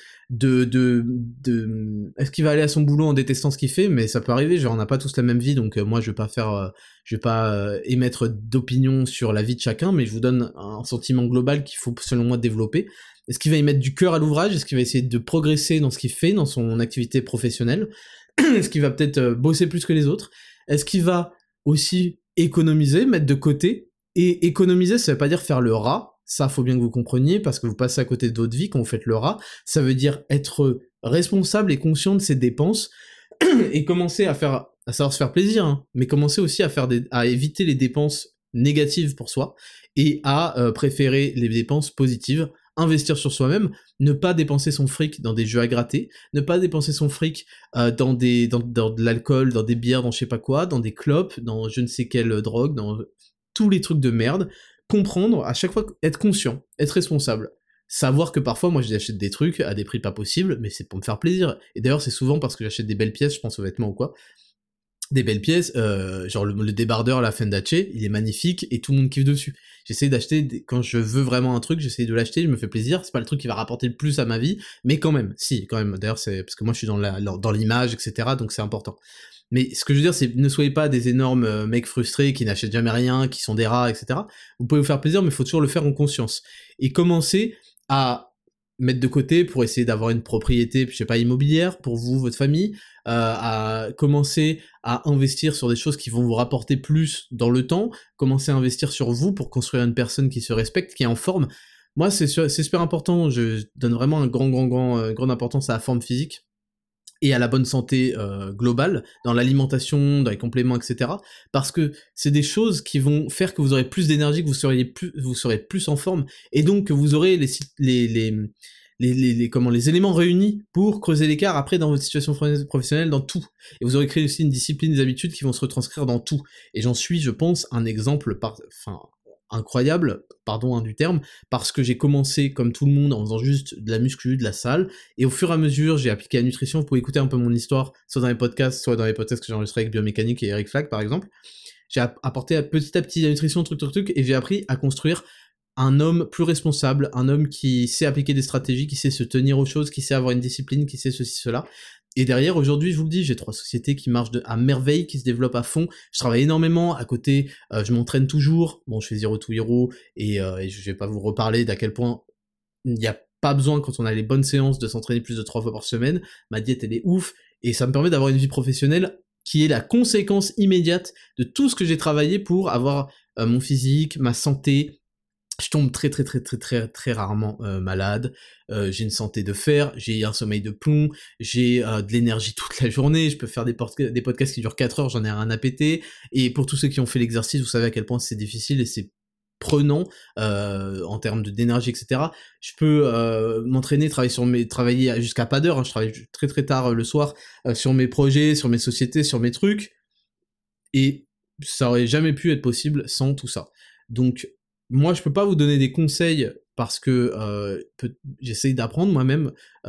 Speaker 1: est-ce qu'il va aller à son boulot en détestant ce qu'il fait, mais ça peut arriver, genre on n'a pas tous la même vie, donc moi je vais pas émettre d'opinion sur la vie de chacun, mais je vous donne un sentiment global qu'il faut selon moi développer. Est-ce qu'il va y mettre du cœur à l'ouvrage? Est-ce qu'il va essayer de progresser dans ce qu'il fait, dans son activité professionnelle? Est-ce qu'il va peut-être bosser plus que les autres? Est-ce qu'il va aussi économiser, mettre de côté? Et économiser, ça veut pas dire faire le rat, ça faut bien que vous compreniez, parce que vous passez à côté d'autres vies quand vous faites le rat. Ça veut dire être responsable et conscient de ses dépenses, et commencer à savoir se faire plaisir, hein, mais commencer aussi à éviter les dépenses négatives pour soi, et à préférer les dépenses positives, investir sur soi-même, ne pas dépenser son fric dans des jeux à gratter, ne pas dépenser son fric dans de l'alcool, dans des bières, dans je sais pas quoi, dans des clopes, dans je ne sais quelle drogue, dans tous les trucs de merde, comprendre, à chaque fois, être conscient, être responsable. Savoir que parfois, moi, j'achète des trucs à des prix pas possibles, mais c'est pour me faire plaisir. Et d'ailleurs, c'est souvent parce que j'achète des belles pièces, je pense aux vêtements ou quoi, des belles pièces, genre le débardeur, la Fendace, il est magnifique, et tout le monde kiffe dessus. J'essaie d'acheter, quand je veux vraiment un truc, j'essaie de l'acheter, je me fais plaisir, c'est pas le truc qui va rapporter le plus à ma vie, mais quand même, si, quand même, d'ailleurs, c'est, parce que moi je suis dans l'image, etc., donc c'est important. Mais ce que je veux dire, c'est ne soyez pas des énormes mecs frustrés qui n'achètent jamais rien, qui sont des rats, etc. Vous pouvez vous faire plaisir, mais il faut toujours le faire en conscience. Et commencer à mettre de côté pour essayer d'avoir une propriété, je sais pas, immobilière pour vous, votre famille, à commencer à investir sur des choses qui vont vous rapporter plus dans le temps, commencer à investir sur vous pour construire une personne qui se respecte, qui est en forme. Moi, c'est super important, je donne vraiment grande importance à la forme physique et à la bonne santé globale, dans l'alimentation, dans les compléments, etc. Parce que c'est des choses qui vont faire que vous aurez plus d'énergie, que vous serez plus en forme, et donc que vous aurez les éléments réunis pour creuser l'écart après dans votre situation professionnelle, dans tout. Et vous aurez créé aussi une discipline, des habitudes qui vont se retranscrire dans tout. Et j'en suis, je pense, un exemple incroyable, pardon du terme, parce que j'ai commencé comme tout le monde en faisant juste de la muscu, de la salle, et au fur et à mesure j'ai appliqué la nutrition. Vous pouvez écouter un peu mon histoire, soit dans les podcasts, soit dans les podcasts que j'ai enregistrés avec Biomécanique et Eric Flack par exemple. J'ai apporté petit à petit la nutrition, truc, et j'ai appris à construire un homme plus responsable, un homme qui sait appliquer des stratégies, qui sait se tenir aux choses, qui sait avoir une discipline, qui sait ceci, cela. Et derrière, aujourd'hui, je vous le dis, j'ai 3 sociétés qui marchent à merveille, qui se développent à fond. Je travaille énormément. À côté, je m'entraîne toujours. Bon, je fais Zero to Hero, et je vais pas vous reparler d'à quel point il n'y a pas besoin, quand on a les bonnes séances, de s'entraîner plus de 3 fois par semaine. Ma diète, elle est ouf, et ça me permet d'avoir une vie professionnelle qui est la conséquence immédiate de tout ce que j'ai travaillé pour avoir mon physique, ma santé. Je tombe très rarement malade, j'ai une santé de fer, j'ai un sommeil de plomb, j'ai de l'énergie toute la journée, je peux faire des podcasts qui durent 4 heures, j'en ai rien à péter, et pour tous ceux qui ont fait l'exercice, vous savez à quel point c'est difficile et c'est prenant en termes d'énergie, etc. Je peux m'entraîner, travailler jusqu'à pas d'heure, hein, je travaille très tard le soir sur mes projets, sur mes sociétés, sur mes trucs, et ça aurait jamais pu être possible sans tout ça. Donc moi, je peux pas vous donner des conseils parce que j'essaye d'apprendre moi-même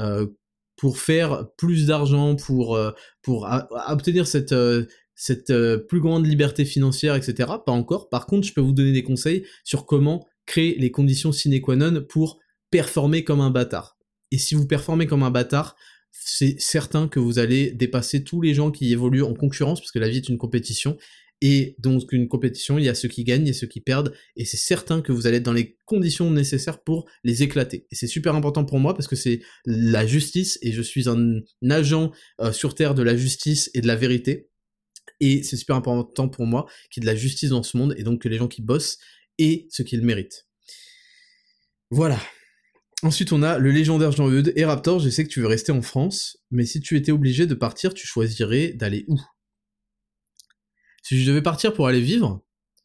Speaker 1: pour faire plus d'argent, pour obtenir cette plus grande liberté financière, etc. Pas encore. Par contre, je peux vous donner des conseils sur comment créer les conditions sine qua non pour performer comme un bâtard. Et si vous performez comme un bâtard, c'est certain que vous allez dépasser tous les gens qui évoluent en concurrence, parce que la vie est une compétition. Et donc une compétition, il y a ceux qui gagnent et ceux qui perdent, et c'est certain que vous allez être dans les conditions nécessaires pour les éclater. Et c'est super important pour moi parce que c'est la justice, et je suis un agent sur Terre de la justice et de la vérité, et c'est super important pour moi qu'il y ait de la justice dans ce monde, et donc que les gens qui bossent aient ce qu'ils méritent. Voilà. Ensuite, on a le légendaire Jean-Eudes. Et Raptor, je sais que tu veux rester en France, mais si tu étais obligé de partir, tu choisirais d'aller où? Si je devais partir pour aller vivre,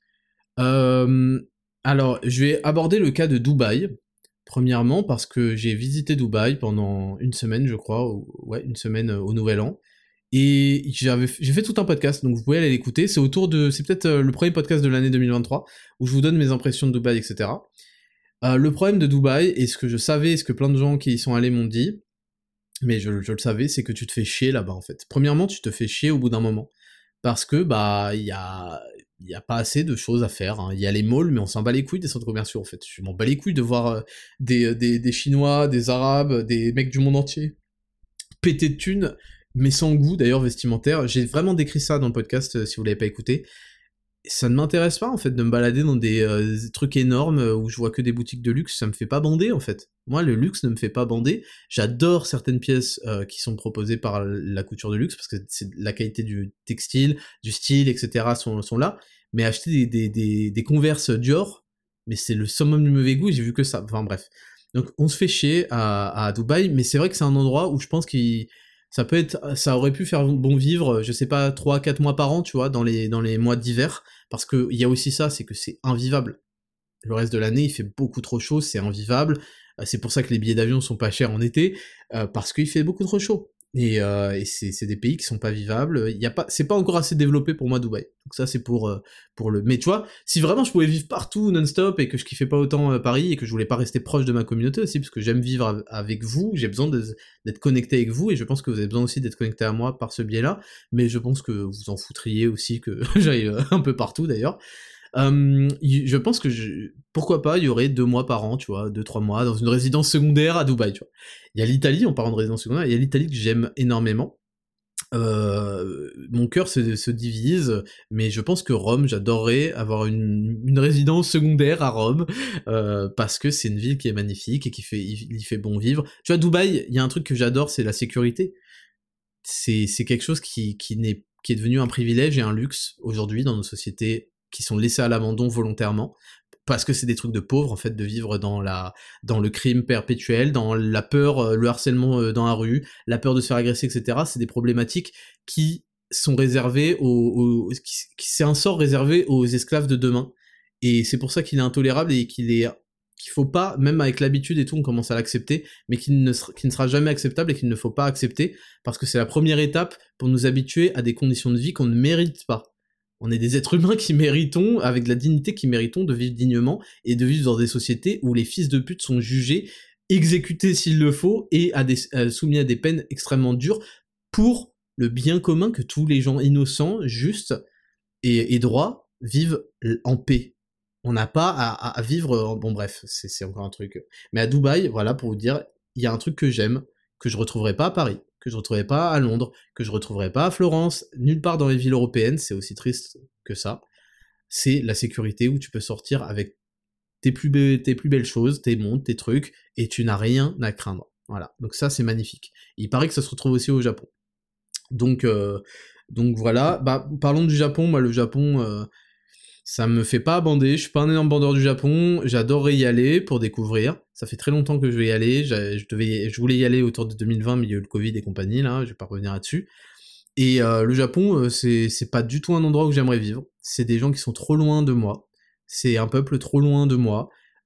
Speaker 1: alors je vais aborder le cas de Dubaï, premièrement parce que j'ai visité Dubaï pendant une semaine, je crois, une semaine au Nouvel An, Et j'ai fait tout un podcast, donc vous pouvez aller l'écouter. C'est peut-être le premier podcast de l'année 2023, où je vous donne mes impressions de Dubaï, etc. Le problème de Dubaï, et ce que je savais, ce que plein de gens qui y sont allés m'ont dit, mais je le savais, c'est que tu te fais chier là-bas, en fait. Premièrement, tu te fais chier au bout d'un moment. Parce que, il y a pas assez de choses à faire, hein. Il y a les malls, mais on s'en bat les couilles des centres commerciaux, en fait. Je m'en bats les couilles de voir des Chinois, des Arabes, des mecs du monde entier péter de thunes, mais sans goût, d'ailleurs, vestimentaire. J'ai vraiment décrit ça dans le podcast, si vous l'avez pas écouté. Ça ne m'intéresse pas, en fait, de me balader dans des trucs énormes où je vois que des boutiques de luxe. Ça me fait pas bander, en fait. Moi, le luxe ne me fait pas bander. J'adore certaines pièces qui sont proposées par la couture de luxe, parce que c'est la qualité du textile, du style, etc. sont là. Mais acheter des Converse Dior, mais c'est le summum du mauvais goût, j'ai vu que ça. Enfin, bref. Donc, on se fait chier à Dubaï, mais c'est vrai que c'est un endroit où je pense ça aurait pu faire bon vivre, je sais pas, 3-4 mois par an, tu vois, dans les mois d'hiver, parce que il y a aussi ça, c'est que c'est invivable. Le reste de l'année, il fait beaucoup trop chaud, c'est invivable. C'est pour ça que les billets d'avion sont pas chers en été, parce qu'il fait beaucoup trop chaud. Et c'est des pays qui sont pas vivables. C'est pas encore assez développé pour moi Dubaï. Donc ça c'est pour le. Mais tu vois, si vraiment je pouvais vivre partout non-stop et que je kiffais pas autant Paris et que je voulais pas rester proche de ma communauté aussi, parce que j'aime vivre avec vous, j'ai besoin d'être connecté avec vous et je pense que vous avez besoin aussi d'être connecté à moi par ce biais-là. Mais je pense que vous en foutriez aussi que j'aille un peu partout d'ailleurs. Je pense que pourquoi pas, il y aurait 2 mois par an, tu vois, 2-3 mois, dans une résidence secondaire à Dubaï, tu vois. Il y a l'Italie, en parlant de résidence secondaire, il y a l'Italie que j'aime énormément. Mon cœur se divise, mais je pense que Rome, j'adorerais avoir une résidence secondaire à Rome, parce que c'est une ville qui est magnifique et il fait bon vivre. Tu vois, Dubaï, il y a un truc que j'adore, c'est la sécurité. C'est quelque chose qui est devenu un privilège et un luxe aujourd'hui dans nos sociétés qui sont laissées à l'abandon volontairement, parce que c'est des trucs de pauvres en fait, de vivre dans le crime perpétuel, dans la peur, le harcèlement dans la rue, la peur de se faire agresser, etc. C'est des problématiques qui sont réservées c'est un sort réservé aux esclaves de demain, et c'est pour ça qu'il est intolérable et qu'il faut pas, même avec l'habitude et tout, on commence à l'accepter, mais qu'il ne sera jamais acceptable et qu'il ne faut pas accepter, parce que c'est la première étape pour nous habituer à des conditions de vie qu'on ne mérite pas. On est des êtres humains qui méritons, avec de la dignité, qui méritons de vivre dignement, et de vivre dans des sociétés où les fils de pute sont jugés, exécutés s'il le faut, et soumis à des peines extrêmement dures, pour le bien commun, que tous les gens innocents, justes et droits vivent en paix. On n'a pas à vivre... Bon bref, c'est encore un truc... Mais à Dubaï, voilà, pour vous dire, il y a un truc que j'aime, que je retrouverai pas à Paris, que je retrouverai pas à Londres, que je retrouverai pas à Florence, nulle part dans les villes européennes, c'est aussi triste que ça. C'est la sécurité où tu peux sortir avec tes plus belles choses, tes montres, tes trucs, et tu n'as rien à craindre. Voilà, donc ça c'est magnifique. Et il paraît que ça se retrouve aussi au Japon. Donc voilà, parlons du Japon. Moi le Japon... ça me fait pas bander, je suis pas un énorme bandeur du Japon, j'adorerais y aller pour découvrir. Ça fait très longtemps que je vais y aller, je voulais y aller autour de 2020, mais il y a eu le Covid et compagnie, là, je vais pas revenir là-dessus. Et le Japon, c'est pas du tout un endroit où j'aimerais vivre. C'est des gens qui sont trop loin de moi. C'est un peuple trop loin de moi.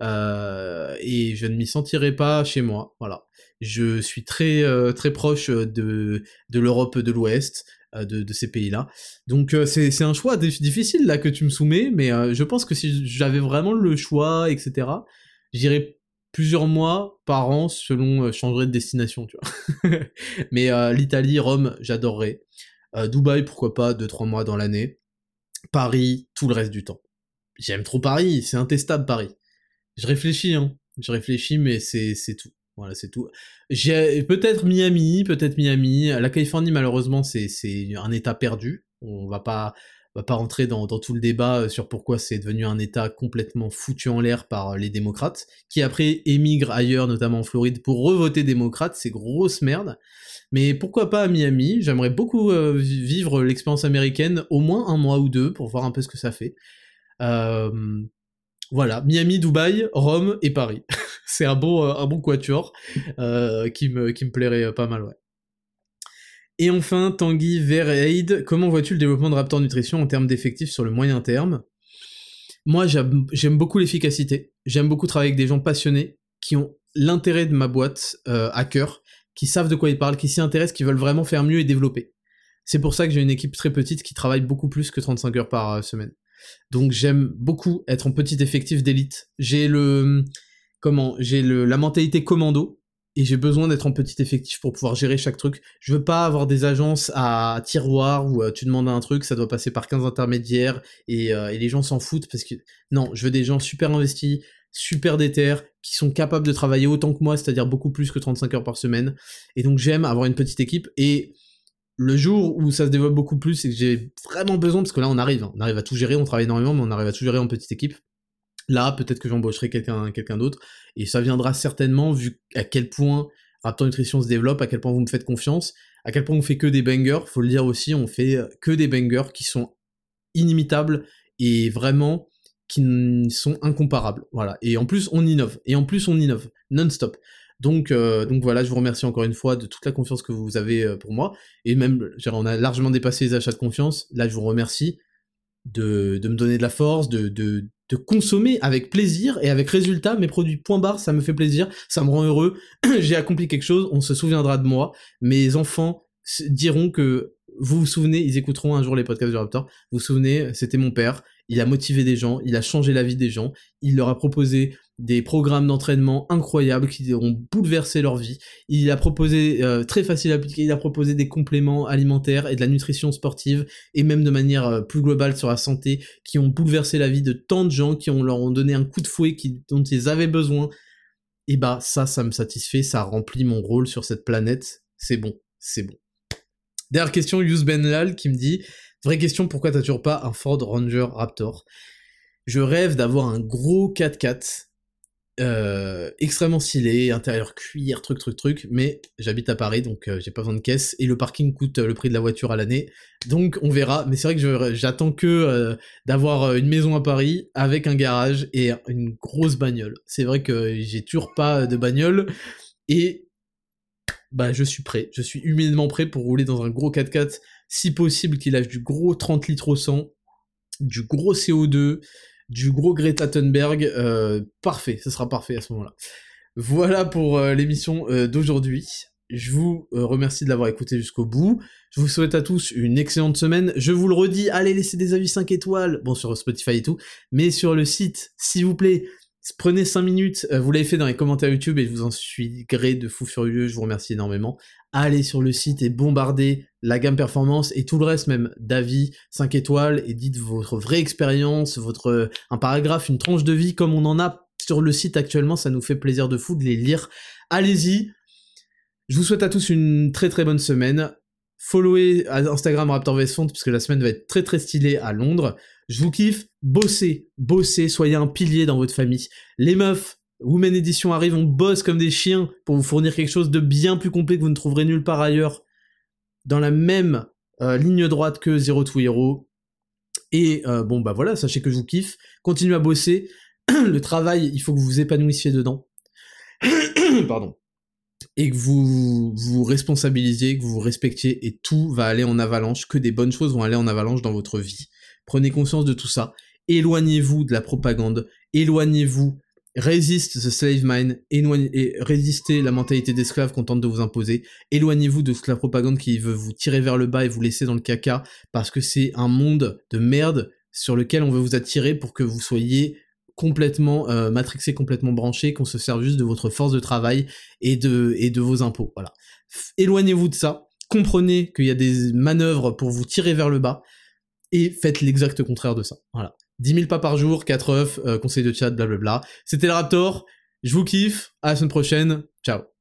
Speaker 1: Et je ne m'y sentirai pas chez moi, voilà. Je suis très proche de l'Europe de l'Ouest, de ces pays-là. Donc c'est un choix difficile là que tu me soumets, mais je pense que si j'avais vraiment le choix, etc., j'irais plusieurs mois par an selon je changerais de destination, tu vois. Mais l'Italie, Rome, j'adorerais. Dubaï, pourquoi pas, 2-3 mois dans l'année. Paris, tout le reste du temps. J'aime trop Paris, c'est intestable Paris. Je réfléchis, mais c'est tout. Voilà, c'est tout. J'ai peut-être Miami. La Californie, malheureusement, c'est un état perdu. On va pas rentrer dans tout le débat sur pourquoi c'est devenu un état complètement foutu en l'air par les démocrates, qui après émigrent ailleurs, notamment en Floride, pour revoter démocrate, c'est grosse merde. Mais pourquoi pas à Miami? J'aimerais beaucoup vivre l'expérience américaine, au moins 1 mois ou 2, pour voir un peu ce que ça fait. Voilà, Miami, Dubaï, Rome et Paris. C'est un bon quatuor qui me plairait pas mal, ouais. Et enfin, Tanguy Vereid, comment vois-tu le développement de Raptor Nutrition en termes d'effectifs sur le moyen terme? Moi, j'aime beaucoup l'efficacité. J'aime beaucoup travailler avec des gens passionnés, qui ont l'intérêt de ma boîte à cœur, qui savent de quoi ils parlent, qui s'y intéressent, qui veulent vraiment faire mieux et développer. C'est pour ça que j'ai une équipe très petite qui travaille beaucoup plus que 35 heures par semaine. Donc j'aime beaucoup être en petit effectif d'élite. J'ai la mentalité commando, et j'ai besoin d'être en petit effectif pour pouvoir gérer chaque truc. Je veux pas avoir des agences à tiroir où tu demandes un truc, ça doit passer par 15 intermédiaires, et les gens s'en foutent, parce que non, je veux des gens super investis, super déter, qui sont capables de travailler autant que moi, c'est-à-dire beaucoup plus que 35 heures par semaine. Et donc j'aime avoir une petite équipe, et le jour où ça se développe beaucoup plus et que j'ai vraiment besoin, parce que là on arrive à tout gérer, on travaille énormément, mais on arrive à tout gérer en petite équipe. Là, peut-être que j'embaucherai quelqu'un d'autre, et ça viendra certainement, vu à quel point Raptor Nutrition se développe, à quel point vous me faites confiance, à quel point on fait que des bangers, faut le dire aussi, on fait que des bangers qui sont inimitables, et vraiment, qui sont incomparables, voilà. Et en plus, on innove, non-stop. Donc voilà, je vous remercie encore une fois de toute la confiance que vous avez pour moi, et même, on a largement dépassé les achats de confiance, là je vous remercie de me donner de la force, de consommer avec plaisir et avec résultat mes produits, point barre, ça me fait plaisir, ça me rend heureux, j'ai accompli quelque chose, on se souviendra de moi, mes enfants diront que vous vous souvenez, ils écouteront un jour les podcasts du Raptor, vous vous souvenez, c'était mon père, il a motivé des gens, il a changé la vie des gens, il leur a proposé des programmes d'entraînement incroyables qui ont bouleversé leur vie, il a proposé, très facile à appliquer, il a proposé des compléments alimentaires et de la nutrition sportive, et même de manière plus globale sur la santé, qui ont bouleversé la vie de tant de gens, qui leur ont donné un coup de fouet dont ils avaient besoin. Et bah ça me satisfait, ça remplit mon rôle sur cette planète, c'est bon, c'est bon. Dernière question, Yous Benlal qui me dit, vraie question, pourquoi t'as toujours pas un Ford Ranger Raptor? Je rêve d'avoir un gros 4x4, extrêmement stylé, intérieur cuir, truc, mais j'habite à Paris, donc j'ai pas besoin de caisse, et le parking coûte le prix de la voiture à l'année, donc on verra, mais c'est vrai que j'attends que d'avoir une maison à Paris, avec un garage, et une grosse bagnole. C'est vrai que j'ai toujours pas de bagnole, et bah je suis humainement prêt pour rouler dans un gros 4x4, si possible qu'il lâche du gros 30 litres au 100, du gros CO2, du gros Greta Thunberg, parfait, ce sera parfait à ce moment-là. Voilà pour l'émission d'aujourd'hui. Je vous remercie de l'avoir écouté jusqu'au bout. Je vous souhaite à tous une excellente semaine. Je vous le redis, allez laisser des avis 5 étoiles, bon sur Spotify et tout, mais sur le site, s'il vous plaît, prenez 5 minutes, vous l'avez fait dans les commentaires YouTube et je vous en suis gré de fou furieux, je vous remercie énormément. Allez sur le site et bombardez la gamme performance et tout le reste même d'avis 5 étoiles, et dites votre vraie expérience, un paragraphe, une tranche de vie comme on en a sur le site actuellement, ça nous fait plaisir de fou de les lire. Allez-y. Je vous souhaite à tous une très très bonne semaine. Followez Instagram Raptor vs Font, parce que la semaine va être très très stylée à Londres. Je vous kiffe, bossez, soyez un pilier dans votre famille. Les meufs, Women Edition arrive, on bosse comme des chiens pour vous fournir quelque chose de bien plus complet que vous ne trouverez nulle part ailleurs, dans la même ligne droite que Zero to Hero. Et bon bah voilà, sachez que je vous kiffe, continuez à bosser, le travail, il faut que vous vous épanouissiez dedans. Pardon. Et que vous vous responsabilisiez, que vous vous respectiez, et tout va aller en avalanche, que des bonnes choses vont aller en avalanche dans votre vie. Prenez conscience de tout ça, éloignez-vous de la propagande, éloignez-vous, résiste the slave mind, et résistez la mentalité d'esclave qu'on tente de vous imposer, éloignez-vous de toute la propagande qui veut vous tirer vers le bas et vous laisser dans le caca, parce que c'est un monde de merde sur lequel on veut vous attirer pour que vous soyez complètement matrixé, complètement branché, qu'on se serve juste de votre force de travail et de vos impôts, voilà. Éloignez-vous de ça, comprenez qu'il y a des manœuvres pour vous tirer vers le bas, et faites l'exact contraire de ça, voilà. 10 000 pas par jour, 4 œufs, conseils de chat, blablabla. C'était le Raptor, je vous kiffe, à la semaine prochaine, ciao.